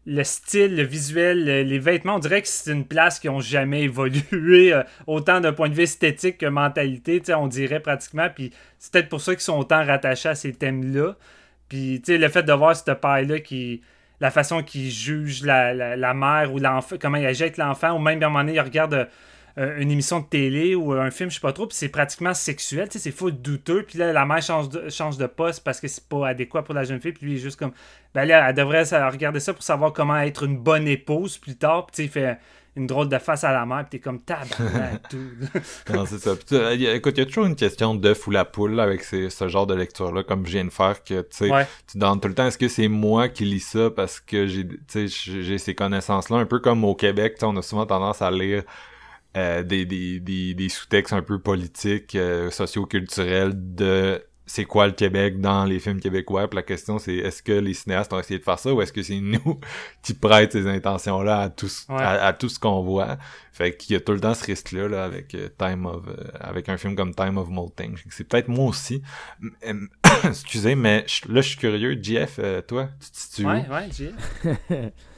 le style, le visuel, le, les vêtements, on dirait que c'est une place qui n'a jamais évolué, euh, autant d'un point de vue esthétique que mentalité, tu sais, on dirait pratiquement, puis c'est peut-être pour ça qu'ils sont autant rattachés à ces thèmes-là. Puis, tu sais, le fait de voir cette paille-là qui... la façon qu'il juge la, la, la mère ou l'enfant, comment il jette l'enfant, ou même à un moment donné, il regarde euh, une émission de télé ou un film, je sais pas trop, puis c'est pratiquement sexuel, tu sais, c'est full douteux, puis là, la mère change de, change de poste parce que c'est pas adéquat pour la jeune fille, puis lui, il est juste comme, ben là, elle devrait regarder ça pour savoir comment être une bonne épouse plus tard, puis tu sais, il fait une drôle de face à la mère, pis t'es comme tabarnak, tout. Non, c'est ça. Puis, tu, y a, écoute, il y a toujours une question d'œuf ou la poule là, avec ces, ce genre de lecture-là, comme je viens de faire, que tu sais, ouais. tu demandes tout le temps, est-ce que c'est moi qui lis ça parce que j'ai, tu sais, j'ai ces connaissances-là, un peu comme au Québec, tu sais, on a souvent tendance à lire euh, des, des, des, des sous-textes un peu politiques, euh, socio-culturels de c'est quoi le Québec dans les films québécois. Puis la question, c'est est-ce que les cinéastes ont essayé de faire ça ou est-ce que c'est nous qui prêtent ces intentions-là à tout, ouais. à, à tout ce qu'on voit. Fait qu'il y a tout le temps ce risque-là là, avec euh, Time of euh, avec un film comme Time of Molting. C'est peut-être moi aussi. Excusez, mais là, je suis curieux. J F, euh, toi, tu te situes où? Ouais, ouais, J F.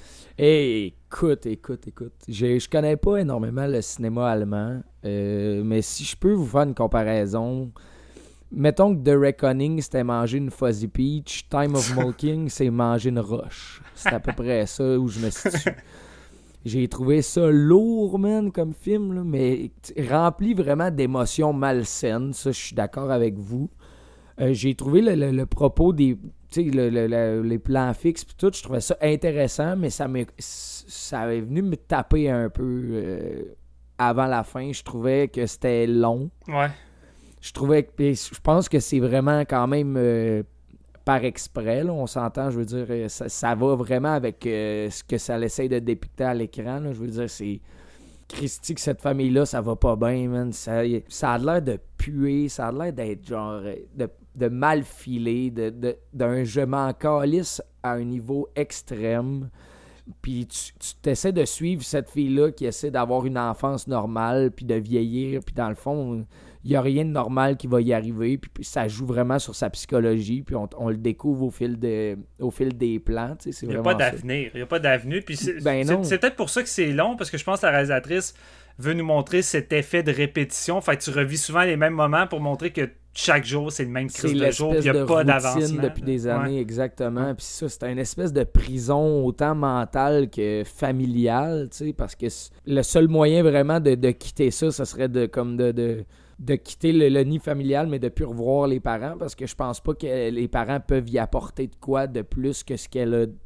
Hey, écoute, écoute, écoute. Je, je connais pas énormément le cinéma allemand, euh, mais si je peux vous faire une comparaison... Mettons que The Reckoning, c'était manger une Fuzzy Peach. Time of Molting, c'est manger une roche. C'est à peu près ça où je me situe. J'ai trouvé ça lourd, man, comme film, là, mais rempli vraiment d'émotions malsaines. Ça, je suis d'accord avec vous. Euh, j'ai trouvé le, le, le propos des... Tu sais, le, le, le, les plans fixes pis tout, je trouvais ça intéressant, mais ça m'est, ça est venu me taper un peu euh, avant la fin. Je trouvais que c'était long. Ouais. Je trouvais que je pense que c'est vraiment quand même euh, par exprès, là, on s'entend, je veux dire, ça, ça va vraiment avec euh, ce que ça essaie de dépicter à l'écran, là, je veux dire, c'est Christy que cette famille-là, ça va pas bien, man, ça, ça a l'air de puer, ça a l'air d'être genre, de, de mal filé, de, de, d'un je m'en calisse à un niveau extrême, puis tu, tu t'essaies de suivre cette fille-là qui essaie d'avoir une enfance normale, puis de vieillir, puis dans le fond... Il n'y a rien de normal qui va y arriver, puis, puis ça joue vraiment sur sa psychologie, puis on, on le découvre au fil, de, au fil des plans. Tu sais, c'est il n'y a vraiment pas d'avenir. Il n'y a pas d'avenir. Puis c'est, ben c'est, c'est peut-être pour ça que c'est long, parce que je pense que la réalisatrice veut nous montrer cet effet de répétition. Fait que tu revis souvent les mêmes moments pour montrer que chaque jour, c'est le même crise de jour, puis il n'y a pas d'avancement. Depuis des années, ouais. exactement. Ouais. Puis ça, c'est une espèce de prison autant mentale que familiale, tu sais, parce que le seul moyen vraiment de, de quitter ça, ce serait de comme de... de de quitter le, le nid familial, mais de plus revoir les parents, parce que je pense pas que les parents peuvent y apporter de quoi de plus que ce qu'elle a,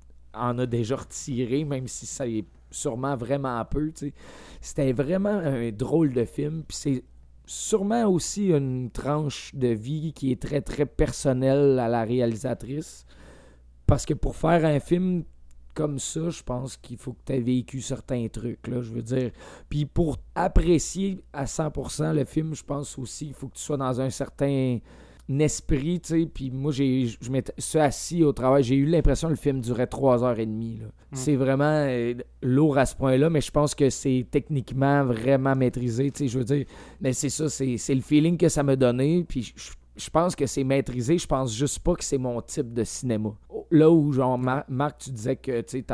en a déjà retiré, même si ça est sûrement vraiment peu, tu sais. C'était vraiment un drôle de film, puis c'est sûrement aussi une tranche de vie qui est très, très personnelle à la réalisatrice, parce que pour faire un film comme ça, je pense qu'il faut que tu aies vécu certains trucs, là, je veux dire. Puis pour apprécier à cent pour cent le film, je pense aussi qu'il faut que tu sois dans un certain esprit, tu sais. Puis moi, j'ai, je m'étais assis au travail, j'ai eu l'impression que le film durait trois heures et demie, là. Mm. C'est vraiment euh, lourd à ce point-là, mais je pense que c'est techniquement vraiment maîtrisé, tu sais, je veux dire. Mais c'est ça, c'est, c'est le feeling que ça m'a donné, puis je Je pense que c'est maîtrisé. Je pense juste pas que c'est mon type de cinéma. Là où, genre, Mar- Marc, tu disais que tu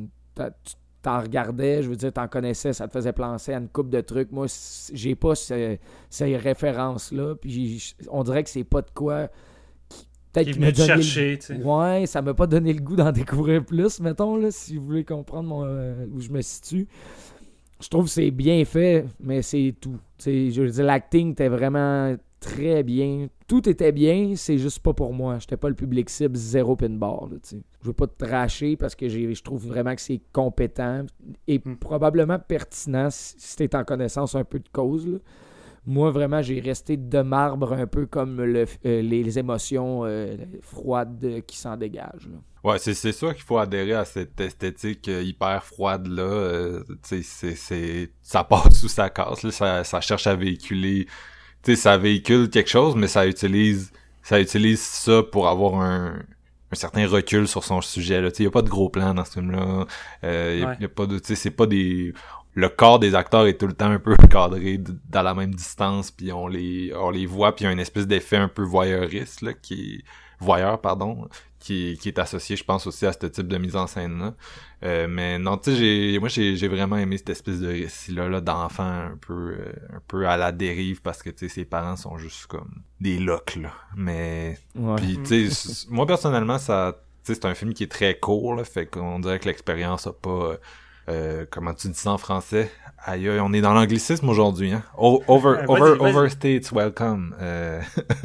t'en regardais, je veux dire, t'en connaissais, ça te faisait penser à une couple de trucs. Moi, j'ai pas ce, ces références-là. Puis on dirait que c'est pas de quoi... Qui, peut-être qui m'a donné chercher, le... tu sais. Ouais, ça m'a pas donné le goût d'en découvrir plus, mettons, là, si vous voulez comprendre mon, euh, où je me situe. Je trouve que c'est bien fait, mais c'est tout. T'sais, je veux dire, l'acting était vraiment... très bien. Tout était bien, c'est juste pas pour moi. J'étais pas le public cible, zéro pinball. Là, t'sais. Je veux pas te tracher parce que j'ai, je trouve vraiment que c'est compétent et mm. probablement pertinent si, si t'es en connaissance un peu de cause. Là. Moi, vraiment, j'ai resté de marbre un peu comme le, euh, les émotions euh, froides qui s'en dégagent. Là. Ouais, c'est, c'est sûr qu'il faut adhérer à cette esthétique euh, hyper froide-là. Euh, c'est, c'est, c'est, ça passe ou ça casse. Là, ça, ça cherche à véhiculer... Tu sais, ça véhicule quelque chose, mais ça utilise ça utilise ça pour avoir un, un certain recul sur son sujet. Tu sais, il n'y a pas de gros plans dans ce film-là. Euh, il ouais. y a pas de, tu sais, c'est pas des... le corps des acteurs est tout le temps un peu cadré d- dans la même distance, puis on les on les voit, puis il y a une espèce d'effet un peu voyeuriste là, qui est voyeur pardon, qui qui est associé, je pense aussi à ce type de mise en scène là. Euh, mais non, tu sais, j'ai moi j'ai j'ai vraiment aimé cette espèce de récit là, là d'enfant un peu euh, un peu à la dérive parce que tu sais ses parents sont juste comme des locks là. Mais Ouais. puis tu sais moi personnellement ça tu sais c'est un film qui est très court là, fait qu'on dirait que l'expérience a pas euh, Euh, comment tu dis ça en français? Aïe, aïe, on est dans l'anglicisme aujourd'hui, hein? O- over, Vas-y, over, vas-y. overstates welcome. Euh...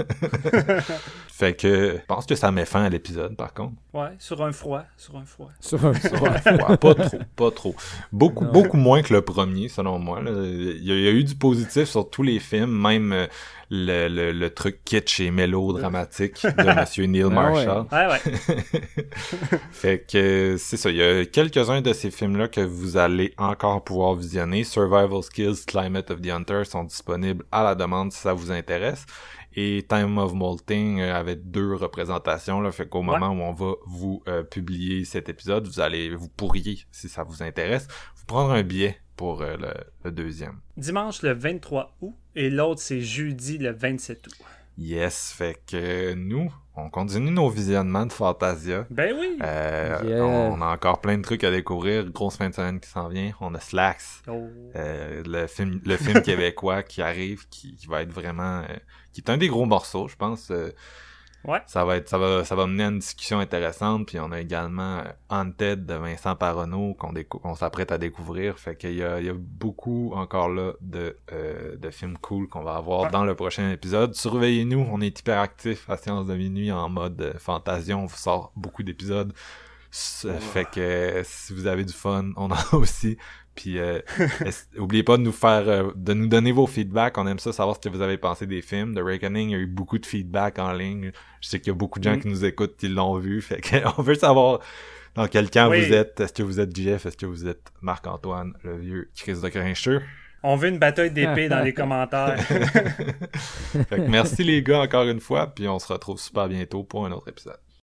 fait que, je pense que ça met fin à l'épisode, par contre. Ouais, sur un froid, sur un froid. Sur un Ouais, pas trop, pas trop. Beaucoup, Non. beaucoup moins que le premier, selon moi. Là. Il, y a, il y a eu du positif sur tous les films, même euh, le, le, le truc kitsch et mélodramatique de Monsieur Neil Ah ouais. Marshall. Ouais, ouais. Fait que c'est ça, il y a quelques-uns de ces films-là que vous allez encore pouvoir visionner. Survival Skills, Climate of the Hunter sont disponibles à la demande si ça vous intéresse. Et Time of Molting euh, avait deux représentations, là, fait qu'au Ouais. moment où on va vous euh, publier cet épisode, vous allez, vous pourriez, si ça vous intéresse, vous prendre un billet pour euh, le, le deuxième. Dimanche le vingt-trois août et l'autre c'est jeudi le vingt-sept août. Yes, fait que nous, on continue nos visionnements de Fantasia. Ben oui! Euh, Yeah. On a encore plein de trucs à découvrir. Grosse fin de semaine qui s'en vient. On a Slacks, Oh. euh, le film, le film québécois qui arrive, qui, qui va être vraiment, euh, qui est un des gros morceaux, je pense. Euh, Ouais. Ça va être, ça va, ça va mener à une discussion intéressante. Puis on a également euh, Haunted de Vincent Parronneau qu'on décou- qu'on s'apprête à découvrir. Fait qu'il y a, il y a beaucoup encore là de, euh, de films cool qu'on va avoir Ouais. dans le prochain épisode. Surveillez-nous, on est hyper actifs à Séance de minuit en mode euh, Fantasia. On vous sort beaucoup d'épisodes. S- Ouais. Fait que euh, si vous avez du fun, on en a aussi. Puis euh, est- oubliez pas de nous faire, euh, de nous donner vos feedbacks. On aime ça, savoir ce que vous avez pensé des films. The Reckoning, il y a eu beaucoup de feedback en ligne. Je sais qu'il y a beaucoup de gens Mm. qui nous écoutent, qui l'ont vu. Fait que on veut savoir dans quel camp Oui. vous êtes. Est-ce que vous êtes J F? Est-ce que vous êtes Marc-Antoine, le vieux Chris de Grincheux? On veut une bataille d'épée dans les commentaires. Fait que merci les gars encore une fois. Puis on se retrouve super bientôt pour un autre épisode.